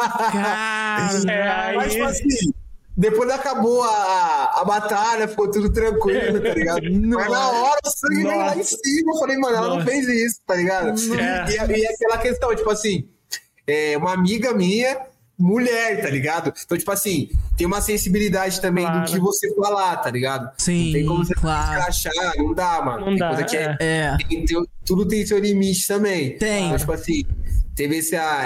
Mas, tipo assim, depois acabou a batalha, ficou tudo tranquilo, tá ligado? Mas na hora o sangue veio lá em cima. Eu falei, mano, ela não fez isso, tá ligado? E aquela questão, tipo assim, uma amiga minha, mulher, tá ligado? Então, tipo assim, tem uma sensibilidade também do que você falar, tá ligado? Sim, não tem como você escrachar, não dá, mano. Não tem dá, coisa que tudo tem seu limite também. Tem. Então, tipo assim, teve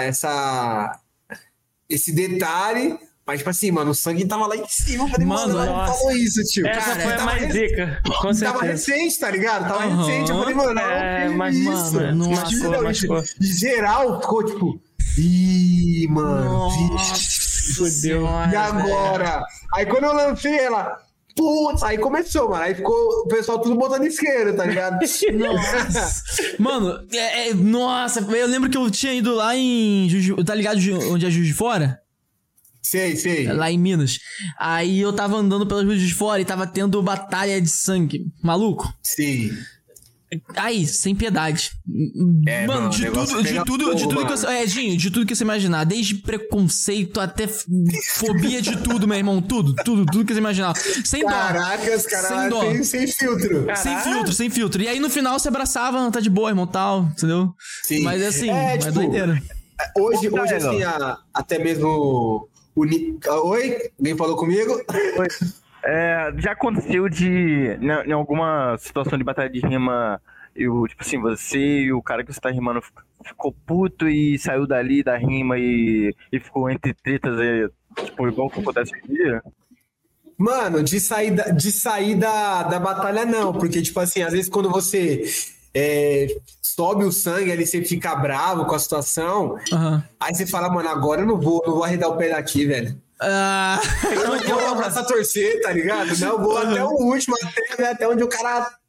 esse detalhe, mas, tipo assim, mano, o sangue tava lá em cima. Eu falei, mano, ela não falou isso, tio. Essa foi a mais zica, com certeza. Tava recente, tá ligado? Tava recente. Eu falei, mano, ela não fez isso. Machucou. Em geral, ficou, tipo... Ih, mano, fudeu. E agora? Aí quando eu lancei ela, putz, aí começou, mano. Aí ficou o pessoal tudo botando isqueiro, tá ligado? Nossa. Mano, nossa, eu lembro que eu tinha ido lá em Juiz, tá ligado onde é Juiz de Fora? Sei. Lá em Minas. Aí eu tava andando pelas ruas de fora e tava tendo batalha de sangue. Maluco? Sim. Aí, sem piedade. Mano, de tudo que você imaginar. Desde preconceito até fobia de tudo, meu irmão. Tudo que você imaginar. Sem dó. Caraca, os caras sem filtro. Sem filtro. E aí no final você abraçava, tá de boa, irmão, tal, entendeu? Sim. Mas assim, é tipo, doideira. Hoje assim, até mesmo... Oi? Alguém falou comigo? Oi. Já aconteceu em alguma situação de batalha de rima, tipo assim, você e o cara que você tá rimando ficou puto e saiu dali da rima e ficou entre tretas, tipo, igual que acontece hoje em dia? Mano, de sair da batalha não, porque, tipo assim, às vezes quando você sobe o sangue, ali você fica bravo com a situação, aí você fala, mano, agora eu não vou arredar o pé daqui, velho. Eu não vou abraçar torcer, tá ligado? Não, vou até o último, até onde o cara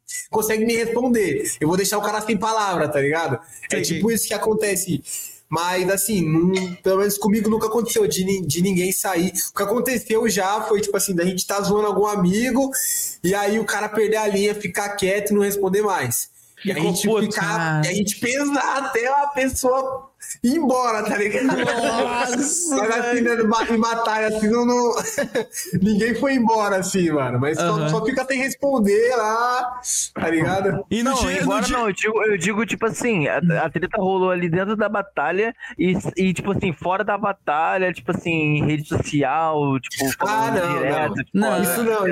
consegue me responder. Eu vou deixar o cara sem palavra, tá ligado? É tipo isso que acontece. Mas, assim, pelo menos comigo nunca aconteceu de ninguém sair. O que aconteceu já foi, tipo assim, da gente tá zoando algum amigo e aí o cara perder a linha, ficar quieto e não responder mais. E a gente pesar até a pessoa ir embora, tá ligado? Nossa, mas assim, né, em batalha, assim, não... ninguém foi embora, assim, mano. Mas só fica sem responder lá, tá ligado? E não, embora não, eu digo, tipo assim, a treta rolou ali dentro da batalha e tipo assim, fora da batalha, tipo assim, em rede social, tipo, direto. Não, isso não.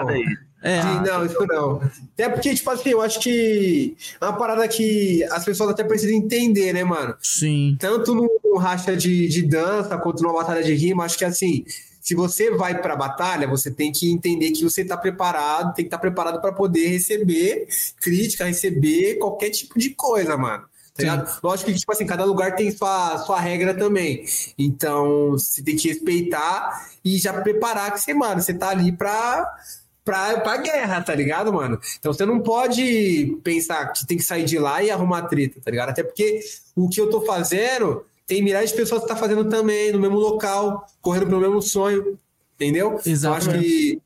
Não, isso não. Até porque, tipo assim, eu acho que é uma parada que as pessoas até precisam entender, né, mano? Sim. Tanto no racha de dança quanto numa batalha de rima, acho que assim, se você vai pra batalha, você tem que entender que você tá preparado, tem que estar preparado pra poder receber crítica, receber qualquer tipo de coisa, mano. Tá ligado? Lógico que, tipo assim, cada lugar tem sua regra também. Então, você tem que respeitar e já preparar que você tá ali pra guerra, tá ligado, mano? Então você não pode pensar que tem que sair de lá e arrumar treta, tá ligado? Até porque o que eu tô fazendo, tem milhares de pessoas que tá fazendo também, no mesmo local, correndo pelo mesmo sonho, entendeu? Exatamente. Eu acho que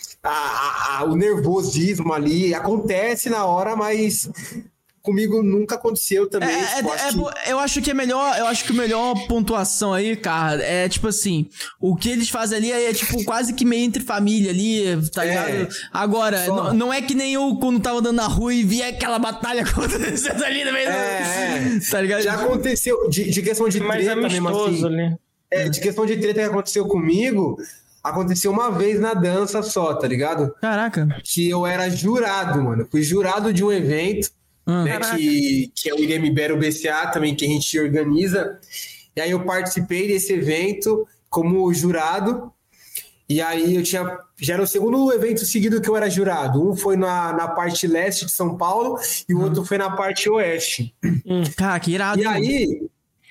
o nervosismo ali acontece na hora, mas... Comigo nunca aconteceu também. Eu acho que a melhor pontuação aí, cara, é tipo assim, o que eles fazem ali é tipo quase que meio entre família ali, tá ligado? Agora, não é que nem eu quando tava andando na rua e via aquela batalha acontecendo ali no meio tá ligado? Já aconteceu, de questão de treta mesmo assim. Né? De questão de treta que aconteceu comigo, aconteceu uma vez na dança só, tá ligado? Caraca. Que eu era jurado, mano. Fui jurado de um evento. Né, que é o IMBero BCA também, que a gente organiza. E aí eu participei desse evento como jurado. E aí já era o segundo evento seguido que eu era jurado. Um foi na parte leste de São Paulo e o outro foi na parte oeste. Cara, que irado. E aí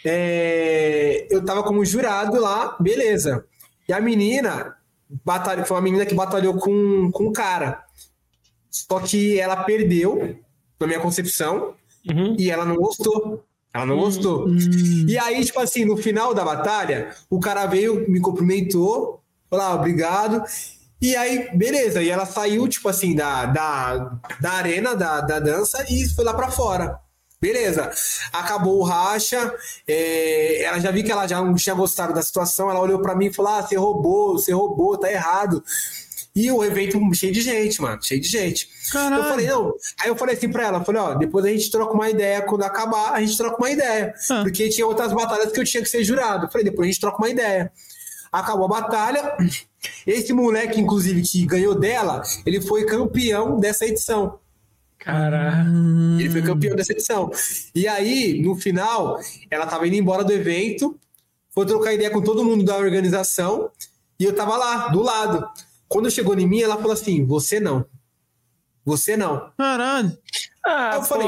eu tava como jurado lá, beleza. E a menina foi uma menina que batalhou com um cara. Só que ela perdeu, na minha concepção, e ela não gostou. Ela não gostou. E aí, tipo assim, no final da batalha, o cara veio, me cumprimentou, falou, obrigado. E aí, beleza. E ela saiu, tipo assim, da arena, da dança, e foi lá pra fora. Beleza. Acabou o racha. Ela já viu que ela já não tinha gostado da situação. Ela olhou pra mim e falou, você roubou, tá errado. E o evento cheio de gente, mano. Cheio de gente. Caralho. Eu falei, não. Aí eu falei assim pra ela, falei, depois a gente troca uma ideia. Quando acabar, a gente troca uma ideia. Porque tinha outras batalhas que eu tinha que ser jurado. Eu falei, depois a gente troca uma ideia. Acabou a batalha. Esse moleque, inclusive, que ganhou dela, ele foi campeão dessa edição. Caraca. Ele foi campeão dessa edição. E aí, no final, ela tava indo embora do evento, foi trocar ideia com todo mundo da organização, e eu tava lá, do lado. Quando chegou em mim, ela falou assim, você não. Caralho. Aí eu falei,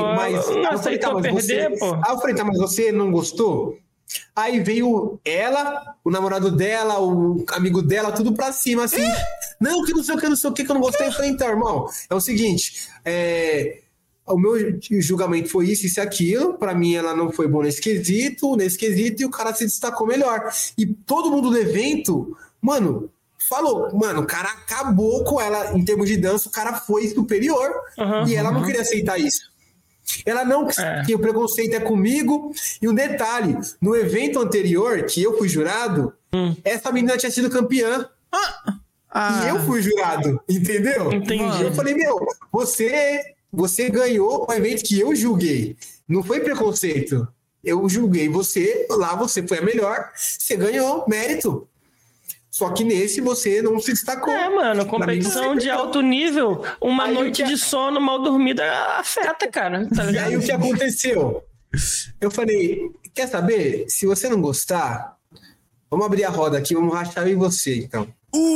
mas você não gostou? Aí veio ela, o namorado dela, o amigo dela, tudo pra cima, assim. Não, que não sei o que eu não gostei. Eu falei, então, irmão, é o seguinte, o meu julgamento foi isso e aquilo. Pra mim, ela não foi boa nesse quesito, e o cara se destacou melhor. E todo mundo do evento, mano, falou, mano, o cara acabou com ela em termos de dança, o cara foi superior. E ela não queria aceitar isso. Ela não que o preconceito é comigo. E um detalhe, no evento anterior, que eu fui jurado, essa menina tinha sido campeã. E eu fui jurado, entendeu? Entendi. Eu falei, você ganhou o evento que eu julguei. Não foi preconceito. Eu julguei você, lá você foi a melhor, você ganhou mérito. Só que nesse você não se destacou. Mano, competição de alto nível, uma noite de sono mal dormida afeta, cara. Tá ligado? E aí o que aconteceu? Eu falei, quer saber? Se você não gostar, vamos abrir a roda aqui, vamos rachar eu e você, então.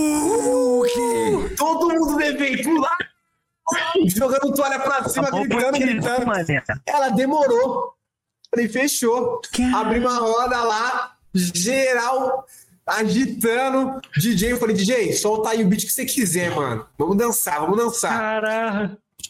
Todo mundo no evento lá, jogando toalha pra cima, gritando. Ela demorou. Falei, fechou. Abri uma roda lá, geral agitando. DJ, eu falei, DJ, solta aí o beat que você quiser, mano. Vamos dançar. Caraca.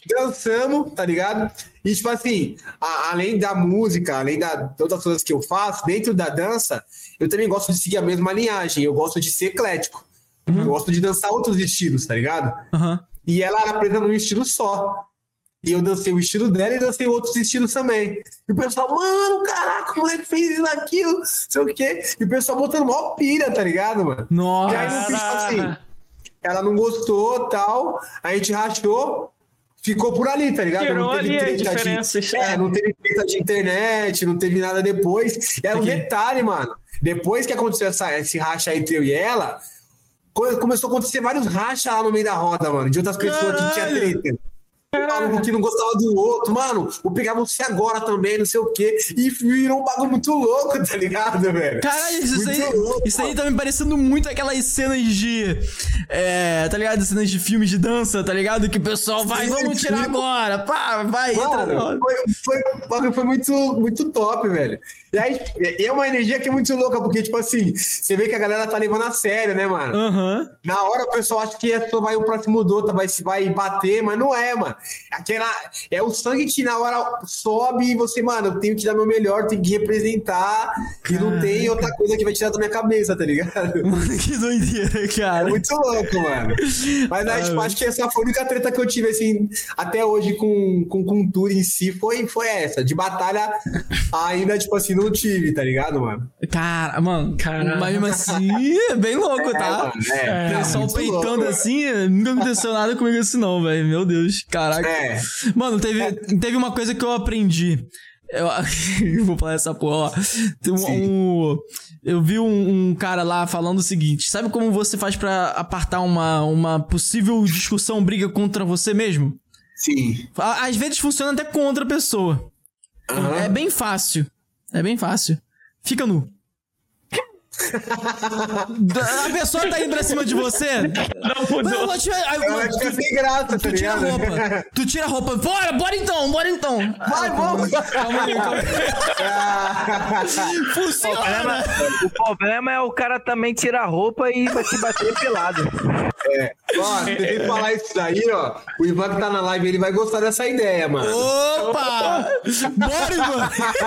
dançamos, tá ligado? E, tipo assim, além da música, além de outras coisas que eu faço, dentro da dança, eu também gosto de seguir a mesma linhagem. Eu gosto de ser eclético. Eu gosto de dançar outros estilos, tá ligado? E ela era presa num estilo só. E eu dancei o estilo dela e dancei outros estilos também. E o pessoal, mano, caraca, o moleque fez isso, aquilo, não sei o quê. E o pessoal botando mó pilha, tá ligado, mano? Nossa! E aí, no fim, assim, ela não gostou, tal, a gente rachou, ficou por ali, tá ligado? Tirou não teve ali as treta diferenças. não teve treta de internet, não teve nada depois. E era um detalhe, mano. Depois que aconteceu esse racha entre eu e ela, começou a acontecer vários rachas lá no meio da roda, mano, de outras pessoas que tinha treta. Um que não gostava do outro, mano, eu pegava você agora também, não sei o quê, e virou um bagulho muito louco, tá ligado, velho? Caralho, isso aí tá me parecendo muito aquelas cenas de. Tá ligado? Cenas de filmes de dança, tá ligado? Que o pessoal vai, vamos tirar agora, pá, vai, mano, foi muito top, velho. E aí, é uma energia que é muito louca, porque, tipo assim, você vê que a galera tá levando a sério, né, mano? Na hora o pessoal acha que vai o próximo do outro, vai bater, mas não é, mano. É o sangue que na hora sobe e você, mano, eu tenho que dar meu melhor, tenho que representar, e não tem outra coisa que vai tirar da minha cabeça, tá ligado? Mano, que doideira, cara. É muito louco, mano. Mas aí, tipo, acho que essa foi a única treta que eu tive, assim, até hoje com cultura em si, foi essa. De batalha ainda, tipo assim, não tive, tá ligado, mano? Cara, mano, mas mesmo assim, é bem louco, tá? Mano, pessoal peitando louco, assim, nunca aconteceu nada comigo assim não, velho. Meu Deus, caraca. Mano, teve uma coisa que eu aprendi. Eu vou falar essa porra, ó. Eu vi um cara lá falando o seguinte: sabe como você faz pra apartar uma possível discussão, briga contra você mesmo? Sim. Às vezes funciona até contra a pessoa. É bem fácil. Fica nu. A pessoa tá indo pra cima de você. Não mudou. Eu acho que é sem graça, tá ligado? Tu tira a roupa. Bora então. Vai, vamos. Calma aí. Funciona. O problema é o cara também tirar a roupa e vai te bater pelado. Ó, se você falar isso daí, ó, o Ivan que tá na live, ele vai gostar dessa ideia, mano. Opa! Bora, Ivan!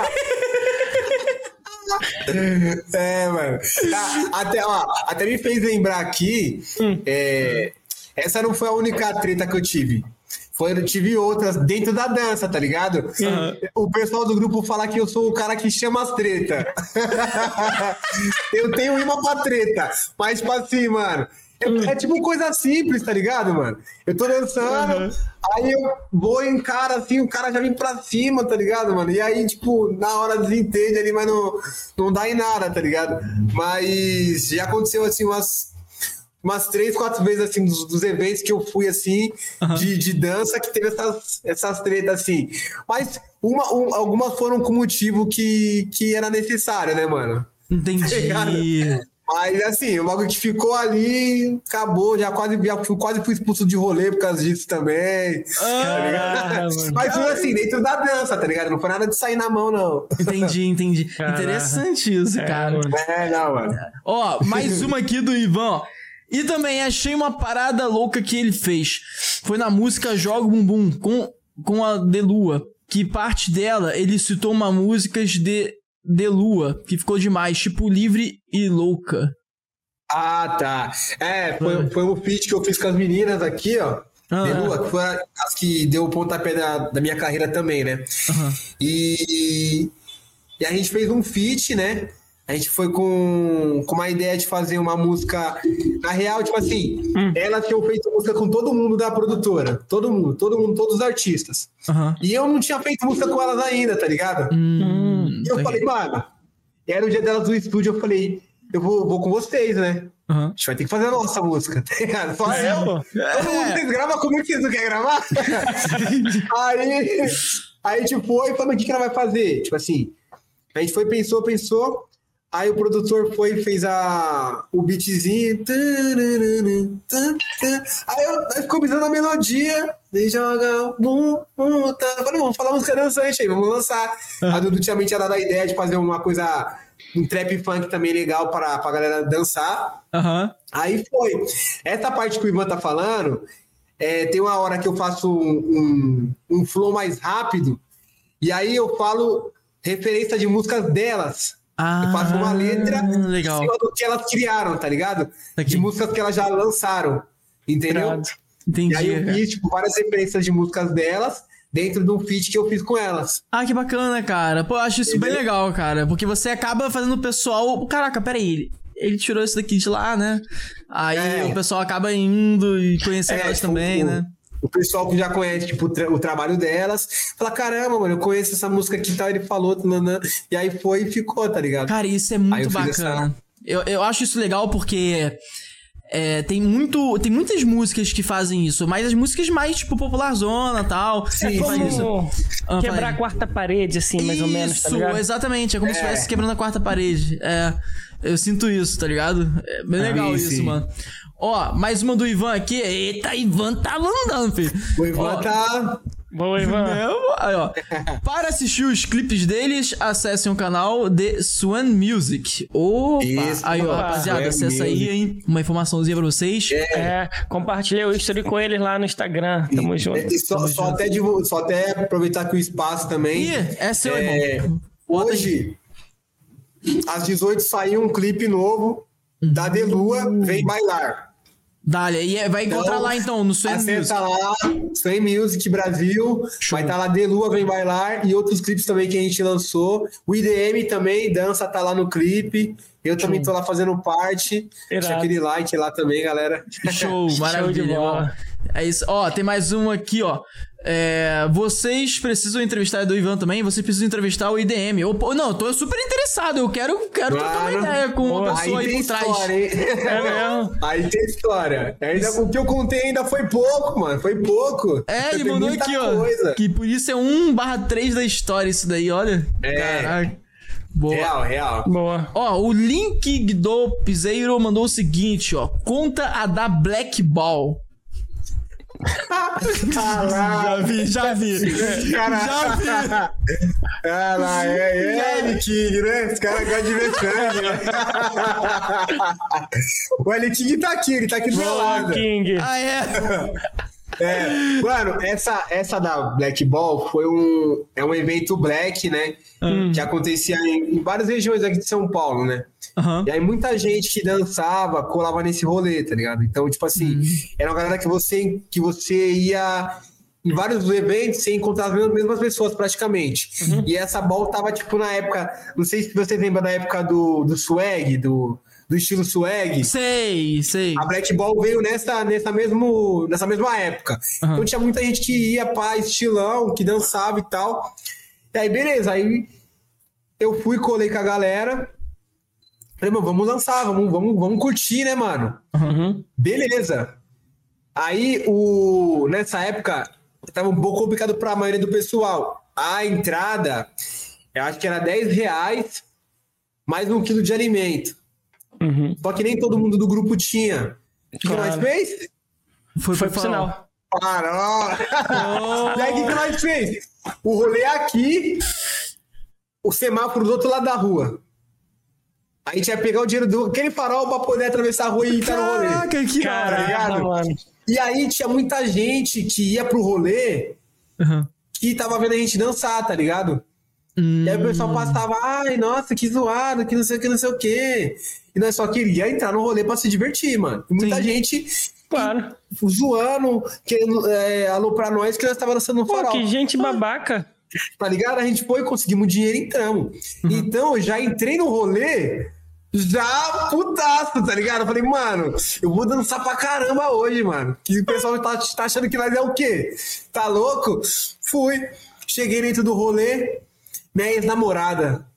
Mano. Até me fez lembrar aqui, essa não foi a única treta que eu tive. Eu tive outras dentro da dança, tá ligado? O pessoal do grupo fala que eu sou o cara que chama as treta. Eu tenho imã pra treta. Mas, tipo assim, mano, é tipo coisa simples, tá ligado, mano? Eu tô dançando, aí eu vou em cara, assim, o cara já vem pra cima, tá ligado, mano? E aí, tipo, na hora desentende ali, mas não dá em nada, tá ligado? Mas já aconteceu, assim, umas 3, 4 vezes, assim, dos eventos que eu fui, assim, de dança, que teve essas tretas, assim. Mas algumas foram com motivo que era necessário, né, mano? Entendi. Mas, assim, o bagulho que ficou ali, acabou, já quase fui expulso de rolê por causa disso também, tá ligado? Mas foi assim, dentro da dança, tá ligado? Não foi nada de sair na mão, não. Entendi. Caraca. Interessante isso, cara. Não, mano. Ó, mais uma aqui do Ivan, ó. E também achei uma parada louca que ele fez. Foi na música Joga o Bumbum, com a Delua, que parte dela, ele citou uma música de Lua, que ficou demais, tipo Livre e Louca. Ah, tá. Foi um feat que eu fiz com as meninas aqui, ó. De Lua, que foi as que deu o pontapé da minha carreira também, né? E a gente fez um feat, né? A gente foi com uma ideia de fazer uma música. Na real, tipo assim, elas tinham feito música com todo mundo da produtora. Todo mundo, todos os artistas. E eu não tinha feito música com elas ainda, tá ligado? E eu falei, mano, era o dia delas no estúdio, eu falei, eu vou com vocês, né? A gente vai ter que fazer a nossa música, tá ligado? Só eu. Todo mundo vocês gravam comigo, vocês não querem gravar? Aí a gente foi e falou, o que ela vai fazer? Tipo assim, a gente foi, pensou. Aí o produtor foi e fez o beatzinho. Aí eu ficou pensando na melodia. Daí joga Falei, vamos falar música dançante aí, vamos lançar. A Dudu tinha dado a ideia de fazer uma coisa, um trap funk também legal pra galera dançar. Aí foi. Essa parte que o Ivan tá falando tem uma hora que eu faço um flow mais rápido, e aí eu falo referência de músicas delas. Eu faço uma letra legal. em cima do que elas criaram, tá ligado? De músicas que elas já lançaram, entendeu? Entendi. E aí eu fiz, tipo, várias referências de músicas delas dentro de um feat que eu fiz com elas. Que bacana, cara. Pô, eu acho isso bem legal, cara. Porque você acaba fazendo o pessoal... Caraca, peraí, ele tirou isso daqui de lá, né? Aí o pessoal acaba indo e conhecendo elas também, né? O pessoal que já conhece, tipo, o trabalho delas, fala, caramba, mano, eu conheço essa música aqui e tal, ele falou, e aí foi e ficou, tá ligado? Cara, isso é muito bacana. Eu acho isso legal porque tem muitas músicas que fazem isso, mas as músicas mais, tipo, popularzona e tal. Sim, quebrar a quarta parede, assim, mais ou menos, tá ligado? Isso, exatamente. É como se estivesse quebrando a quarta parede. Eu sinto isso, tá ligado? É bem legal isso, mano. Ó, mais uma do Ivan aqui. Eita, Ivan tá mandando, filho. O Ivan tá... Boa, Ivan. Aí, ó. Para assistir os clipes deles, acessem o canal The Swan Music. Opa! Isso, aí, ó, rapaziada, acessa aí, hein? Uma informaçãozinha pra vocês. Compartilhei o history com eles lá no Instagram. Tamo junto. E só até aproveitar que o espaço também. É seu, irmão. Hoje, às 18 saiu um clipe novo da Delua, Vem Bailar. Dale, e vai encontrar lá então, no Swan Music. Acessa lá, Swan Music Brasil. Show. Vai estar lá Delua, Vem Bailar e outros clipes também que a gente lançou. O IDM também, dança, tá lá no clipe. Eu também tô lá fazendo parte. Deixa aquele like lá também, galera. Show, maravilha. Ó. É isso. Ó, tem mais um aqui, ó. Vocês precisam entrevistar do Ivan também? Vocês precisam entrevistar o IDM. Não, eu tô super interessado. Eu quero trocar uma ideia com uma pessoa aí por trás. Aí tem história. Ainda o que eu contei ainda foi pouco, mano. Foi pouco. Ele mandou aqui, ó. Que por isso é 1/3 da história isso daí, olha. Caraca. Boa. Real. Boa. Ó, o Link do Piseiro mandou o seguinte, ó. Conta a da Black Ball. Já vi. Caraca. É L-King, né? Esse cara gosta de ver sangue, né? O L-King tá aqui, ele tá aqui do meu lado. King. Mano, essa da Black Ball foi um evento black, né? Que acontecia em várias regiões aqui de São Paulo, né? E aí muita gente que dançava colava nesse rolê, tá ligado? Então, tipo assim, era uma galera que você ia em vários eventos sem encontrar as mesmas pessoas praticamente. E essa ball tava, tipo, na época, não sei se você lembra da época do swag, do estilo swag. Sei. A Black Ball veio nessa mesma época. Então tinha muita gente que ia pra estilão, que dançava e tal. E aí, beleza. Aí eu fui, colei com a galera. Falei, mano, vamos lançar, vamos curtir, né, mano? Beleza. Aí, nessa época, tava um pouco complicado pra maioria do pessoal. A entrada, eu acho que era R$10, mais 1 quilo de alimento. Só que nem todo mundo do grupo tinha. O que nós fez? Foi pro sinal. Parou! E aí, o que nós fez? O rolê aqui, o semáforo do outro lado da rua. A gente ia pegar o dinheiro aquele farol pra poder atravessar a rua e entrar no rolê. Caraca, que tá ligado? Mano. E aí tinha muita gente que ia pro rolê que tava vendo a gente dançar, tá ligado? E aí o pessoal passava, ai, nossa, que zoado, que não sei o que. E nós só queria entrar no rolê pra se divertir, mano. E muita gente zoando, querendo aloprar nós que nós tava dançando no farol. Que gente babaca. Tá ligado? A gente foi, conseguimos dinheiro e entramos. Então, eu já entrei no rolê, já putaço, tá ligado? Eu falei, mano, eu vou dançar pra caramba hoje, mano. Que o pessoal tá achando que nós é o quê? Tá louco? Fui. Cheguei dentro do rolê, minha ex-namorada.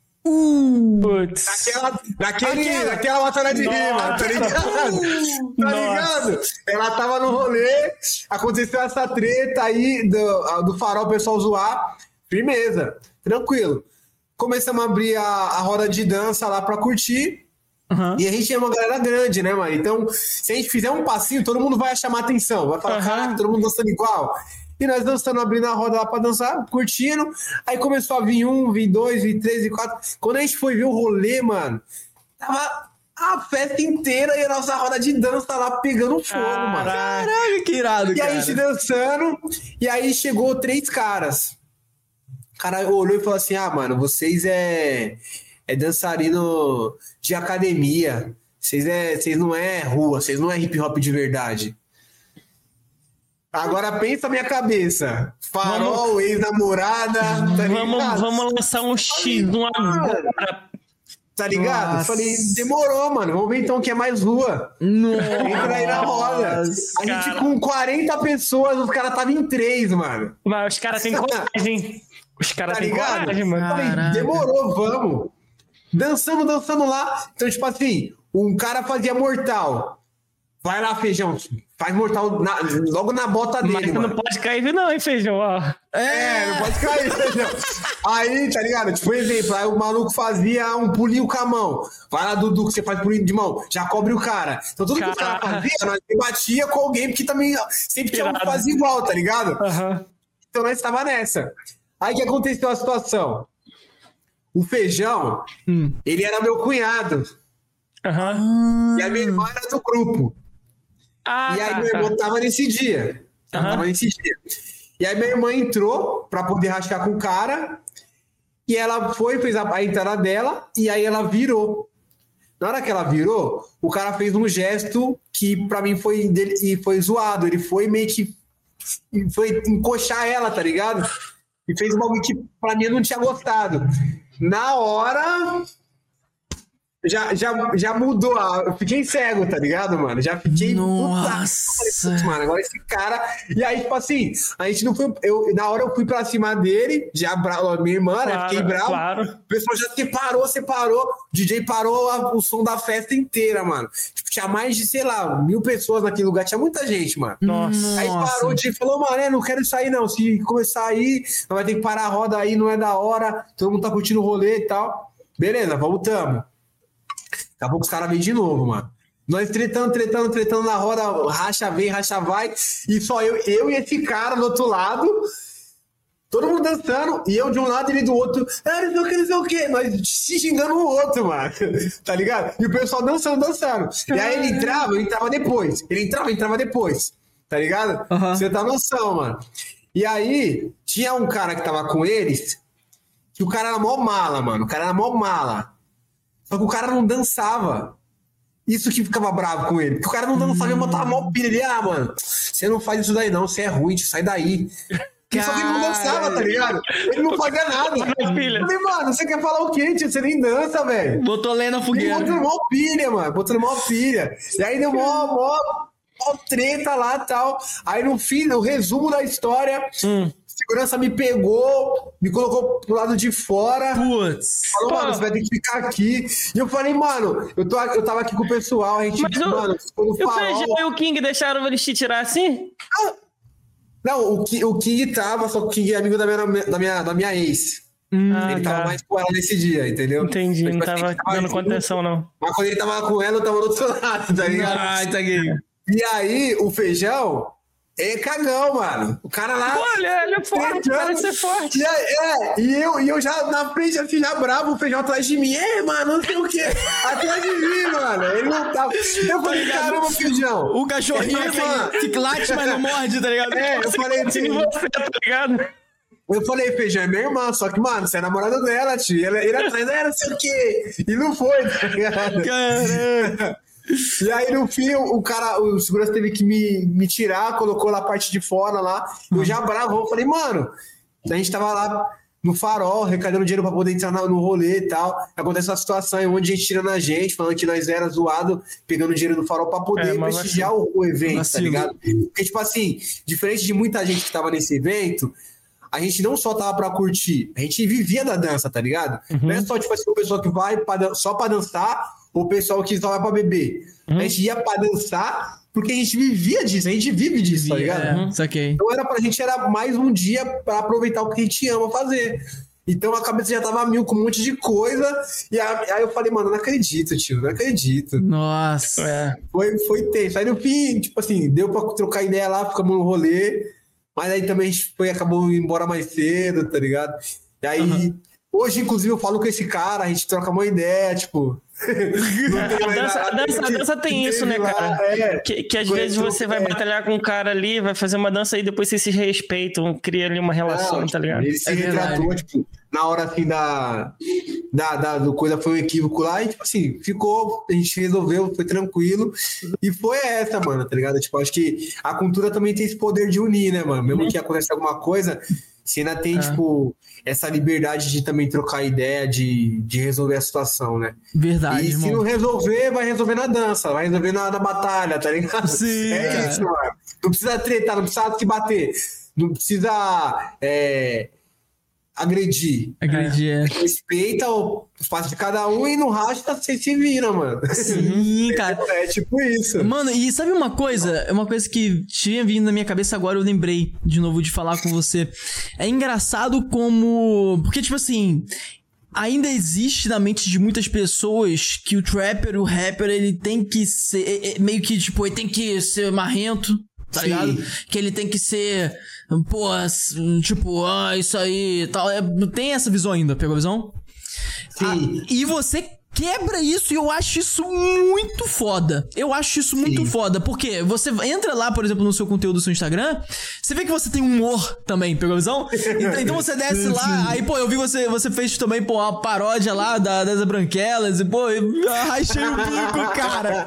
Putz. Daquela batalha de rima, tá ligado? Tá ligado? Ela tava no rolê, aconteceu essa treta aí do farol, o pessoal zoar. Firmeza, tranquilo. Começamos a abrir a roda de dança lá pra curtir. E a gente é uma galera grande, né, mano? Então, se a gente fizer um passinho, todo mundo vai chamar atenção. Vai falar, caraca, todo mundo dançando igual. E nós dançando, abrindo a roda lá pra dançar, curtindo. Aí começou a vir 1, vir 2, vir 3, vir 4. Quando a gente foi ver o rolê, mano, tava a festa inteira e a nossa roda de dança lá pegando fogo, mano. Caralho, que irado, E cara. aí a gente dançando, e aí chegou 3 caras. O cara olhou e falou assim, mano, vocês é dançarino de academia, vocês não é rua, vocês não é hip hop de verdade. Agora pensa a minha cabeça. Farol, ex-namorada, tá ligado? Vamos lançar um X1 agora. Tá ligado? Nossa. Falei, demorou, mano. Vamos ver então quem é mais rua. Entra aí na roda. A gente com 40 pessoas, os caras estavam em 3, mano. Mas os caras têm coragem. Os caras Tá têm ligado? coragem, mano. Falei, Caraca. demorou, vamos. Dançando lá. Então, tipo assim, um cara fazia mortal. Vai lá, Feijão. Faz mortal logo na bota Mas dele, você mano. não pode cair, não, hein, Feijão? Ó. Não pode cair, Feijão. Aí, tá ligado? Tipo, por exemplo, aí o maluco fazia um pulinho com a mão. Vai lá, Dudu, que você faz pulinho de mão. Já cobre o cara. Então, tudo que os caras faziam, nós batia com alguém, porque também sempre tinha um que fazia igual, tá ligado? Aham. Então, nós estava nessa. Aí, o que aconteceu a situação? O Feijão, ele era meu cunhado. Aham. E a minha irmã era do grupo. E aí, meu irmão tava nesse dia. E aí, minha irmã entrou pra poder rachar com o cara. E ela fez a entrada dela. E aí, ela virou. Na hora que ela virou, o cara fez um gesto que pra mim foi zoado. Ele foi meio que... Foi encoxar ela, tá ligado? E fez um bagulho que pra mim eu não tinha gostado. Na hora... Já mudou. Eu fiquei cego, tá ligado, mano? Já fiquei. Nossa. Mano, agora esse cara. E aí, tipo assim, a gente não foi. Na hora eu fui pra cima dele, já minha irmã, né? Fiquei bravo. Claro. O pessoal já separou. O DJ parou o som da festa inteira, mano. Tipo, tinha mais de, sei lá, 1000 pessoas naquele lugar. Tinha muita gente, mano. Nossa. Aí parou, o DJ falou, mano, não quero sair, não. Se começar aí, vai ter que parar a roda aí, não é da hora. Todo mundo tá curtindo o rolê e tal. Beleza, voltamos. Daqui a pouco os caras vêm de novo, mano. Nós tretando na roda, racha vem, racha vai. E só eu e esse cara do outro lado. Todo mundo dançando. E eu de um lado e ele do outro. Não sei o quê. Nós se xingando um outro, mano. Tá ligado? E o pessoal dançando. E aí ele entrava depois. Ele entrava depois. Tá ligado? Você tá noção, mano. E aí, tinha um cara que tava com eles. Que o cara era mó mala, mano. Só que o cara não dançava. Isso que ficava bravo com ele. Porque o cara não dançava e botava mó pilha. Ele, mano, você não faz isso daí não, você é ruim, sai daí. Só que ele não dançava, tá ligado? Ele não fazia nada. Eu falei, mano, você quer falar o quê, tio? Você nem dança, velho. Botou lenha na fogueira. Ele botou mó pilha, mano. E aí deu mó treta lá e tal. Aí no fim, no resumo da história... Segurança me pegou, me colocou pro lado de fora. Putz. Falou, mano, você vai ter que ficar aqui. E eu falei, mano, eu tava aqui com o pessoal, a gente, mano, ficou no farol. O Feijão e o King deixaram eles te tirar assim? Não, o King tava, só que o King é amigo da minha ex. Ele tava mais com ela nesse dia, entendeu? Entendi, Mas, não tipo, tava dando contenção, não. Mas quando ele tava com ela, eu tava do outro lado, tá ligado? Tá gay. E aí, o Feijão... É cagão, mano. O cara lá... Olha, ele é forte, parece ser forte. E eu já na frente, assim, já bravo, o Feijão atrás de mim. Mano, não sei o quê. Atrás de mim, mano. Ele não tava... Eu falei, caramba, Feijão. O cachorrinho que late, mas não morde, tá ligado? Eu falei assim... Você, tá ligado? Eu falei, Feijão, é minha irmã, só que, mano, você é namorada dela, tio. Ele atrás, não sei o quê. E não foi, tá ligado? Caramba. E aí, no fim, o segurança teve que me tirar, colocou lá a parte de fora lá. Eu já bravo, eu falei, mano, a gente tava lá no farol, arrecadando dinheiro pra poder entrar no rolê e tal. Acontece uma situação, um monte de gente tirando a gente, falando que nós era zoado, pegando dinheiro do farol pra poder prestigiar o evento, tá ligado? Porque, tipo assim, diferente de muita gente que tava nesse evento, a gente não só tava pra curtir, a gente vivia da dança, tá ligado? Não é só, tipo assim, o pessoal que vai só pra dançar, ou o pessoal que só vai pra beber. A gente ia pra dançar porque a gente vivia disso, a gente vive disso, tá ligado? Saquei. Então pra gente era mais um dia pra aproveitar o que a gente ama fazer. Então a cabeça já tava mil com um monte de coisa. E aí eu falei, mano, não acredito, tio, não acredito. Nossa. Foi tenso. Aí no fim, tipo assim, deu pra trocar ideia lá, ficamos no rolê. Mas aí também a gente acabou indo embora mais cedo, tá ligado? E aí Hoje, inclusive, eu falo com esse cara, a gente troca uma ideia, tipo... A dança tem isso, né, cara? Que às vezes você vai batalhar com um cara ali, vai fazer uma dança e depois vocês se respeitam, cria ali uma relação, tá ligado? Ele se retratou, tipo, na hora assim do coisa foi um equívoco lá e, tipo assim, ficou, a gente resolveu, foi tranquilo e foi essa, mano, tá ligado? Tipo, acho que a cultura também tem esse poder de unir, né, mano? Mesmo que aconteça alguma coisa, você ainda tem, tipo, essa liberdade de também trocar ideia, de resolver a situação, né? Verdade, e irmão. se não resolver, vai resolver na dança, vai resolver na batalha, tá ligado? Sim, cara. Isso, mano. Não precisa tretar, não precisa se bater, não precisa agredir. Respeita o espaço de cada um e no rasta você se vira, mano. Sim, cara. É tipo isso. Mano, e sabe uma coisa? É uma coisa que tinha vindo na minha cabeça agora, eu lembrei de novo de falar com você. É engraçado como... Porque, tipo assim... Ainda existe na mente de muitas pessoas que o trapper, o rapper, ele tem que ser... meio que, tipo, ele tem que ser marrento, tá ligado? Que ele tem que ser... Pô, tipo, isso aí tal. Tem essa visão ainda, pegou a visão? Sim. E você quebra isso e eu acho isso muito foda. Eu acho isso muito foda. Porque você entra lá, por exemplo, no seu conteúdo do seu Instagram, você vê que você tem humor também, pegou a visão? Então você desce lá, aí, pô, eu vi você fez também, pô, uma paródia lá das Branquelas, e, pô, eu rachei o bico, cara.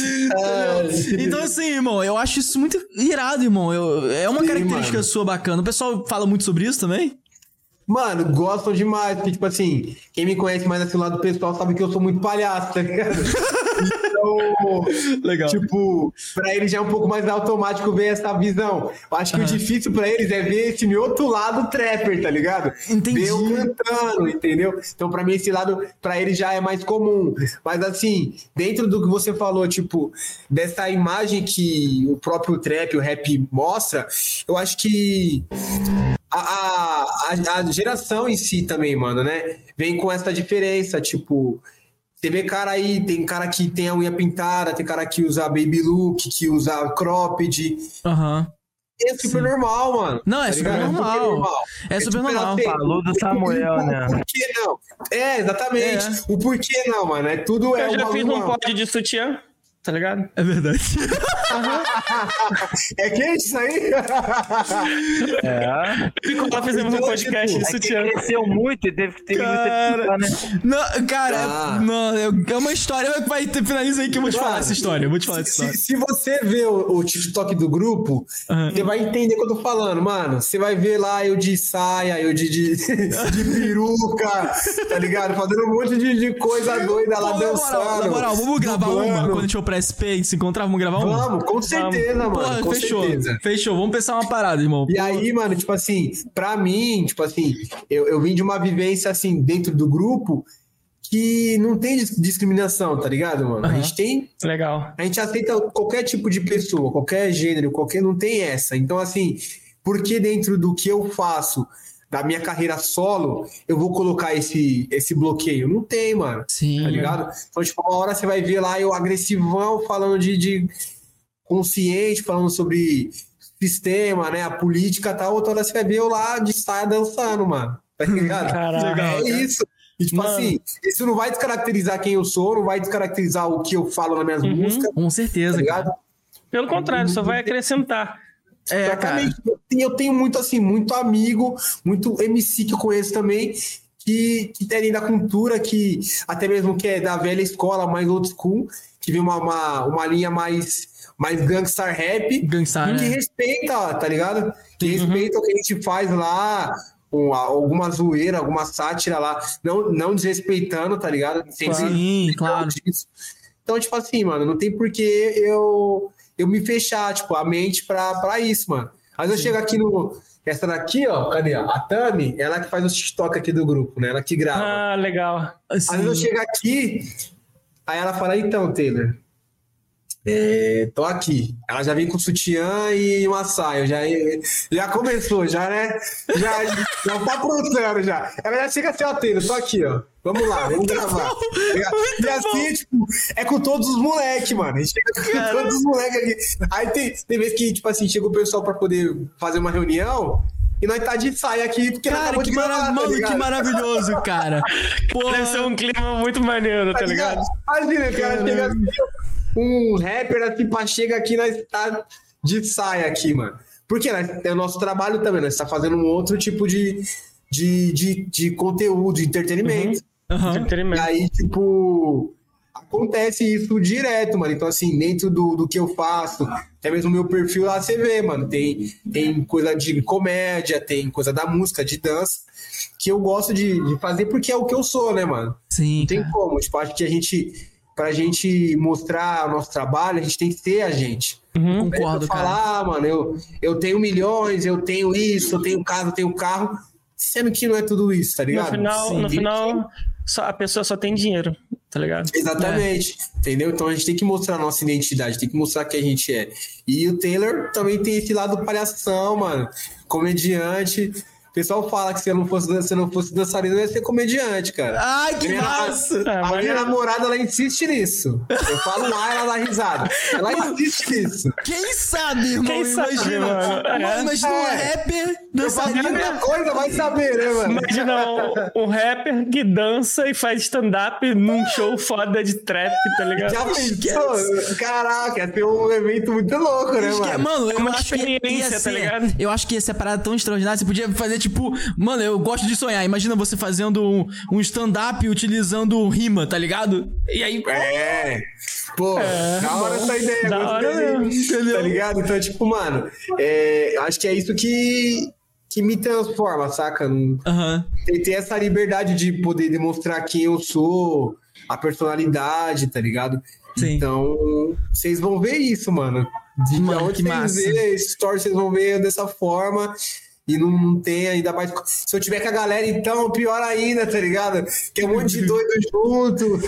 Então, assim, irmão, eu acho isso muito irado, irmão. É uma característica sua bacana. O pessoal fala muito sobre isso também? Mano, gostam demais, porque, tipo assim, quem me conhece mais assim, lado pessoal sabe que eu sou muito palhaço, tá ligado? Então, legal. Tipo, pra eles já é um pouco mais automático ver essa visão. Eu acho que o difícil pra eles é ver esse meu outro lado trapper, tá ligado? Entendi. Ver eu cantando, entendeu? Então, pra mim, esse lado, pra eles já é mais comum. Mas, assim, dentro do que você falou, tipo, dessa imagem que o próprio trap, o rap mostra, eu acho que... A geração em si também, mano, né? Vem com essa diferença, tipo... Você vê cara aí, tem cara que tem a unha pintada, tem cara que usa baby look, que usa cropped. É super normal, mano. Não, é super normal. É super normal. Falou do Samuel, né? Por que não? Exatamente. O porquê não, mano. É tudo... Eu já fiz um pod de sutiã. Tá ligado? É verdade. É que é isso aí? Ficou lá, fizemos um podcast de sutiã. Cresceu muito e teve que ter cara, né? Não, cara, é uma história. Vai ter finaliza aí que eu vou te falar essa história. Eu vou te falar essa história. Se você ver o TikTok do grupo, você vai entender o que eu tô falando, mano. Você vai ver lá eu de saia, eu de peruca, tá ligado? Fazendo um monte de coisa doida lá, dançando. Na moral, vamos gravar uma quando a gente for pra SP, a gente se encontrar, vamos gravar uma? Vamos, com certeza, mano. Porra, com fechou. certeza. Fechou, vamos pensar uma parada, irmão. E aí, mano, tipo assim, pra mim, tipo assim, eu vim de uma vivência, assim, dentro do grupo que não tem discriminação, tá ligado, mano? A gente tem... Legal. A gente aceita qualquer tipo de pessoa, qualquer gênero, não tem essa. Então, assim, porque dentro do que eu faço, da minha carreira solo, eu vou colocar esse bloqueio? Não tem, mano. Sim. Tá ligado? Então, tipo, uma hora você vai ver lá eu agressivão falando de consciente, falando sobre sistema, né? A política e tal. Outra hora você vai ver eu lá de saia dançando, mano. Tá ligado? Caraca. É isso. E, tipo assim, isso não vai descaracterizar quem eu sou, não vai descaracterizar o que eu falo nas minhas músicas. Com certeza, tá ligado? Pelo contrário, só vai acrescentar. Exatamente. Cara. Eu tenho muito, assim, muito amigo, muito MC que eu conheço também, que tem da cultura, que até mesmo que é da velha escola, mais old school, que vem uma linha mais gangster rap, que respeita, tá ligado? Que respeita o que a gente faz lá, alguma zoeira, alguma sátira lá, não desrespeitando, tá ligado? Sim, claro. Então, tipo assim, mano, não tem por que eu me fechar, tipo, a mente pra isso, mano. Às vezes eu chego aqui essa daqui, ó, cadê? A Tami, ela que faz o TikTok aqui do grupo, né? Ela que grava. Ah, legal. Às vezes eu chego aqui, aí ela fala, então, Taylor, tô aqui. Ela já vem com sutiã e uma saia, já começou, já, né? Já tá aprontando, já. Ela já chega assim, ó, Taylor, tô aqui, ó. Vamos lá, vamos gravar. E assim, tipo, é com todos os moleques, mano. A gente chega com todos os moleques aqui. Aí tem vezes que, tipo assim, chega o pessoal pra poder fazer uma reunião, e nós tá de saia aqui, porque nós Cara, acabamos que, de gravar, tá ligado? que maravilhoso, cara. Porra. Deve ser um clima muito maneiro, tá ligado? Imagina, cara, chega assim, um rapper assim, pá, chega aqui, nós tá de saia aqui, mano. Porque nós tem o nosso trabalho também, nós tá fazendo um outro tipo de conteúdo, de entretenimento. Entretenimento. E aí, tipo, acontece isso direto, mano. Então, assim, dentro do que eu faço, até mesmo o meu perfil lá, você vê, mano. Tem coisa de comédia, tem coisa da música, de dança, que eu gosto de fazer porque é o que eu sou, né, mano? Sim, não tem como. Tipo, acho que pra gente mostrar o nosso trabalho, a gente tem que ser a gente. Concordo, cara. Falar, mano, eu tenho milhões, eu tenho isso, eu tenho casa, eu tenho carro, sendo que não é tudo isso, tá ligado? No final a pessoa só tem dinheiro, tá ligado? Exatamente, entendeu? Então a gente tem que mostrar a nossa identidade, tem que mostrar que a gente é. E o Taylor também tem esse lado palhação, mano, comediante. O pessoal fala que se eu não fosse dançarino, eu ia ser comediante, cara. Ai, que massa! A minha namorada, ela insiste nisso. Eu falo lá, ela dá risada. Ela insiste nisso. Quem sabe, irmão? Quem sabe, Imagina, mano? Imagina um rapper dançarino. A mesma coisa, vai saber, né, mano? Imagina um rapper que dança e faz stand-up num show foda de trap, tá ligado? Já pensou? Caraca, ia ter um evento muito louco, né, mano? Mano, eu uma acho que ia experiência, tá ligado? Eu acho que ia ser parada tão extraordinária. Você podia fazer, tipo... Mano, eu gosto de sonhar. Imagina você fazendo um stand-up utilizando rima, tá ligado? E aí... Pô, da hora essa ideia. Da hora mesmo, tá ligado? Então, tipo, mano, acho que é isso que me transforma, saca? Ter essa liberdade de poder demonstrar quem eu sou, a personalidade, tá ligado? Sim. Então, vocês vão ver isso, mano. Mano, onde que massa. vocês verem esse story, vocês vão ver dessa forma. E não tem ainda mais... Se eu tiver com a galera, então, pior ainda, tá ligado? Que é um monte de doido junto.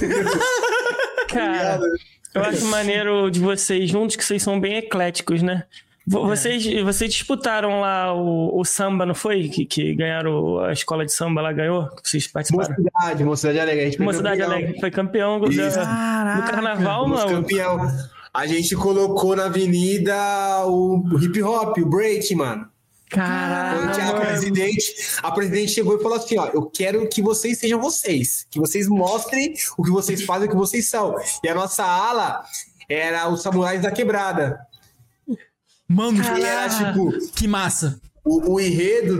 Cara, eu acho maneiro de vocês juntos que vocês são bem ecléticos, né? Vocês disputaram lá o samba, não foi? Que ganharam, a escola de samba lá ganhou? Que vocês participaram? Mocidade Alegre. Mocidade Alegre. Foi campeão do carnaval, mano. Campeão. A gente colocou na avenida o hip hop, o break, mano. Caralho. A presidente chegou e falou assim, ó, eu quero que vocês sejam vocês, que vocês mostrem o que vocês fazem, o que vocês são. E a nossa ala era os Samurais da Quebrada. Mano, que era tipo... Que massa. O enredo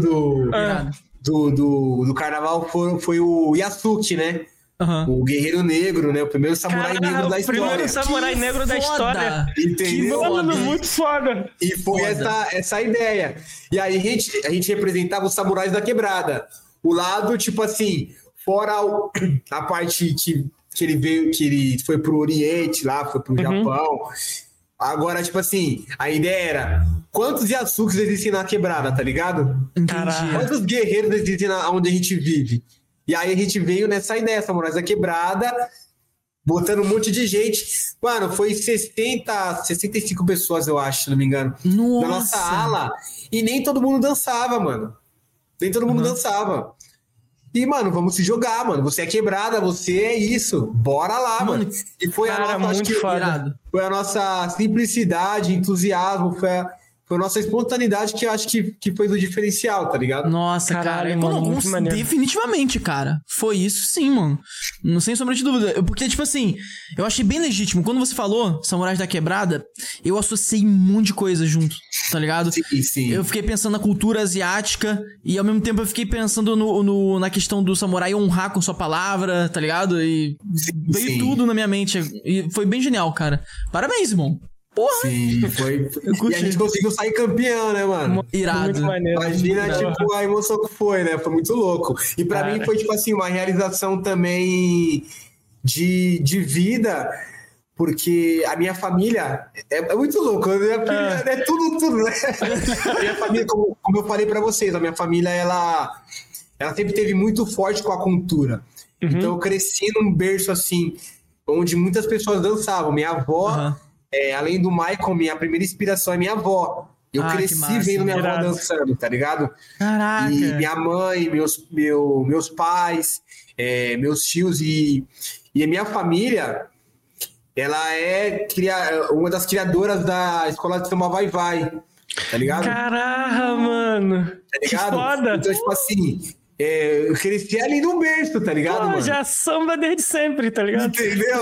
do carnaval foi o Yasuke, né? O guerreiro negro, né? O primeiro samurai negro da história. O primeiro samurai negro da história. Entendeu? Que mano, muito foda. E foi essa ideia. E aí a gente representava os samurais da quebrada. O lado, tipo assim, fora a parte que ele veio, que ele foi pro Oriente lá, foi pro Japão. Agora, tipo assim, a ideia era quantos Yasukes existem na quebrada, tá ligado? Entendi. Quantos guerreiros existem onde a gente vive? E aí a gente veio nessa ideia, Samurais da Quebrada, botando um monte de gente. Mano, foi 65 pessoas, eu acho, se não me engano. Nossa. Na nossa ala. E nem todo mundo dançava, mano. Nem todo mundo dançava. E, mano, vamos se jogar, mano. Você é quebrada, você é isso. Bora lá, mano. E foi a nossa, foi a nossa simplicidade, entusiasmo, foi a nossa espontaneidade que eu acho que foi do diferencial, tá ligado? Nossa, caralho, cara. mano, muito maneiro. Definitivamente, cara. Foi isso sim, mano. Não sem sombra de dúvida. Porque, tipo assim, eu achei bem legítimo. Quando você falou Samurais da Quebrada, eu associei um monte de coisa junto, tá ligado? Sim. Eu fiquei pensando na cultura asiática e, ao mesmo tempo, eu fiquei pensando na questão do samurai honrar com sua palavra, tá ligado? E veio tudo na minha mente. E foi bem genial, cara. Parabéns, irmão. Porra! Sim, foi. E a gente conseguiu sair campeão, né, mano? Irado. Imagina, tipo, a emoção que foi, né? Foi muito louco. E pra mim foi, tipo assim, uma realização também de vida, porque a minha família é muito louco. A minha família é tudo, né? A minha família, como eu falei pra vocês, a minha família, ela sempre teve muito forte com a cultura. Então eu cresci num berço, assim, onde muitas pessoas dançavam. Minha avó... além do Michael, minha primeira inspiração é minha avó. Eu cresci vendo minha avó dançando, tá ligado? Caraca! E minha mãe, meus pais, meus tios e a minha família, ela é uma das criadoras da escola de samba Vai Vai. tá ligado? Caraca, mano. Tá ligado? Que foda. Então, tipo assim, eu cresci ali no berço, tá ligado, mano? Já samba desde sempre, tá ligado? Entendeu?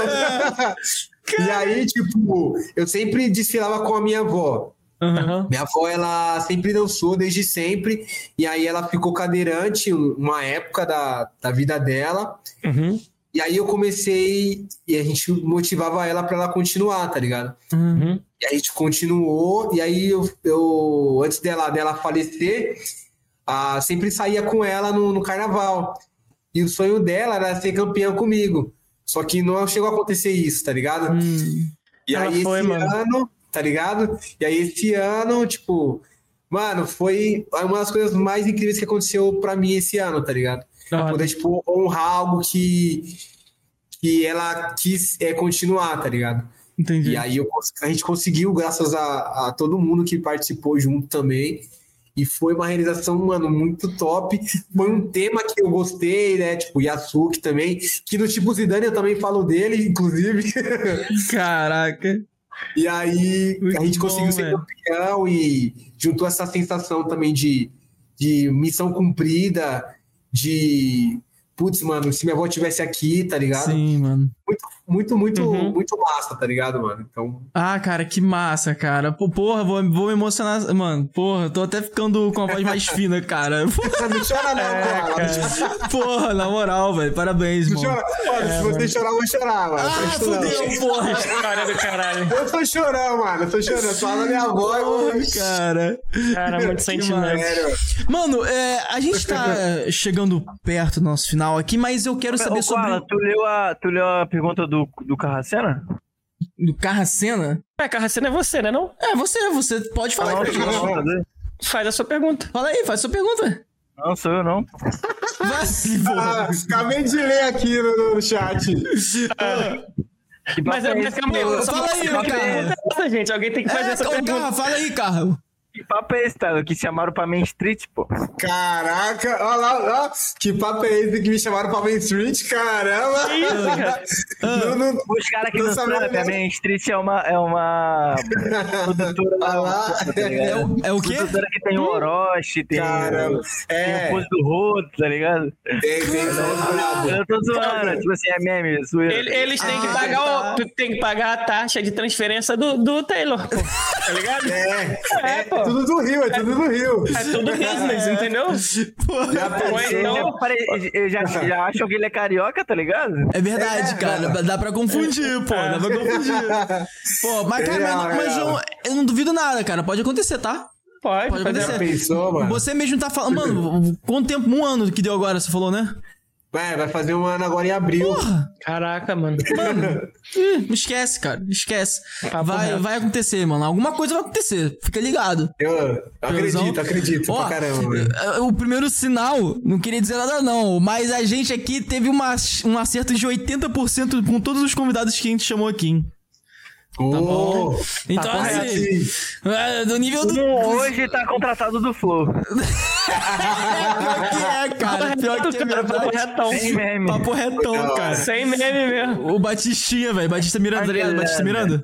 E aí, tipo, eu sempre desfilava com a minha avó. Uhum. Minha avó, ela sempre dançou desde sempre, e aí ela ficou cadeirante uma época da vida dela, e aí eu comecei, e a gente motivava ela pra ela continuar, tá ligado? E aí a gente continuou, e aí eu antes dela falecer, sempre saía com ela no carnaval, e o sonho dela era ser campeã comigo, só que não chegou a acontecer isso, tá ligado? E Ela aí foi, esse mano. ano... Tá ligado? E aí esse ano, tipo, mano, foi uma das coisas mais incríveis que aconteceu pra mim esse ano, tá ligado? Poder, tipo, honrar algo que ela quis continuar, tá ligado? Entendi. E aí a gente conseguiu, graças a todo mundo que participou junto também. E foi uma realização, mano, muito top. Foi um tema que eu gostei, né? Tipo, Yasuki também. Que no tipo Zidane eu também falo dele, inclusive. Caraca. E aí Muito a gente bom, conseguiu ser velho. campeão e juntou essa sensação também de missão cumprida, de putz, mano, se minha avó estivesse aqui, tá ligado? Sim, mano. Muito massa, tá ligado, mano? Então, Ah, cara, que massa, cara. Porra, vou me emocionar. Mano, porra, tô até ficando com a voz mais fina, cara. não chora não, cara. Porra, na moral, velho. Parabéns, Não mano. chora. Mano, se você chorar, eu vou chorar, mano. Ah, Não presta, não. fudeu, porra. Cara do caralho. Eu tô chorando, mano. Eu tô chorando. Fala minha voz, mano. Cara. Cara, muito sentimento. Sério. Mano, a gente tá chegando perto do nosso final aqui, mas eu quero saber sobre... Koala, tu leu a pergunta do Carracena? Do Carracena? Carracena é você, né não? Você pode falar aí pra gente. Faz a sua pergunta. Fala aí, faz sua pergunta. Não, sou eu não. Vai se porra. Acabei de ler aqui no chat. Mas calma aí, eu só Fala aí, uma cara. pergunta essa, gente. Alguém tem que fazer essa pergunta. Carra, fala aí, Carra. Que papo é esse, tá? Que chamaram pra Main Street, pô. Caraca, olha lá, ó, que papo é esse que me chamaram pra Main Street, caramba! Que isso, cara? Os caras que Não não sabem sabia que a mesmo. Main Street é uma produtora Olha lá. tá ligado? É o quê? Produtora que tem o Orochi, tem Caramba, tem o Pose do Rodo, tá ligado? Eu tô zoando, tipo assim, é meme, zoeira. Eles têm que pagar tem que pagar a taxa de transferência do Taylor, pô. Tá ligado? É tudo do Rio, é tudo do Rio. É tudo business, entendeu? Já pensou? Eu já acho que ele é carioca, tá ligado? É verdade, cara. Dá pra confundir, pô. Dá pra confundir. Pô, mas, cara, mas eu não duvido nada, cara. Pode acontecer, tá? Pode Pode fazer. acontecer. Pensou, mano? Você mesmo tá falando... Mano, quanto tempo? 1 ano que deu agora, você falou, né? Vai fazer um ano agora em abril. Porra! Caraca, mano. Esquece, cara. Esquece. Papo reto. Vai acontecer, mano. Alguma coisa vai acontecer. Fica ligado. Eu acredito Ó, pra caramba, mano. o primeiro sinal, não queria dizer nada não, mas a gente aqui teve um acerto de 80% com todos os convidados que a gente chamou aqui, hein? Tá bom. Então, Papo assim, do nível do... Hoje tá contratado do Flow. Pior que é, cara. Pior que é Papo verdade. retão. Sem meme. Papo retão, cara. Sem meme mesmo. O Batistinha, velho. Batista Miranda, tá ligado? Batista Miranda?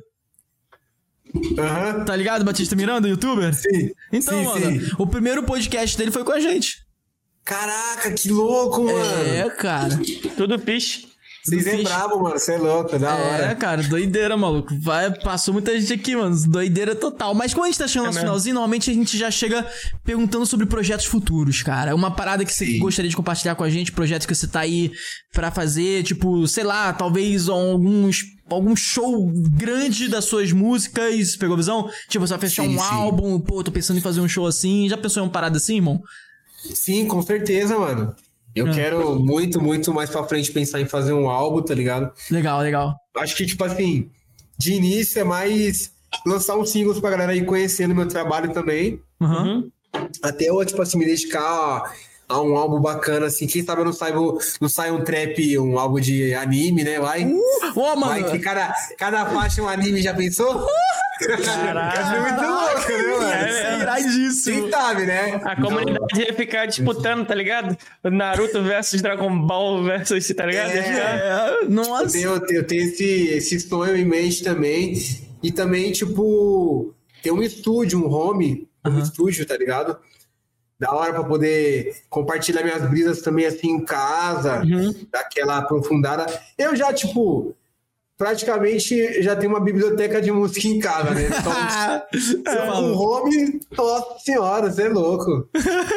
Aham. Tá ligado? Batista Miranda, youtuber? Sim. Então, Sim, mano, sim. o primeiro podcast dele foi com a gente. Caraca, que louco, mano. É, cara. Tudo piche. Vocês é brabo, mano. Você é louco, da hora. É, cara, doideira, maluco. Passou muita gente aqui, mano. Doideira total. Mas quando a gente tá chegando no finalzinho, normalmente a gente já chega perguntando sobre projetos futuros, cara. Uma parada que você gostaria de compartilhar com a gente, projetos que você tá aí pra fazer, tipo, sei lá, talvez algum show grande das suas músicas, pegou a visão? Tipo, você vai fechar um álbum, pô, tô pensando em fazer um show assim. Já pensou em uma parada assim, irmão? Sim, com certeza, mano. Eu quero muito mais pra frente pensar em fazer um álbum, tá ligado? Legal. Acho que, tipo assim, de início é mais lançar uns singles pra galera ir conhecendo meu trabalho também. Uhum. Até eu, tipo assim, me dedicar a um álbum bacana, assim. Quem sabe eu não sai um trap, um álbum de anime, né? Vai. Mano. Vai que cada faixa é um anime, já pensou? Caraca. É muito louco, né, mano? É iradíssimo. Quem sabe, né? A comunidade ia ficar disputando, tá ligado? Naruto versus Dragon Ball versus, tá ligado? Nossa. Eu tenho esse sonho em mente também. E também, tipo, ter um estúdio, um home, home studio, tá ligado? Da hora pra poder compartilhar minhas brisas também, assim, em casa, daquela aprofundada. Eu já, tipo, praticamente já tenho uma biblioteca de música em casa, né? Então, um home, nossa senhora, você é louco.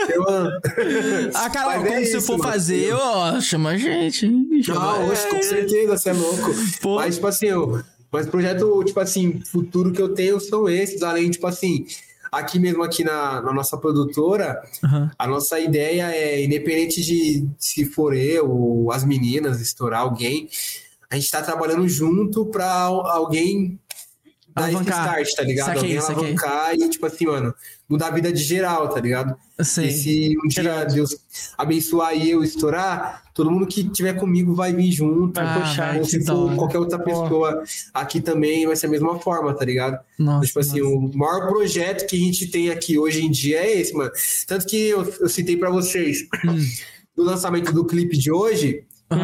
Carol, quando você for fazer, chama a gente. Com certeza, você é louco. Pô. Mas, tipo assim, mas projeto, tipo assim, futuro que eu tenho são esses, além, tipo assim... Aqui mesmo, aqui na nossa produtora, a nossa ideia é, independente de se for eu ou as meninas, estourar alguém, a gente tá trabalhando junto pra alguém dar esse start, tá ligado? Alguém alavancar e, tipo assim, mano, mudar a vida de geral, tá ligado? E se um dia Deus abençoar e eu estourar, todo mundo que tiver comigo vai vir junto. Vai puxar. Ou se for qualquer outra pessoa aqui também, vai ser a mesma forma, tá ligado? Nossa, tipo assim, o maior projeto que a gente tem aqui hoje em dia é esse, mano. Tanto que eu citei pra vocês no lançamento do clipe de hoje,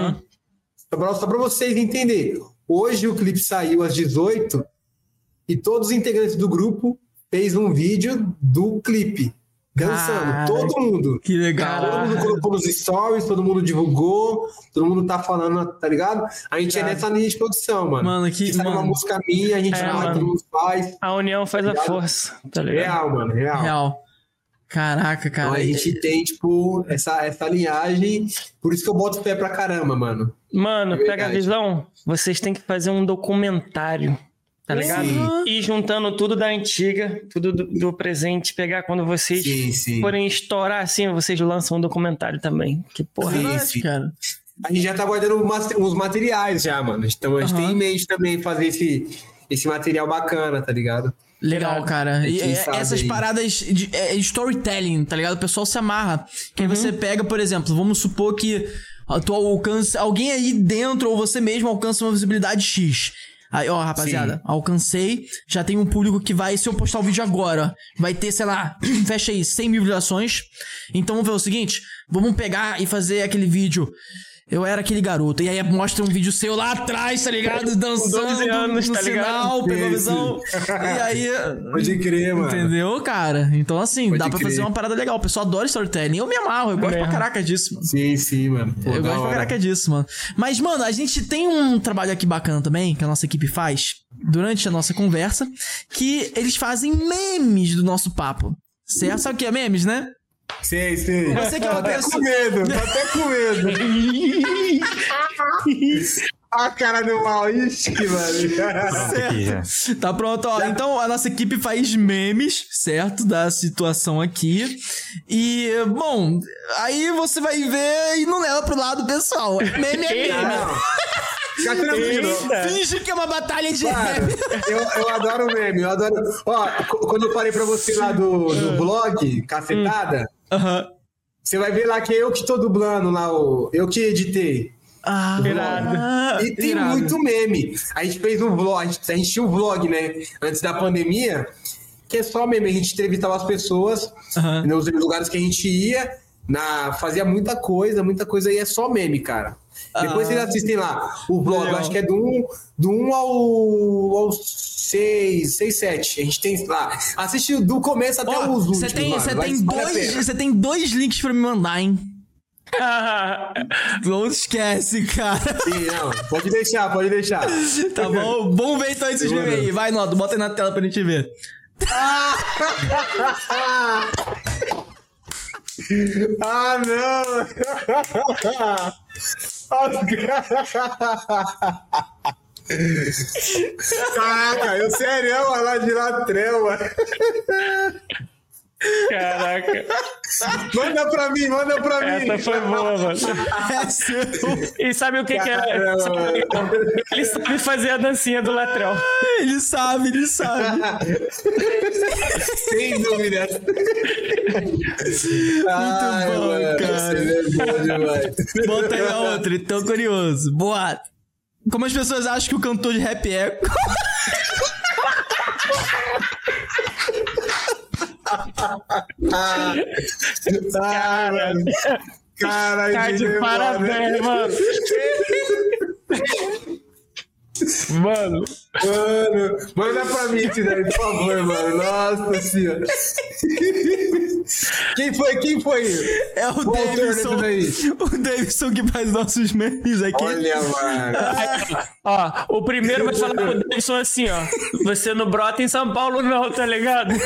só pra vocês entenderem. Hoje o clipe saiu às 18 e todos os integrantes do grupo fez um vídeo do clipe. Dançando, todo mundo. Que legal. Todo mundo colocou nos stories, todo mundo divulgou, todo mundo tá falando, tá ligado? A gente é nessa linha de produção, mano. Mano, que sai uma música minha, a gente vai, todo mundo faz. A união faz a força, tá ligado? Real, mano, real. Caraca, cara. Então a gente tem, tipo, essa linhagem, por isso que eu boto pé pra caramba, mano. Mano, pega a visão, vocês têm que fazer um documentário. Tá ligado? E juntando tudo da antiga, tudo do presente, pegar quando vocês forem estourar assim, vocês lançam um documentário também. Que porra, cara. A gente já tá guardando uns materiais já, mano. Então a gente tem em mente também fazer esse material bacana, tá ligado? Legal, cara. E essas paradas de storytelling, tá ligado? O pessoal se amarra. Que aí você pega, por exemplo, vamos supor que tu alcance, alguém aí dentro ou você mesmo alcança uma visibilidade X. Aí, rapaziada, alcancei, já tem um público que vai, se eu postar o vídeo agora, vai ter, sei lá, fecha aí, 100 mil visualizações. Então vamos ver o seguinte, vamos pegar e fazer aquele vídeo... Eu era aquele garoto. E aí mostra um vídeo seu lá atrás, tá ligado? Dançando 12 anos, no tá sinal, ligado? pegou a visão. E aí... Pode crer, mano. Entendeu, cara? Então, assim, dá pra fazer uma parada legal. O pessoal adora storytelling. Eu me amarro, eu gosto pra caraca disso, mano. Sim, mano. Eu gosto pra caraca disso, mano. Mas, mano, a gente tem um trabalho aqui bacana também, que a nossa equipe faz, durante a nossa conversa, que eles fazem memes do nosso papo. Certo? Sabe o que é memes, né? Sei. Você que é uma pessoa... Tô até com medo. A cara do mal, ixi, mano. Certo. Tá pronto, ó. Então, a nossa equipe faz memes, certo? Da situação aqui. E, bom, aí você vai ver e não leva pro lado pessoal. Meme é meme. Fica tranquilo. Finge que é uma batalha de rap. Eu adoro meme, eu adoro... Ó, quando eu falei pra você lá do vlog, Cacetada, você vai ver lá que é eu que tô dublando lá, eu que editei. Irado. E tem muito meme. A gente fez um vlog, a gente tinha um vlog, né, antes da pandemia, que é só meme. A gente entrevistava as pessoas nos lugares que a gente ia, fazia muita coisa e é só meme, cara. Depois vocês assistem lá o vlog, eu acho que é do 1 ao 6, 7. A gente tem lá. Assiste do começo até os últimos. Você tem 2 links pra me mandar, hein? Não esquece, cara. Sim, não. Pode deixar. Tá bom? Vamos ver então esses memes aí. Vai, Nodo, bota aí na tela pra gente ver. Não! Caraca, eu sério, lá de latrel, mano. Caraca. Manda pra mim. Essa foi boa, mano. E sabe o que é? Ele sabe fazer a dancinha do latrel. Ele sabe. Sem dúvida. Muito bom, mano, cara. É bom demais. Bota aí a outra, tô curioso. Boa. Como as pessoas acham que o cantor de rap é... Cara, tá de parabéns, mano. Mano, manda pra mim isso daí, por favor, mano. Nossa senhora. Quem foi? É o Davidson. O Davidson que faz nossos memes aqui. Olha, mano. ó, o primeiro vai falar pro Davidson assim, ó. Você não brota em São Paulo não, tá ligado?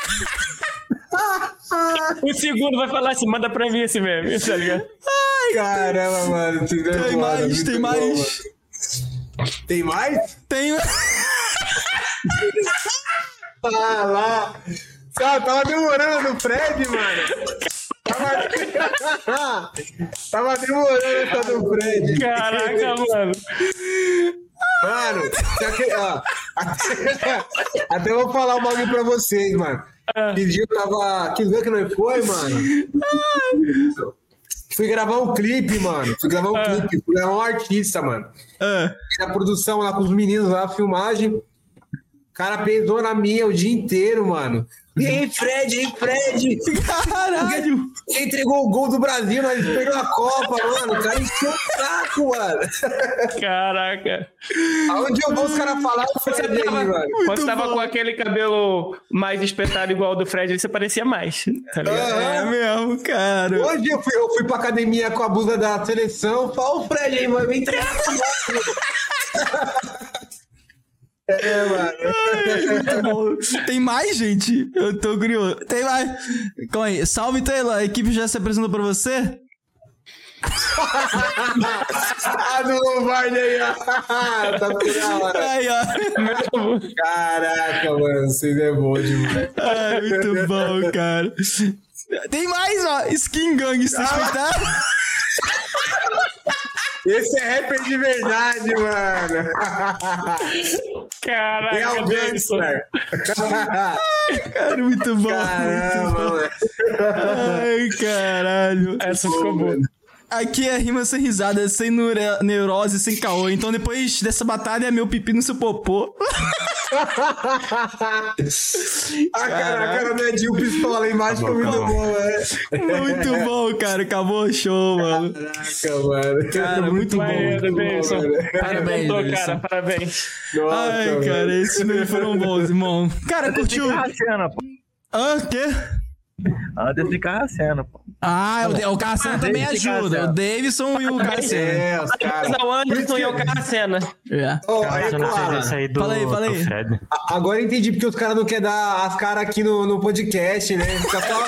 O segundo vai falar assim, manda pra mim esse meme, tá ligado? Caramba, mano. Tem mais. Tem mais? Tem. Ah, lá. Tava demorando no Fred, mano. Tava demorando essa do Fred. Caraca, mano. Mano, até vou falar um bagulho pra vocês, mano. Que dia eu tava... Que dia que não foi, mano? Fui gravar um clipe, mano. Fui gravar um artista, mano. Na produção lá com os meninos lá, filmagem. O cara pesou na minha o dia inteiro, mano. E aí, Fred? Caralho! Quem entregou o gol do Brasil, nós perdeu a Copa, mano. O cara encheu o saco, mano. Caraca. Aonde eu vou, os caras falaram o Fred aí, mano. Quando você tava com aquele cabelo mais espetado igual ao do Fred, você parecia mais, tá ligado? É mesmo, cara. Hoje eu fui pra academia com a blusa da seleção. Fala o Fred aí, mano. Me entrega a mano. Tem mais, gente? Eu tô curioso. Tem mais. Calma aí. Salve, Taylor. A equipe já se apresentou pra você? Do Lombardi aí, ó. Tá por da hora. Aí, ó. Caraca, mano. Vocês é bom demais. Ai, muito bom, cara. Tem mais, ó. Skin Gang. Vocês escutaram? Esse é rapper de verdade, mano. Caraca, é o gangster. Cara, muito bom. Caramba, mano. Ai, caralho. Essa ficou boa. Aqui é rima sem risada, sem neurose, sem caô. Então depois dessa batalha é meu pipi no seu popô. A cara do Edinho Pistola embaixo ficou muito bom, velho. Muito bom, cara. Acabou o show, mano. Caraca, mano. Cara, muito bom. Parabéns, cara. Parabéns. Nossa, ai, cara, esses memes foram bons, irmão. Cara, curtiu? Hã? O quê? Anderson e Carracena, pô. Ah, o Carracena também ajuda. O Davidson e o Carracena. Os caras. O Anderson e o Carracena. Fala aí. Agora eu entendi porque os caras não querem dar as caras aqui no podcast, né? Fica só...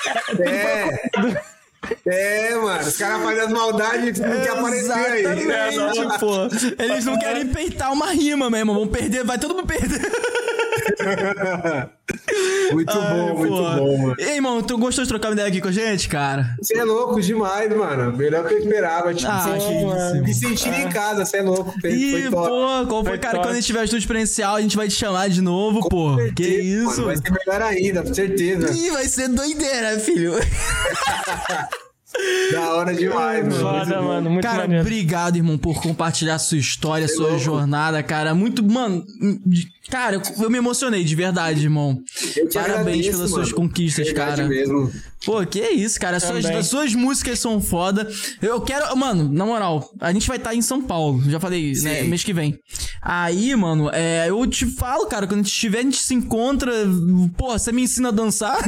mano, os caras fazem as maldades que não quer aparecer aí. Exatamente, pô. Eles não querem peitar uma rima mesmo. Vão perder, vai todo mundo perder. Muito bom, mano. Ei, irmão, tu gostou de trocar uma ideia aqui com a gente, cara? Você é louco demais, mano. Melhor que eu esperava. Tipo, me sentir em casa, você é louco. Ih, pô, qual foi, cara? Quando a gente tiver estudo diferencial, a gente vai te chamar de novo, pô. Certeza, que isso? Mano, vai ser melhor ainda, com certeza. Ih, vai ser doideira, filho. Da hora demais, mano. Foda, mano. Muito cara, maneiro. Obrigado, irmão, por compartilhar sua história, sua jornada, cara. Muito, mano. Cara, eu me emocionei, de verdade, irmão. Parabéns pelas suas conquistas, cara. Mesmo. Pô, que isso, cara. Suas músicas são foda. Eu quero... Mano, na moral, a gente vai estar em São Paulo. Já falei, né? Mês que vem. Aí, mano, eu te falo, cara, quando a gente estiver, a gente se encontra. Pô, você me ensina a dançar?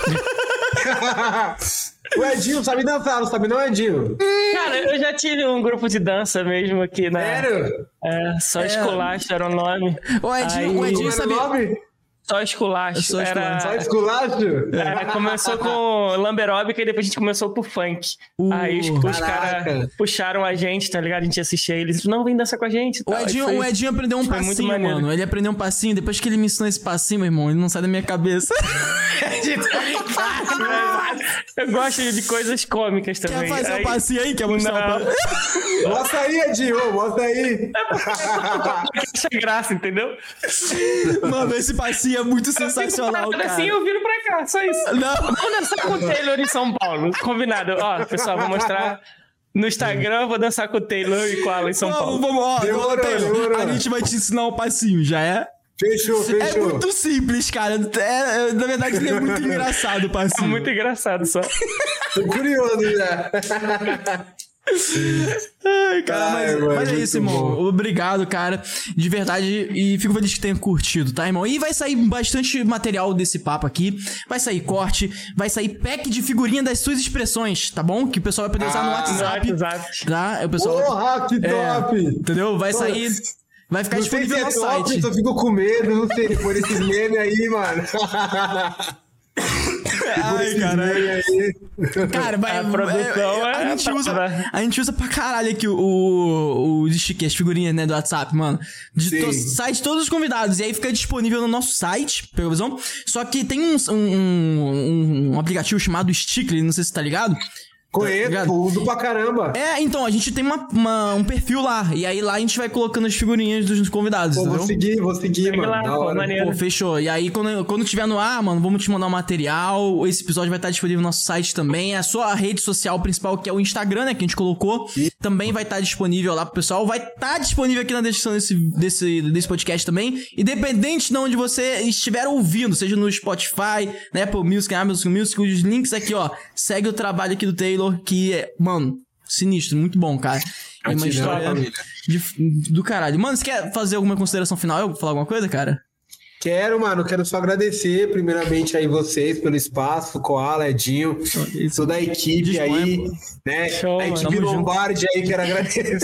O Edinho sabe dançar, não sabe não, Edinho? Cara, eu já tive um grupo de dança mesmo aqui na... Sério? Só Esculacho era o nome. O Edinho sabia... Só Esculacho. Só Esculacho? Começou com lamberóbica e depois a gente começou por funk. Aí os caras puxaram a gente, tá ligado? A gente assistia eles. Não, vem dançar com a gente. O Edinho aprendeu um passinho, mano. Ele aprendeu um passinho. Depois que ele me ensinou esse passinho, meu irmão, ele não sai da minha cabeça. Eu gosto de coisas cômicas também. Quer fazer um passinho aí? Quer mostrar? Mostra aí, Edinho. Mostra aí. Acha graça, entendeu? Mano, esse passinho é muito sensacional, cara. Assim eu viro pra cá, só isso. Não. Vamos dançar com o Taylor em São Paulo. Combinado. Ó, pessoal, vou mostrar... No Instagram, vou dançar com o Taylor e com a Alan em São Paulo. Vamos, Taylor, a gente vai te ensinar o passinho, já é? Fechou. É muito simples, cara. Na verdade, ele é muito engraçado o passinho. É muito engraçado, só. Tô curioso já. Ai, cara, mas é isso, irmão. Bom. Obrigado, cara. De verdade. E fico feliz que tenha curtido, tá, irmão? E vai sair bastante material desse papo aqui. Vai sair corte, vai sair pack de figurinha das suas expressões, tá bom? Que o pessoal vai poder usar no WhatsApp. Tá? O pessoal... Porra, que top! Entendeu? Vai sair... Vai ficar disponível no site. Eu fico com medo, não sei, por esses memes aí, mano. Ai, caralho. Cara, vai, a produção a gente usa pra caralho aqui os stickers, as figurinhas, né, do WhatsApp, mano. Sai de todos os convidados. E aí fica disponível no nosso site, pegou visão? Só que tem um aplicativo chamado Stickly, não sei se você tá ligado. Conheço, uso pra caramba. Então, a gente tem um perfil lá. E aí lá a gente vai colocando as figurinhas dos convidados, entendeu? Vou seguir, mano. Pô, fechou. E aí, quando tiver no ar, mano, vamos te mandar um material. Esse episódio vai estar disponível no nosso site também. A sua rede social principal, que é o Instagram, né, que a gente colocou, também vai estar disponível lá pro pessoal. Vai estar disponível aqui na descrição desse podcast também. Independente de onde você estiver ouvindo, seja no Spotify, na Apple Music, Amazon Music, os links aqui, ó. Segue o trabalho aqui do Taylor, que é, mano, sinistro, muito bom, cara. É uma história do caralho. Mano, você quer fazer alguma consideração final? Eu vou falar alguma coisa, cara? Quero, mano. Quero só agradecer, primeiramente, aí vocês pelo espaço, Koala, Edinho, toda a equipe aí, né? Show, a equipe Lombardi aí, quero agradecer.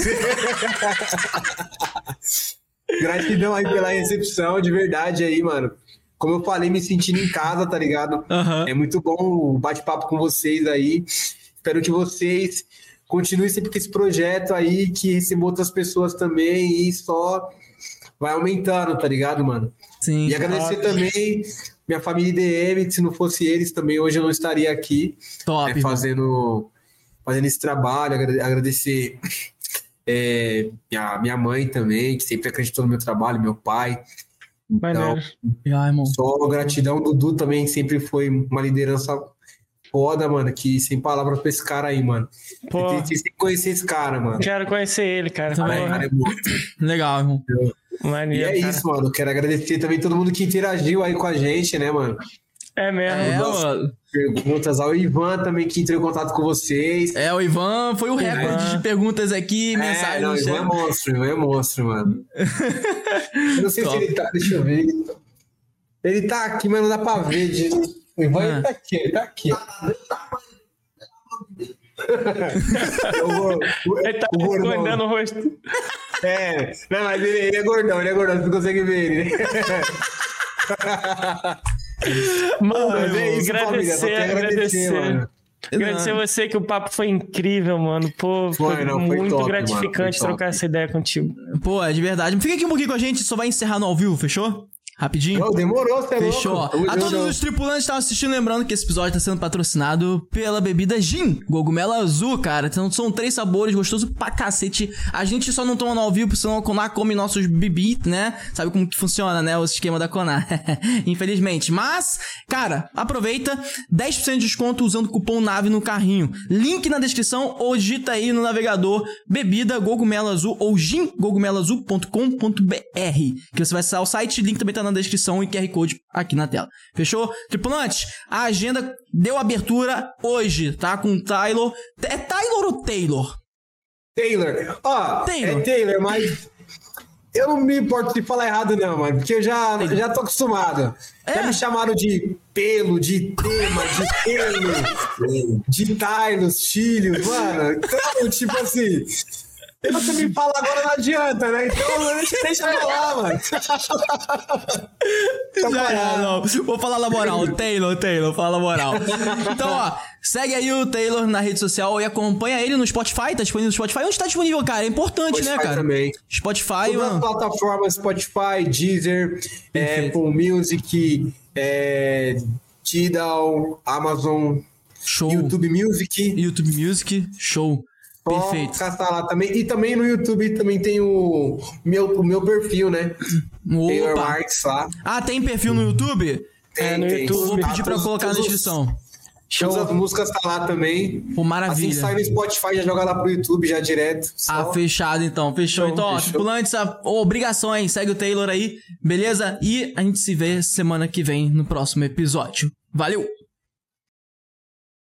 Gratidão aí pela recepção, de verdade aí, mano. Como eu falei, me sentindo em casa, tá ligado? É muito bom o bate-papo com vocês aí. Espero que vocês continuem sempre com esse projeto aí, que recebam outras pessoas também e só vai aumentando, tá ligado, mano? Sim. E agradecer também minha família IDM, que se não fosse eles também, hoje eu não estaria aqui. Top, fazendo esse trabalho. Agradecer minha mãe também, que sempre acreditou no meu trabalho, meu pai. Então, só gratidão. Dudu também sempre foi uma liderança foda, mano, que sem palavras pra esse cara aí, mano. Vocês têm que conhecer esse cara, mano. Quero conhecer ele, cara. Cara é muito legal, irmão. Maneiro, e é isso, mano. Quero agradecer também todo mundo que interagiu aí com a gente, né, mano? É mesmo. Mano. Perguntas ao Ivan também, que entrou em contato com vocês. O Ivan foi o recorde de perguntas aqui, mensagens. Não, o Ivan é monstro, mano. Eu não sei se ele tá, deixa eu ver. Ele tá aqui, mas não dá pra ver. O Ivan ele tá aqui. Ele tá escondendo o rosto. Não, mas ele é gordão, você consegue ver ele. Mano, é isso, agradecer. Mano. Agradecer você, que o papo foi incrível, mano. Pô, foi muito top, gratificante trocar essa ideia contigo. Pô, é de verdade. Fica aqui um pouquinho com a gente, só vai encerrar no ao vivo, fechou? Rapidinho. Demorou, você fechou. A todos os tripulantes que estavam assistindo, lembrando que esse episódio está sendo patrocinado pela bebida Gin, Cogumelo Azul, cara. Então são 3 sabores, gostoso pra cacete. A gente só não toma no ao vivo, senão a Conar come nossos bebidas, né? Sabe como que funciona, né? O esquema da Conar. Infelizmente. Mas, cara, aproveita. 10% de desconto usando o cupom NAVE no carrinho. Link na descrição ou digita aí no navegador bebida Cogumelo Azul ou gincogumeloazul.com.br, que você vai acessar o site. Link também tá na descrição e QR Code aqui na tela. Fechou? Tripulante, a agenda deu abertura hoje, tá? Com o Taylor. É Taylor ou Taylor? Taylor. É Taylor, mas eu não me importo de falar errado não, mano, porque eu já tô acostumado. Já me chamaram de pelo, de tema, de pelo, de Taylor, Chile, mano. Então, tipo assim... Se você me fala agora, não adianta, né? Então, deixa eu falar, mano. Não. Vou falar na moral. Taylor, fala na moral. Então, ó, segue aí o Taylor na rede social e acompanha ele no Spotify. Tá disponível no Spotify. Onde tá disponível, cara? É importante, Spotify, né, cara? Também. Spotify, todas as plataformas, Spotify, Deezer, Apple Music, Tidal, Amazon, show. YouTube Music, show. Perfeito. Caçar lá também. E também no YouTube também tem o meu perfil, né? Taylor Marks lá. Tem perfil no YouTube? No YouTube. Vou pedir pra colocar na descrição. Todas as músicas tá lá também. Pô, maravilha. Assim que sai no Spotify, já joga lá pro YouTube, já direto. Fechado então. Fechou. Então, ó, tripulantes, obrigação aí. Segue o Taylor aí, beleza? E a gente se vê semana que vem no próximo episódio. Valeu!